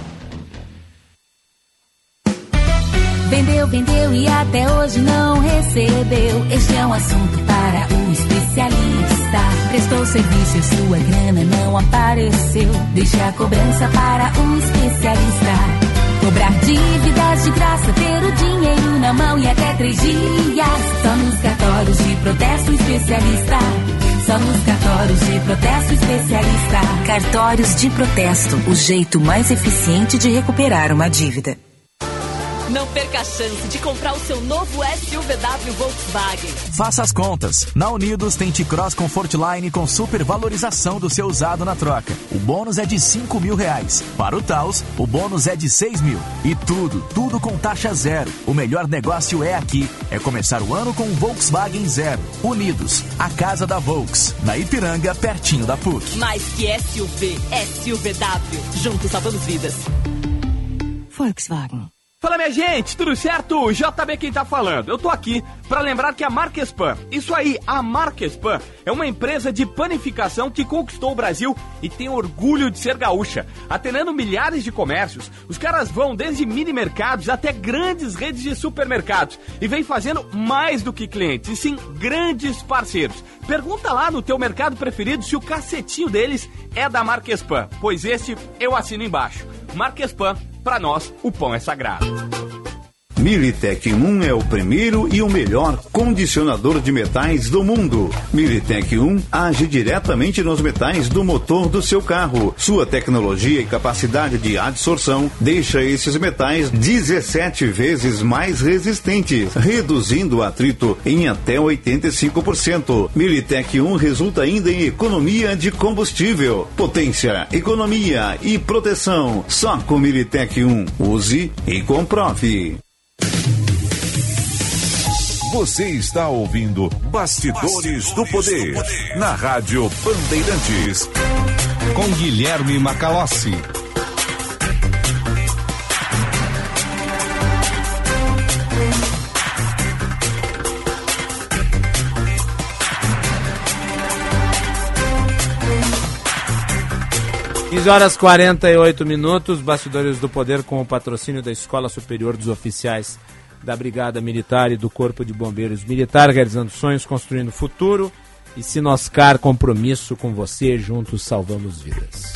Vendeu, vendeu e até hoje não recebeu. Este é um assunto para o especialista. Prestou serviço e sua grana não apareceu. Deixe a cobrança para o especialista. Cobrar dívidas de graça, ter o dinheiro na mão e até três dias. Só nos cartórios de protesto especialista. Só nos cartórios de protesto especialista. Cartórios de protesto, o jeito mais eficiente de recuperar uma dívida. Não perca a chance de comprar o seu novo S U V W Volkswagen. Faça as contas. Na Unidos tem T-Cross Comfortline com supervalorização do seu usado na troca. O bônus é de cinco mil reais. Para o Taos, o bônus é de seis mil. E tudo, tudo com taxa zero. O melhor negócio é aqui. É começar o ano com o Volkswagen Zero. Unidos, a casa da Volks. Na Ipiranga, pertinho da P U C. Mais que S U V, S U V W. Juntos salvamos vidas. Volkswagen. Fala, minha gente, tudo certo? J B quem tá falando. Eu tô aqui pra lembrar que a Marquespan, isso aí, a Marquespan, é uma empresa de panificação que conquistou o Brasil e tem orgulho de ser gaúcha. Atendendo milhares de comércios, os caras vão desde mini mercados até grandes redes de supermercados e vem fazendo mais do que clientes, e sim grandes parceiros. Pergunta lá no teu mercado preferido se o cacetinho deles é da Marquespan, pois esse eu assino embaixo. Marquespan, para nós, o pão é sagrado. Militec um é o primeiro e o melhor condicionador de metais do mundo. Militec um age diretamente nos metais do motor do seu carro. Sua tecnologia e capacidade de adsorção deixa esses metais dezessete vezes mais resistentes, reduzindo o atrito em até oitenta e cinco por cento. Militec um resulta ainda em economia de combustível, potência, economia e proteção. Só com Militec um. Use e comprove. Você está ouvindo Bastidores, Bastidores do, Poder, do Poder, na Rádio Bandeirantes, com Guilherme Macalossi. quinze horas e quarenta e oito minutos, Bastidores do Poder com o patrocínio da Escola Superior dos Oficiais da Brigada Militar e do Corpo de Bombeiros Militar, realizando sonhos, construindo futuro. E Sinoscar, compromisso com você, juntos salvamos vidas.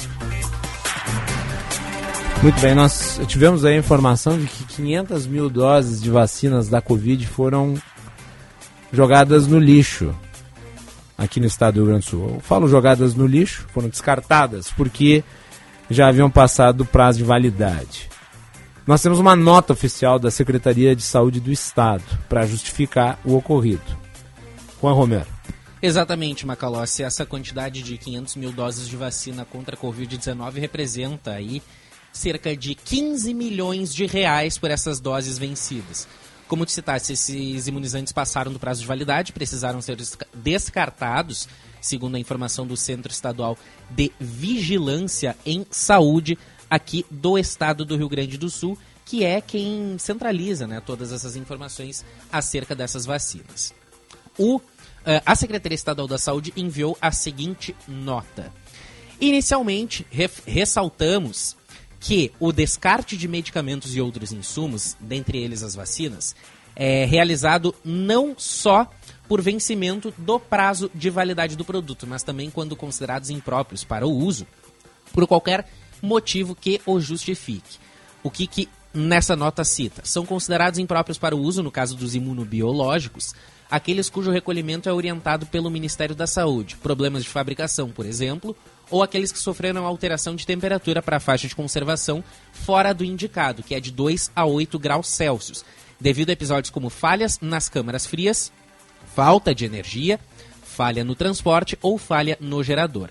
Muito bem, nós tivemos aí a informação de que quinhentas mil doses de vacinas da Covid foram jogadas no lixo aqui no estado do Rio Grande do Sul. Eu falo jogadas no lixo, foram descartadas porque já haviam passado o prazo de validade. Nós temos uma nota oficial da Secretaria de Saúde do Estado para justificar o ocorrido. Juan Romero. Exatamente, Macalossi. Essa quantidade de quinhentas mil doses de vacina contra a covid dezenove representa aí cerca de quinze milhões de reais por essas doses vencidas. Como te citaste, esses imunizantes passaram do prazo de validade, precisaram ser descartados, segundo a informação do Centro Estadual de Vigilância em Saúde, aqui do estado do Rio Grande do Sul, que é quem centraliza, né, todas essas informações acerca dessas vacinas. O uh, a Secretaria Estadual da Saúde enviou a seguinte nota. Inicialmente, ref- ressaltamos que o descarte de medicamentos e outros insumos, dentre eles as vacinas, é realizado não só por vencimento do prazo de validade do produto, mas também quando considerados impróprios para o uso, por qualquer motivo que o justifique. O que, que nessa nota cita? São considerados impróprios para o uso, no caso dos imunobiológicos, aqueles cujo recolhimento é orientado pelo Ministério da Saúde, problemas de fabricação, por exemplo, ou aqueles que sofreram alteração de temperatura para a faixa de conservação fora do indicado, que é de dois a oito graus Celsius, devido a episódios como falhas nas câmaras frias, falta de energia, falha no transporte ou falha no gerador.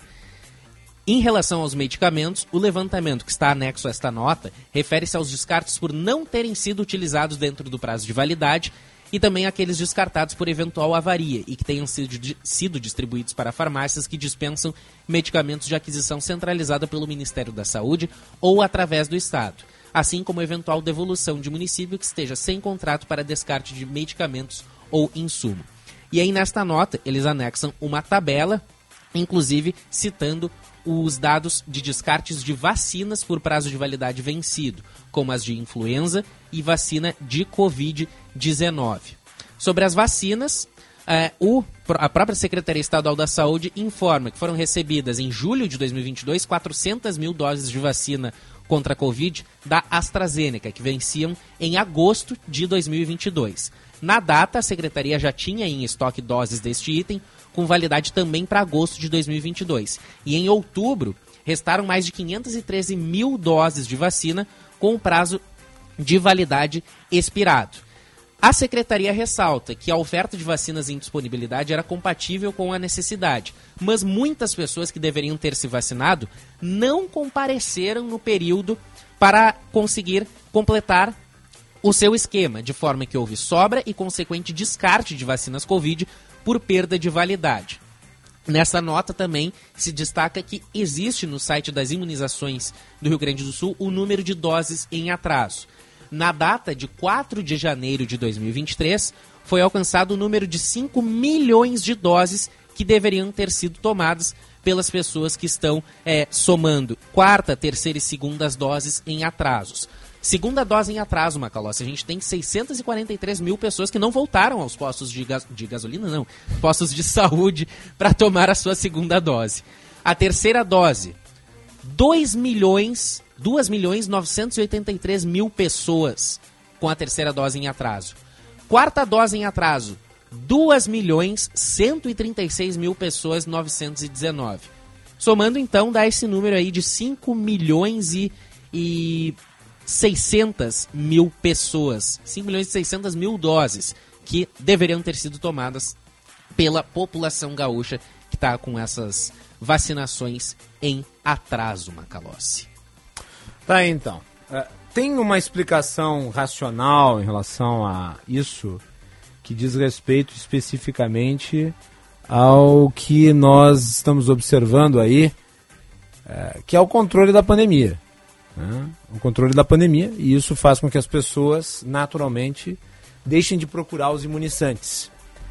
Em relação aos medicamentos, o levantamento que está anexo a esta nota refere-se aos descartes por não terem sido utilizados dentro do prazo de validade e também aqueles descartados por eventual avaria e que tenham sido, sido distribuídos para farmácias que dispensam medicamentos de aquisição centralizada pelo Ministério da Saúde ou através do Estado, assim como eventual devolução de município que esteja sem contrato para descarte de medicamentos ou insumo. E aí nesta nota eles anexam uma tabela, inclusive citando os dados de descartes de vacinas por prazo de validade vencido, como as de influenza e vacina de covid dezenove. Sobre as vacinas, eh, o, a própria Secretaria Estadual da Saúde informa que foram recebidas em julho de dois mil e vinte e dois quatrocentas mil doses de vacina contra a Covid da AstraZeneca, que venciam em agosto de dois mil e vinte e dois. Na data, a Secretaria já tinha em estoque doses deste item, com validade também para agosto de dois mil e vinte e dois. E em outubro, restaram mais de quinhentas e treze mil doses de vacina com o prazo de validade expirado. A Secretaria ressalta que a oferta de vacinas em disponibilidade era compatível com a necessidade, mas muitas pessoas que deveriam ter se vacinado não compareceram no período para conseguir completar o seu esquema, de forma que houve sobra e consequente descarte de vacinas Covid por perda de validade. Nessa nota também se destaca que existe no site das imunizações do Rio Grande do Sul o número de doses em atraso. Na data de quatro de janeiro de dois mil e vinte e três, foi alcançado o número de cinco milhões de doses que deveriam ter sido tomadas pelas pessoas que estão é, somando quarta, terceira e segunda doses em atrasos. Segunda dose em atraso, Macalossi, a gente tem seiscentas e quarenta e três mil pessoas que não voltaram aos postos de, gas... de gasolina, não, postos de saúde para tomar a sua segunda dose. A terceira dose, dois milhões, dois milhões novecentos e oitenta e três mil pessoas com a terceira dose em atraso. Quarta dose em atraso, dois milhões cento e trinta e seis mil pessoas, novecentos e dezenove. Somando então, dá esse número aí de cinco milhões e... e seiscentas mil pessoas, cinco milhões e seiscentas mil doses que deveriam ter sido tomadas pela população gaúcha que está com essas vacinações em atraso, Macalossi. Tá aí, então. É, tem uma explicação racional em relação a isso que diz respeito especificamente ao que nós estamos observando aí, é, que é o controle da pandemia. Né? O controle da pandemia, e isso faz com que as pessoas naturalmente deixem de procurar os imunizantes.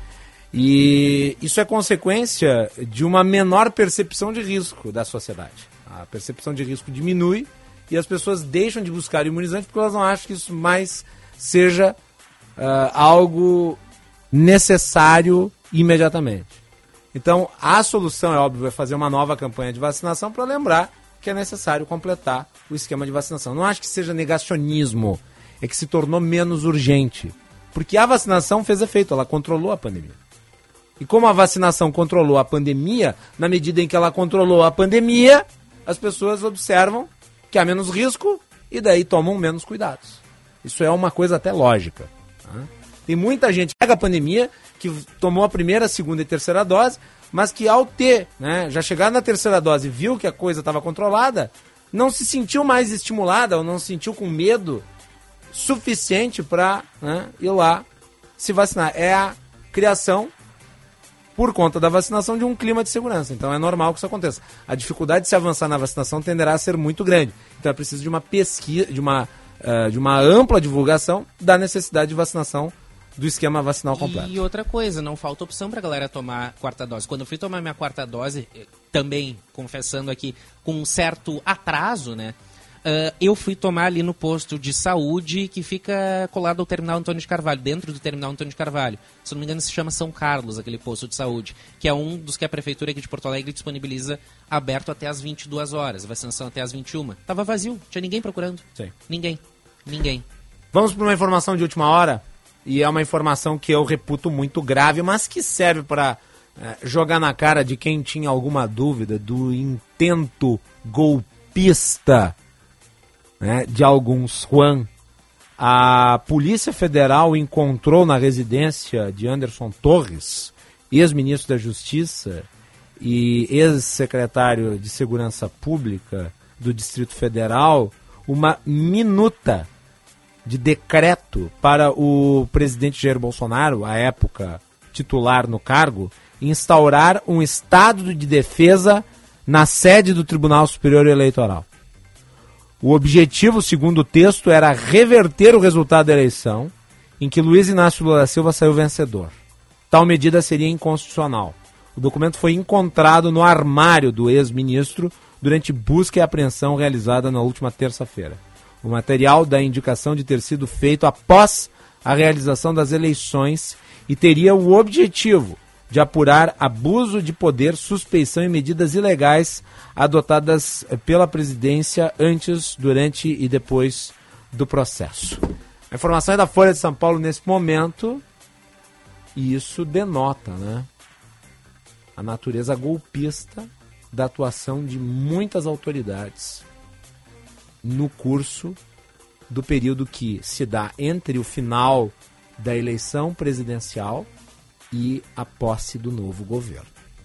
E isso é consequência de uma menor percepção de risco da sociedade. A percepção de risco diminui e as pessoas deixam de buscar imunizante porque elas não acham que isso mais seja uh, algo necessário imediatamente. Então a solução, é óbvio, é fazer uma nova campanha de vacinação para lembrar que é necessário completar o esquema de vacinação. Não acho que seja negacionismo, é que se tornou menos urgente. Porque a vacinação fez efeito, ela controlou a pandemia. E como a vacinação controlou a pandemia, na medida em que ela controlou a pandemia, as pessoas observam que há menos risco e daí tomam menos cuidados. Isso é uma coisa até lógica. Tá? Tem muita gente que pega a pandemia, que tomou a primeira, segunda e terceira dose, mas que ao ter, né, já chegar na terceira dose e viu que a coisa estava controlada, não se sentiu mais estimulada ou não se sentiu com medo suficiente para, né, ir lá se vacinar. É a criação, por conta da vacinação, de um clima de segurança. Então é normal que isso aconteça. A dificuldade de se avançar na vacinação tenderá a ser muito grande. Então é preciso de uma pesquisa, de uma, uh, de uma ampla divulgação da necessidade de vacinação do esquema vacinal completo. E outra coisa, não falta opção pra galera tomar a quarta dose. Quando eu fui tomar minha quarta dose, também, confessando aqui, com um certo atraso, né? Uh, eu fui tomar ali no posto de saúde que fica colado ao Terminal Antônio de Carvalho, dentro do Terminal Antônio de Carvalho. Se não me engano, se chama São Carlos, aquele posto de saúde, que é um dos que a Prefeitura aqui de Porto Alegre disponibiliza aberto até as vinte e duas horas, vacinação até as vinte e uma. Tava vazio, tinha ninguém procurando. Sim. Ninguém. Ninguém. Vamos para uma informação de última hora, e é uma informação que eu reputo muito grave, mas que serve para é, jogar na cara de quem tinha alguma dúvida do intento golpista, né, de alguns. Juan, a Polícia Federal encontrou na residência de Anderson Torres, ex-ministro da Justiça e ex-secretário de Segurança Pública do Distrito Federal, uma minuta de decreto para o presidente Jair Bolsonaro, à época titular no cargo, instaurar um estado de defesa na sede do Tribunal Superior Eleitoral. O objetivo, segundo o texto, era reverter o resultado da eleição, em que Luiz Inácio Lula da Silva saiu vencedor. Tal medida seria inconstitucional. O documento foi encontrado no armário do ex-ministro durante busca e apreensão realizada na última terça-feira. O material dá indicação de ter sido feito após a realização das eleições e teria o objetivo de apurar abuso de poder, suspeição e medidas ilegais adotadas pela presidência antes, durante e depois do processo. A informação é da Folha de São Paulo nesse momento, e isso denota, né, a natureza golpista da atuação de muitas autoridades no curso do período que se dá entre o final da eleição presidencial e a posse do novo governo.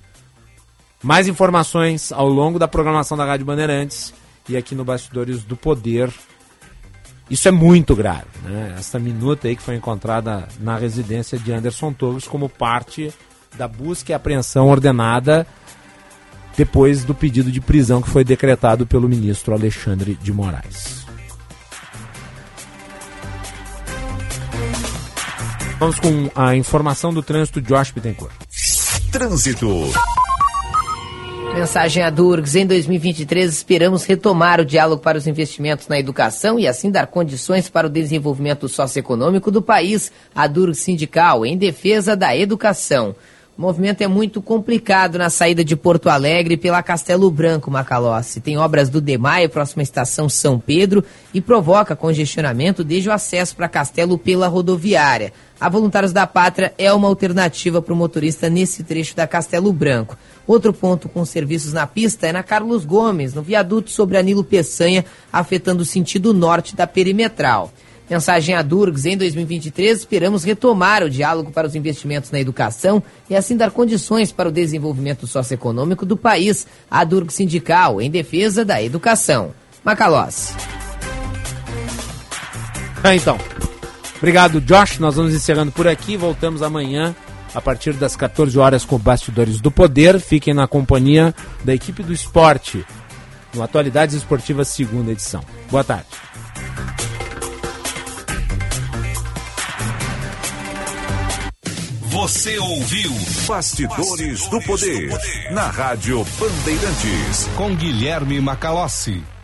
Mais informações ao longo da programação da Rádio Bandeirantes e aqui no Bastidores do Poder. Isso é muito grave, né? Essa minuta aí que foi encontrada na residência de Anderson Torres como parte da busca e apreensão ordenada depois do pedido de prisão que foi decretado pelo ministro Alexandre de Moraes. Vamos com a informação do trânsito de Josh Bittencourt. Trânsito. Mensagem a Durgs. Em dois mil e vinte e três, esperamos retomar o diálogo para os investimentos na educação e assim dar condições para o desenvolvimento socioeconômico do país. A Durgs Sindical, em defesa da educação. O movimento é muito complicado na saída de Porto Alegre pela Castelo Branco, Macalossi. Tem obras do DEMAI, próxima estação São Pedro, e provoca congestionamento desde o acesso para Castelo pela rodoviária. A Voluntários da Pátria é uma alternativa para o motorista nesse trecho da Castelo Branco. Outro ponto com serviços na pista é na Carlos Gomes, no viaduto sobre Anilo Peçanha, afetando o sentido norte da perimetral. Mensagem a Durgs. Em dois mil e vinte e três, esperamos retomar o diálogo para os investimentos na educação e assim dar condições para o desenvolvimento socioeconômico do país. A Durgs Sindical, em defesa da educação. Macalossi. Ah, então. Obrigado, Josh. Nós vamos encerrando por aqui. Voltamos amanhã, a partir das quatorze horas, com Bastidores do Poder. Fiquem na companhia da equipe do esporte, no Atualidades Esportivas, segunda edição. Boa tarde. Você ouviu Bastidores, Bastidores do, Poder, do Poder, na Rádio Bandeirantes, com Guilherme Macalossi.